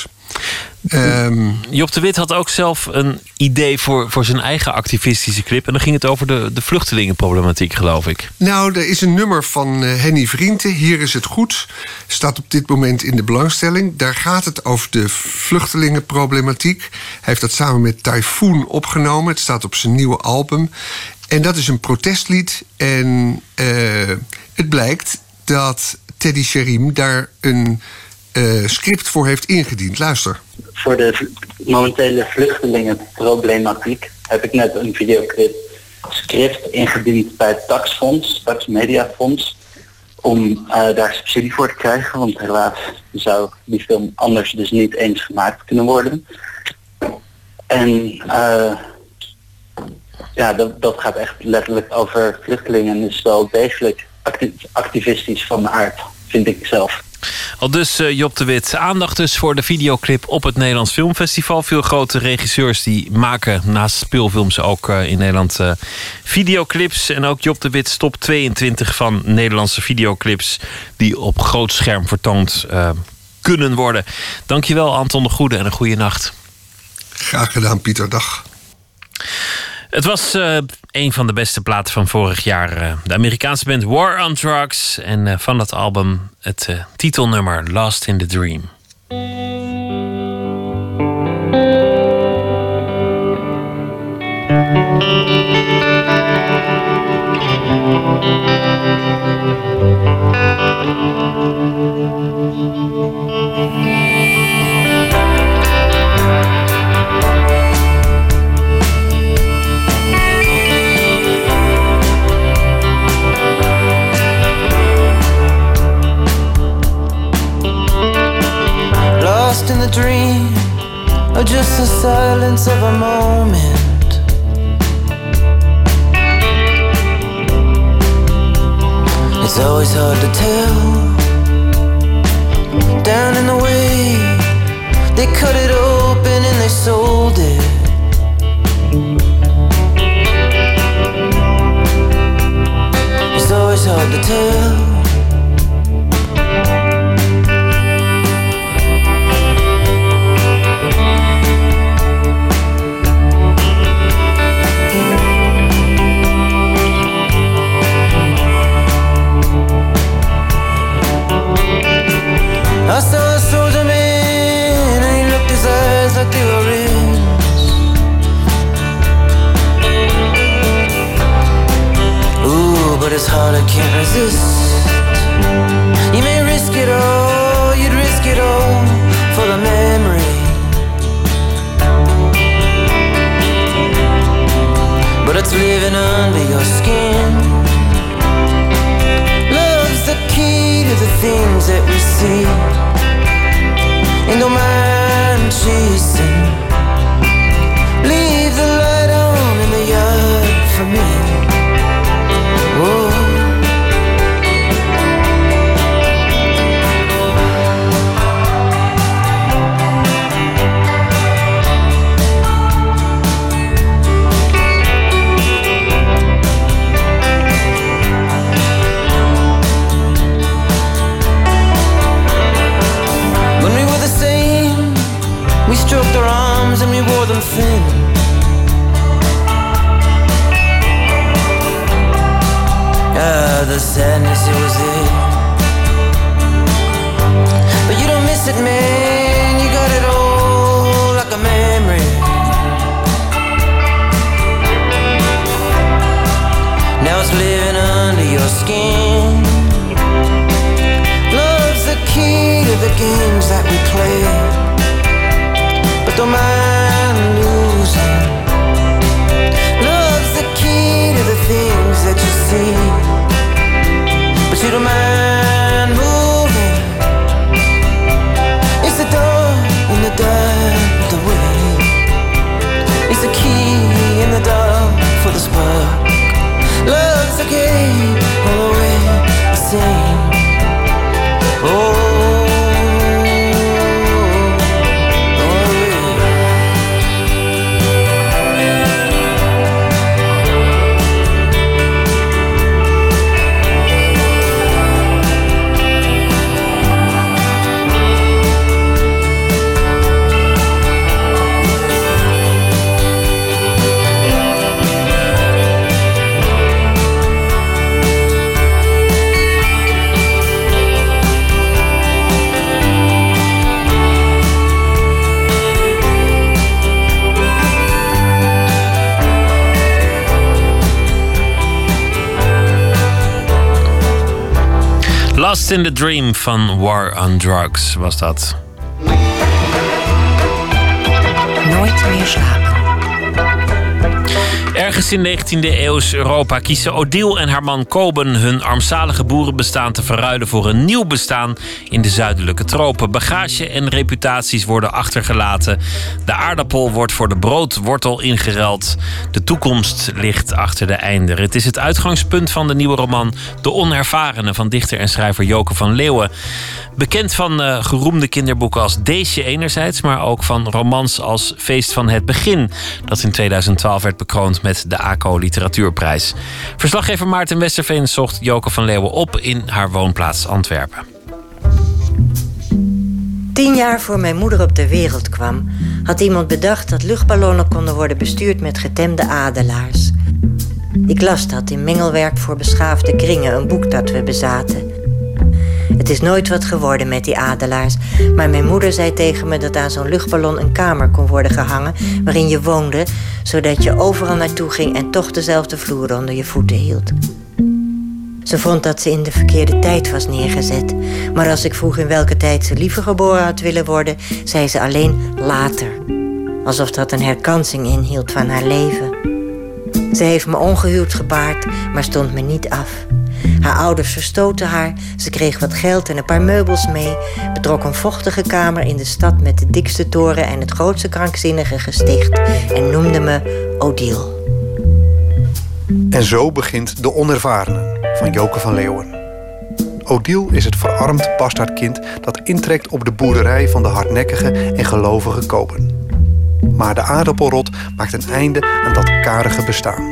Um, Job de Wit had ook zelf een idee voor, voor zijn eigen activistische clip. En dan ging het over de, de vluchtelingenproblematiek, geloof ik. Nou, er is een nummer van uh, Henny Vrienden, Hier is het goed. Staat op dit moment in de belangstelling. Daar gaat het over de vluchtelingenproblematiek. Hij heeft dat samen met Typhoon opgenomen. Het staat op zijn nieuwe album. En dat is een protestlied. En uh, het blijkt dat Teddy Sherim daar een Uh, script voor heeft ingediend. Luister. Voor de momentele vluchtelingenproblematiek heb ik net een videoclip script ingediend bij het Taxfonds, Tax Media Fonds, om uh, daar subsidie voor te krijgen, want helaas zou die film anders dus niet eens gemaakt kunnen worden. En uh, ja, dat, dat gaat echt letterlijk over vluchtelingen en is wel degelijk acti- activistisch van de aard, vind ik zelf. Al dus uh, Job de Wit. Aandacht dus voor de videoclip op het Nederlands Filmfestival. Veel grote regisseurs die maken naast speelfilms ook uh, in Nederland uh, videoclips. En ook Job de Wit's top tweeëntwintig van Nederlandse videoclips die op groot scherm vertoond uh, kunnen worden. Dankjewel Anton de Goede en een goede nacht. Graag gedaan, Pieter. Dag. Het was uh, een van de beste platen van vorig jaar. Uh, de Amerikaanse band War on Drugs. En uh, van dat album het uh, titelnummer Lost in the Dream. lost in the dream, or just the silence of a moment. It's always hard to tell. Down in the way, they cut it open and they sold it. It's always hard to tell. I saw a soldier man, and he looked his eyes like they were rings. Ooh, but his heart I can't resist. You may risk it all, you'd risk it all for the memory. But it's living under your skin. Love's the key to the things that we see. And don't mind chasing. Leave the light on in the yard for me. Whoa. We stroked our arms and we wore them thin. Ah, the sadness, it was there. But you don't miss it, man. You got it all like a memory. Now it's living under your skin. Love's the key to the games that we play. Don't mind losing. Love's the key to the things that you see. But you don't mind moving. It's the door in the dark of the way. It's the key in the dark for the spark. Love's the game all the way the same. Oh. Lost in the Dream van War on Drugs was dat. Nooit meer slapen. Ergens in negentiende eeuws Europa kiezen Odile en haar man Koben hun armzalige boerenbestaan te verruilen voor een nieuw bestaan in de zuidelijke tropen. Bagage en reputaties worden achtergelaten. De aardappel wordt voor de broodwortel ingeruild. De toekomst ligt achter de einder. Het is het uitgangspunt van de nieuwe roman De Onervarene van dichter en schrijver Joke van Leeuwen. Bekend van uh, geroemde kinderboeken als Deesje enerzijds, maar ook van romans als Feest van het Begin, dat in tweeduizend twaalf werd bekroond met de A C O Literatuurprijs. Verslaggever Maarten Westerveen zocht Joke van Leeuwen op in haar woonplaats Antwerpen. Tien jaar voor mijn moeder op de wereld kwam, had iemand bedacht dat luchtballonnen konden worden bestuurd met getemde adelaars. Ik las dat in Mengelwerk voor beschaafde kringen, een boek dat we bezaten. Het is nooit wat geworden met die adelaars, maar mijn moeder zei tegen me dat aan zo'n luchtballon een kamer kon worden gehangen waarin je woonde, zodat je overal naartoe ging en toch dezelfde vloer onder je voeten hield. Ze vond dat ze in de verkeerde tijd was neergezet, maar als ik vroeg in welke tijd ze liever geboren had willen worden, zei ze alleen later, alsof dat een herkansing inhield van haar leven. Ze heeft me ongehuwd gebaard, maar stond me niet af. Haar ouders verstoten haar. Ze kreeg wat geld en een paar meubels mee. Betrok een vochtige kamer in de stad met de dikste toren en het grootste krankzinnige gesticht. En noemde me Odile. En zo begint De Onervarenen van Joke van Leeuwen. Odile is het verarmd bastaardkind dat intrekt op de boerderij van de hardnekkige en gelovige Koben. Maar de aardappelrot maakt een einde aan dat karige bestaan.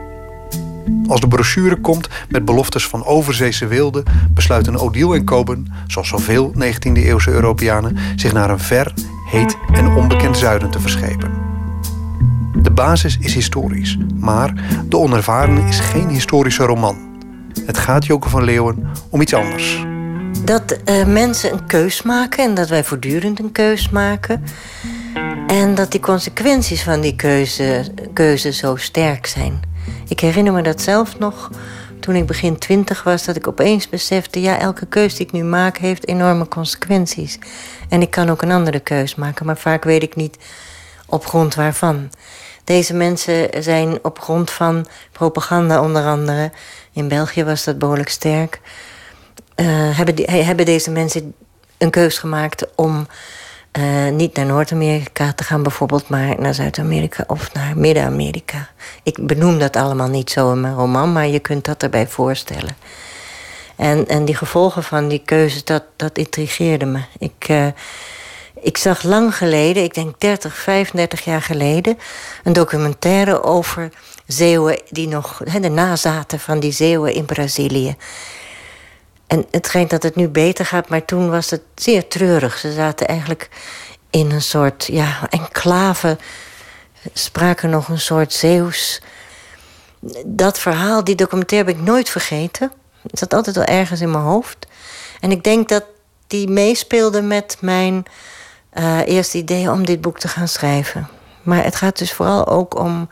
Als de brochure komt met beloftes van overzeese weelde, besluiten Odile en Koben, zoals zoveel negentiende-eeuwse Europeanen, zich naar een ver, heet en onbekend zuiden te verschepen. De basis is historisch, maar De Onervarenen is geen historische roman. Het gaat Joke van Leeuwen om iets anders. Dat uh, mensen een keus maken en dat wij voortdurend een keus maken. En dat die consequenties van die keuze, keuze zo sterk zijn. Ik herinner me dat zelf nog, toen ik begin twintig was, dat ik opeens besefte, ja, elke keus die ik nu maak heeft enorme consequenties. En ik kan ook een andere keus maken, maar vaak weet ik niet op grond waarvan. Deze mensen zijn op grond van propaganda onder andere, in België was dat behoorlijk sterk, uh, hebben, die, hebben deze mensen een keus gemaakt om uh, niet naar Noord-Amerika te gaan bijvoorbeeld, maar naar Zuid-Amerika of naar Midden-Amerika. Ik benoem dat allemaal niet zo in mijn roman, maar je kunt dat erbij voorstellen. En, en die gevolgen van die keuze, dat, dat intrigeerde me. Ik... Uh, Ik zag lang geleden, ik denk dertig, vijfendertig jaar geleden, een documentaire over zeeuwen die nog, he, de nazaten van die zeeuwen in Brazilië. En het schijnt dat het nu beter gaat, maar toen was het zeer treurig. Ze zaten eigenlijk in een soort, ja, enclave, spraken nog een soort Zeeuws. Dat verhaal, die documentaire heb ik nooit vergeten. Het zat altijd wel ergens in mijn hoofd. En ik denk dat die meespeelde met mijn Uh, eerste idee om dit boek te gaan schrijven. Maar het gaat dus vooral ook om,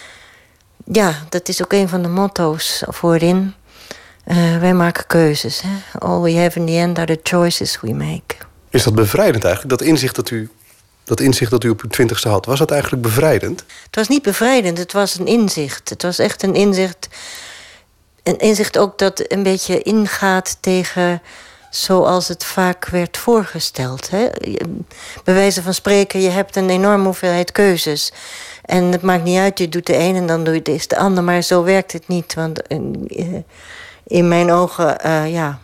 ja, dat is ook een van de motto's voorin. Uh, wij maken keuzes. Hè? All we have in the end are the choices we make. Is dat bevrijdend eigenlijk? Dat inzicht dat u, dat inzicht dat u op uw twintigste had, was dat eigenlijk bevrijdend? Het was niet bevrijdend, het was een inzicht. Het was echt een inzicht. Een inzicht ook dat een beetje ingaat tegen zoals het vaak werd voorgesteld. Hè? Bij wijze van spreken, je hebt een enorme hoeveelheid keuzes. En het maakt niet uit, je doet de een en dan doe je de, de ander. Maar zo werkt het niet. Want uh, in mijn ogen, uh, ja,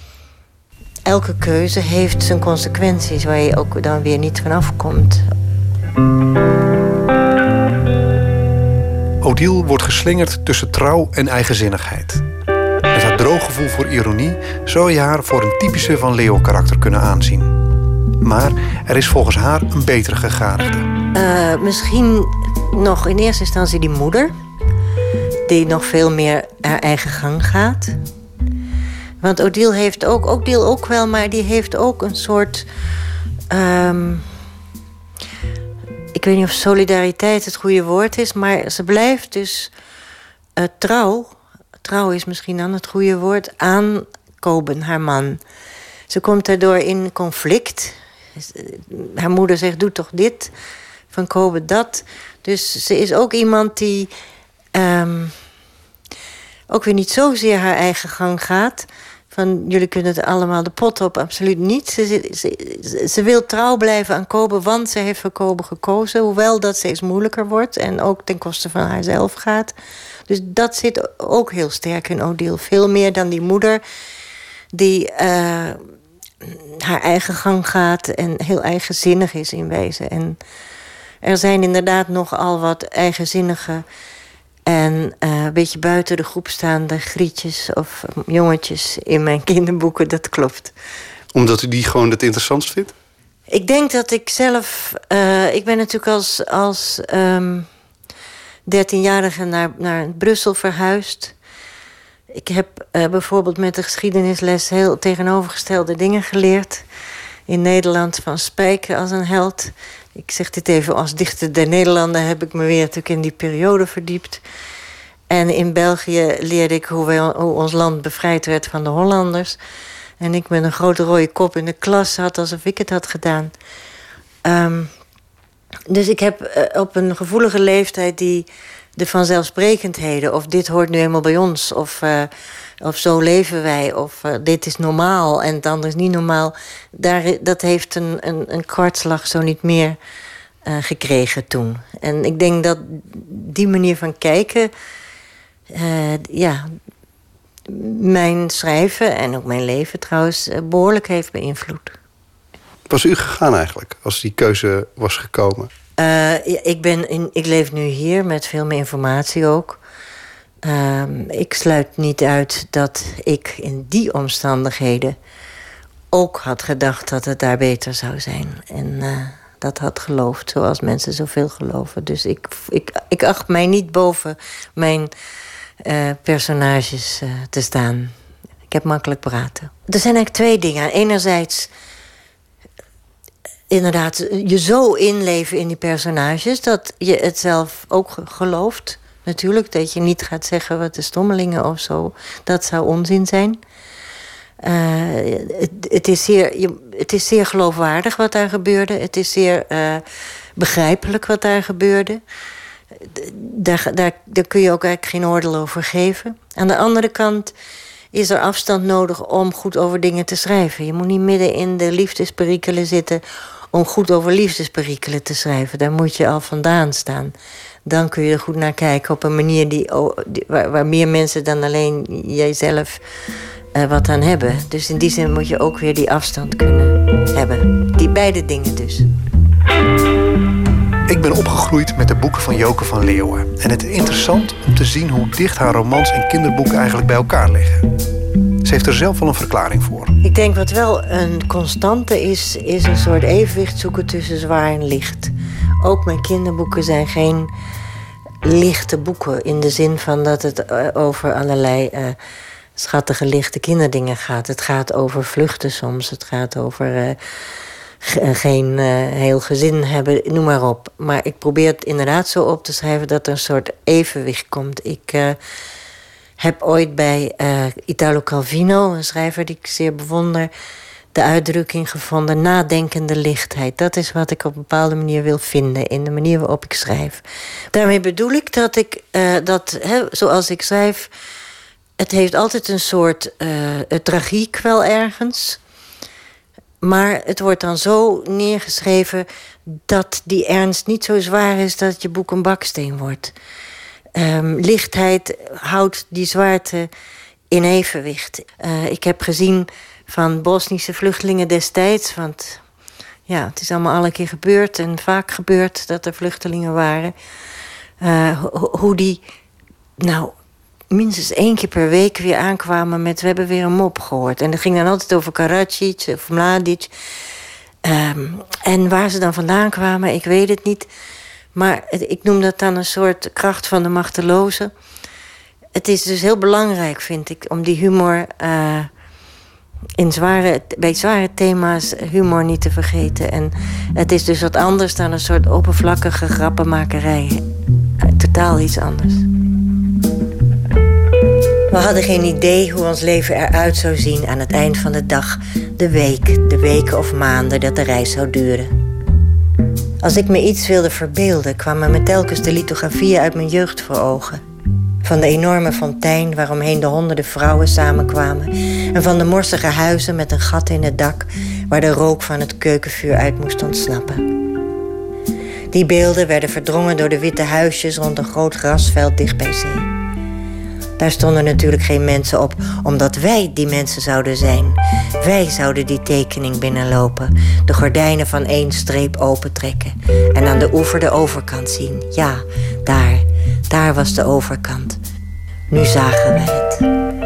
elke keuze heeft zijn consequenties waar je ook dan weer niet vanaf komt. Odile wordt geslingerd tussen trouw en eigenzinnigheid. Met haar droog gevoel voor ironie zou je haar voor een typische Van Leeuwen karakter kunnen aanzien. Maar er is volgens haar een betere gegadigde. Uh, misschien nog in eerste instantie die moeder, die nog veel meer haar eigen gang gaat. Want Odile heeft ook, Odile ook wel, maar die heeft ook een soort, Um, ik weet niet of solidariteit het goede woord is, maar ze blijft dus uh, trouw. Trouw is misschien dan het goede woord, aan Koben, haar man. Ze komt daardoor in conflict. Haar moeder zegt, doe toch dit. Van Koben dat. Dus ze is ook iemand die um, ook weer niet zozeer haar eigen gang gaat. Van, jullie kunnen het allemaal de pot op, absoluut niet. Ze, ze, ze wil trouw blijven aan Koben, want ze heeft voor Koben gekozen. Hoewel dat steeds moeilijker wordt en ook ten koste van haarzelf gaat. Dus dat zit ook heel sterk in Odile. Veel meer dan die moeder die uh, haar eigen gang gaat en heel eigenzinnig is in wezen. En er zijn inderdaad nogal wat eigenzinnige en uh, een beetje buiten de groep staande grietjes of jongetjes in mijn kinderboeken, dat klopt. Omdat u die gewoon het interessantst vindt? Ik denk dat ik zelf, Uh, ik ben natuurlijk als, als um, dertienjarige naar, naar Brussel verhuisd. Ik heb uh, bijvoorbeeld met de geschiedenisles heel tegenovergestelde dingen geleerd. In Nederland van Spijker als een held. Ik zeg dit even, als dichter der Nederlanden heb ik me weer natuurlijk in die periode verdiept. En in België leerde ik hoe, wij, hoe ons land bevrijd werd van de Hollanders. En ik met een grote rode kop in de klas zat alsof ik het had gedaan. Um, dus ik heb uh, op een gevoelige leeftijd die de vanzelfsprekendheden, of dit hoort nu eenmaal bij ons, of, uh, of zo leven wij, of uh, dit is normaal en het andere is niet normaal. Daar, dat heeft een, een, een kwartslag zo niet meer uh, gekregen toen. En ik denk dat die manier van kijken, uh, ja, mijn schrijven en ook mijn leven trouwens uh, behoorlijk heeft beïnvloed. Was u gegaan eigenlijk, als die keuze was gekomen? Uh, ik, ben in, ik leef nu hier met veel meer informatie ook. Uh, ik sluit niet uit dat ik in die omstandigheden ook had gedacht dat het daar beter zou zijn. En uh, dat had geloofd, zoals mensen zoveel geloven. Dus ik, ik, ik acht mij niet boven mijn uh, personages uh, te staan. Ik heb makkelijk praten. Er zijn eigenlijk twee dingen. Enerzijds, inderdaad, je zo inleven in die personages dat je het zelf ook gelooft. Natuurlijk, dat je niet gaat zeggen wat de stommelingen of zo. Dat zou onzin zijn. Uh, het, het, is zeer, je, het is zeer geloofwaardig wat daar gebeurde. Het is zeer uh, begrijpelijk wat daar gebeurde. Daar, daar, daar kun je ook eigenlijk geen oordeel over geven. Aan de andere kant is er afstand nodig om goed over dingen te schrijven. Je moet niet midden in de liefdesperikelen zitten om goed over liefdesperikelen te schrijven. Daar moet je al vandaan staan. Dan kun je er goed naar kijken op een manier die, oh, die, waar, waar meer mensen dan alleen jijzelf uh, wat aan hebben. Dus in die zin moet je ook weer die afstand kunnen hebben. Die beide dingen dus. Ik ben opgegroeid met de boeken van Joke van Leeuwen. En het is interessant om te zien hoe dicht haar romans en kinderboeken eigenlijk bij elkaar liggen. Ze heeft er zelf wel een verklaring voor. Ik denk wat wel een constante is, is een soort evenwicht zoeken tussen zwaar en licht. Ook mijn kinderboeken zijn geen lichte boeken in de zin van dat het over allerlei uh, schattige, lichte kinderdingen gaat. Het gaat over vluchten soms, het gaat over uh, ge- geen uh, heel gezin hebben, noem maar op. Maar ik probeer het inderdaad zo op te schrijven dat er een soort evenwicht komt. Ik uh, heb ooit bij uh, Italo Calvino, een schrijver die ik zeer bewonder, de uitdrukking gevonden, nadenkende lichtheid. Dat is wat ik op een bepaalde manier wil vinden in de manier waarop ik schrijf. Daarmee bedoel ik dat ik, uh, dat, he, zoals ik schrijf, het heeft altijd een soort uh, tragiek wel ergens. Maar het wordt dan zo neergeschreven dat die ernst niet zo zwaar is dat je boek een baksteen wordt. Um, lichtheid houdt die zwaarte in evenwicht. Uh, ik heb gezien van Bosnische vluchtelingen destijds, want ja, het is allemaal alle keer gebeurd en vaak gebeurd dat er vluchtelingen waren. Uh, ho- hoe die nou minstens één keer per week weer aankwamen met we hebben weer een mop gehoord. En dat ging dan altijd over Karadzic of Mladic. Um, en waar ze dan vandaan kwamen, ik weet het niet. Maar het, ik noem dat dan een soort kracht van de machteloze. Het is dus heel belangrijk, vind ik, om die humor Uh, in zware, bij zware thema's humor niet te vergeten. En het is dus wat anders dan een soort oppervlakkige grappenmakerij. Totaal iets anders. We hadden geen idee hoe ons leven eruit zou zien aan het eind van de dag, de week, de weken of maanden dat de reis zou duren. Als ik me iets wilde verbeelden, kwamen me telkens de lithografieën uit mijn jeugd voor ogen. Van de enorme fontein waaromheen de honderden vrouwen samenkwamen. En van de morsige huizen met een gat in het dak waar de rook van het keukenvuur uit moest ontsnappen. Die beelden werden verdrongen door de witte huisjes rond een groot grasveld dicht bij zee. Daar stonden natuurlijk geen mensen op, omdat wij die mensen zouden zijn. Wij zouden die tekening binnenlopen, de gordijnen van één streep opentrekken en aan de oever de overkant zien. Ja, daar, daar was de overkant. Nu zagen wij het.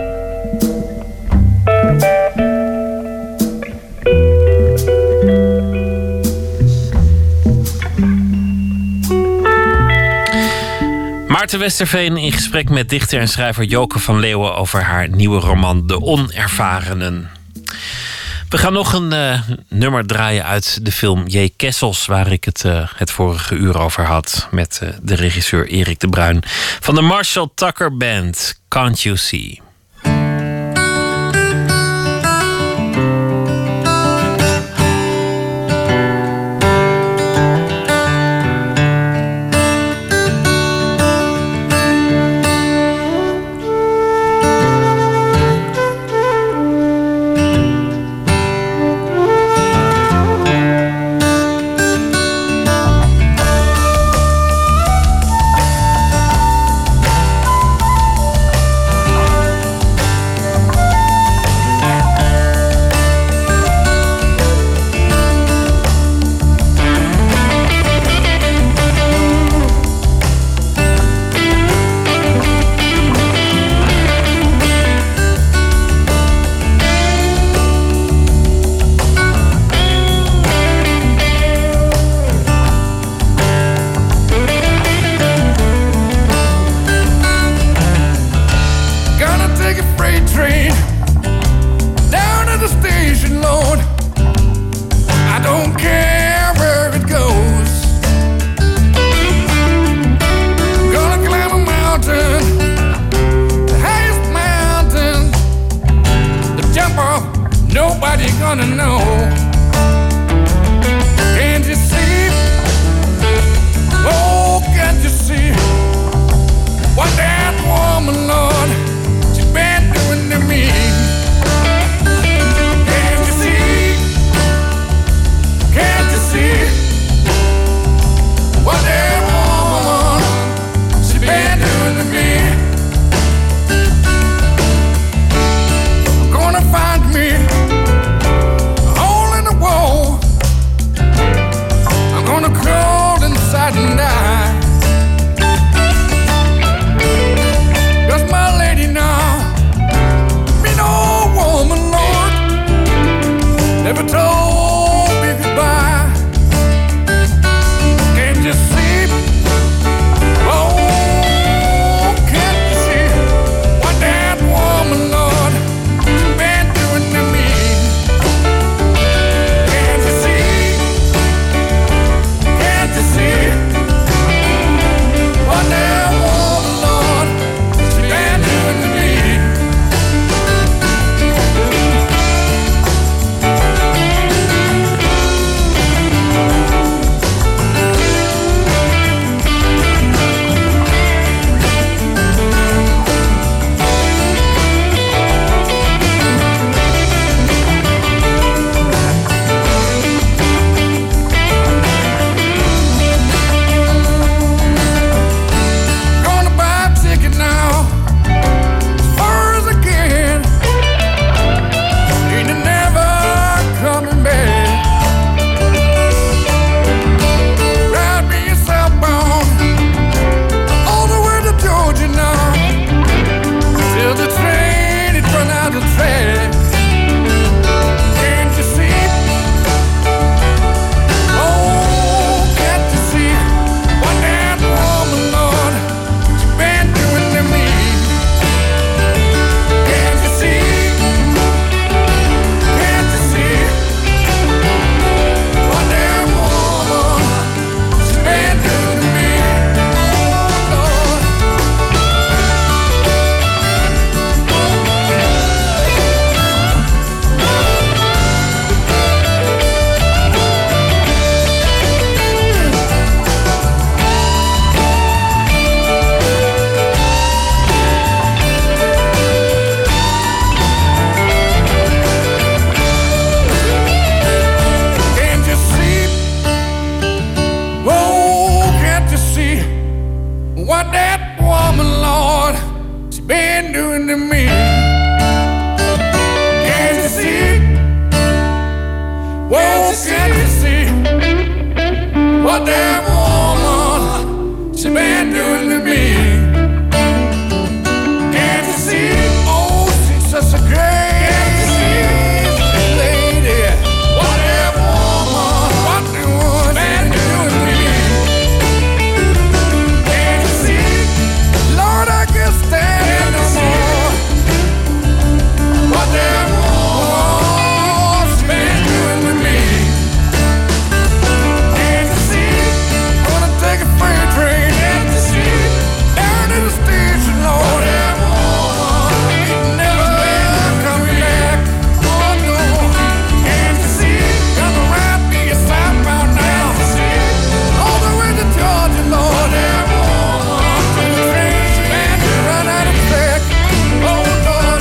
Maarten Westerveen in gesprek met dichter en schrijver Joke van Leeuwen over haar nieuwe roman De Onervarenen. We gaan nog een uh, nummer draaien uit de film J. Kessels, waar ik het, uh, het vorige uur over had met uh, de regisseur Erik de Bruin. Van de Marshall Tucker Band, Can't You See? What that woman, she been doing to me. Can't you see? Oh, she's such a great lady. What that woman, what that woman, been doing to me. Can't you see? Lord, I can't stand it no more. What that woman, she been doing to me. Can't you see? Gonna take a freight train. Can't you see? Down to the station, Lord. That woman, never been coming back. Oh no. Can't you see? Gonna ride me a southbound now. All the way to Georgia, Lord. That woman, the train's about to run out of track. Oh Lord.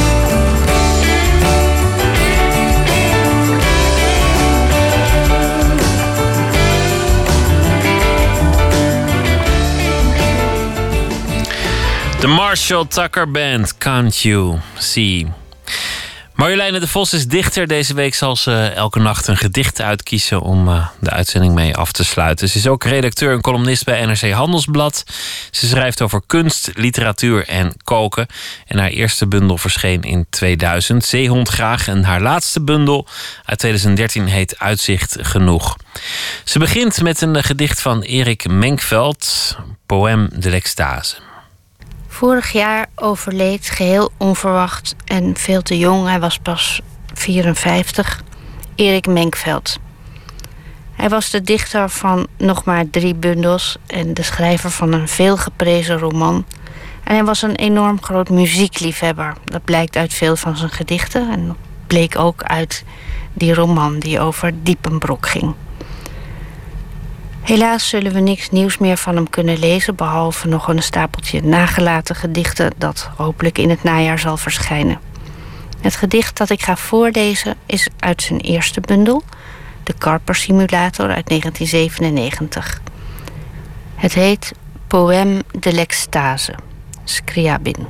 De Marshall Tucker Band, Can't You See. Marjoleine de Vos is dichter. Deze week zal ze elke nacht een gedicht uitkiezen om uh, de uitzending mee af te sluiten. Ze is ook redacteur en columnist bij N R C Handelsblad. Ze schrijft over kunst, literatuur en koken. En haar eerste bundel verscheen in tweeduizend, Zeehond Graag. En haar laatste bundel uit tweeduizend dertien heet Uitzicht Genoeg. Ze begint met een gedicht van Erik Menkveld, Poème de l'Extase. Vorig jaar overleed geheel onverwacht en veel te jong, hij was pas vierenvijftig, Erik Menkveld. Hij was de dichter van nog maar drie bundels en de schrijver van een veelgeprezen roman. En hij was een enorm groot muziekliefhebber. Dat blijkt uit veel van zijn gedichten en dat bleek ook uit die roman die over Diepenbrok ging. Helaas zullen we niks nieuws meer van hem kunnen lezen, behalve nog een stapeltje nagelaten gedichten dat hopelijk in het najaar zal verschijnen. Het gedicht dat ik ga voorlezen is uit zijn eerste bundel, De Karpersimulator uit negentien zevenennegentig. Het heet Poème de l'Extase, Scriabin.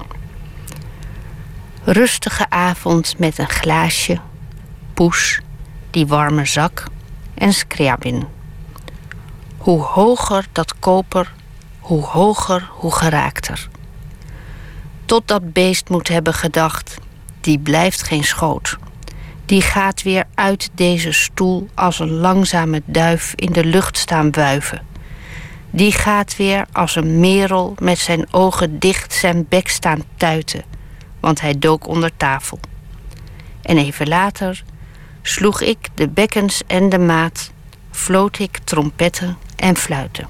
Rustige avond met een glaasje, poes, die warme zak en Scriabin. Hoe hoger dat koper, hoe hoger, hoe geraakter. Tot dat beest moet hebben gedacht, die blijft geen schoot. Die gaat weer uit deze stoel als een langzame duif in de lucht staan wuiven. Die gaat weer als een merel met zijn ogen dicht zijn bek staan tuiten, want hij dook onder tafel. En even later sloeg ik de bekkens en de maat, floot ik trompetten en fluiten.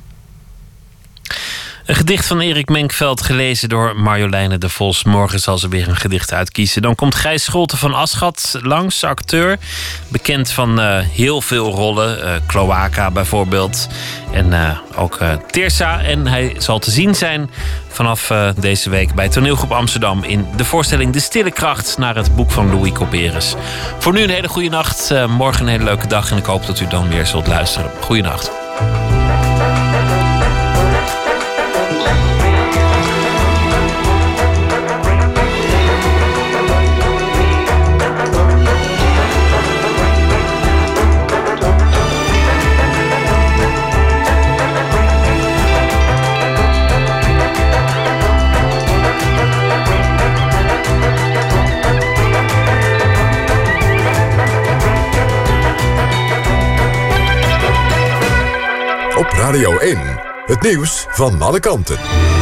Een gedicht van Erik Menkveld, gelezen door Marjoleine de Vos. Morgen zal ze weer een gedicht uitkiezen. Dan komt Gijs Scholte van Aschat langs, acteur. Bekend van uh, heel veel rollen. Uh, Cloaca bijvoorbeeld. En uh, ook uh, Tirsa. En hij zal te zien zijn vanaf uh, deze week bij Toneelgroep Amsterdam in de voorstelling De Stille Kracht, naar het boek van Louis Couperus. Voor nu een hele goede nacht. Uh, morgen een hele leuke dag. En ik hoop dat u dan weer zult luisteren. Goeienacht. Op Radio één, het nieuws van alle kanten.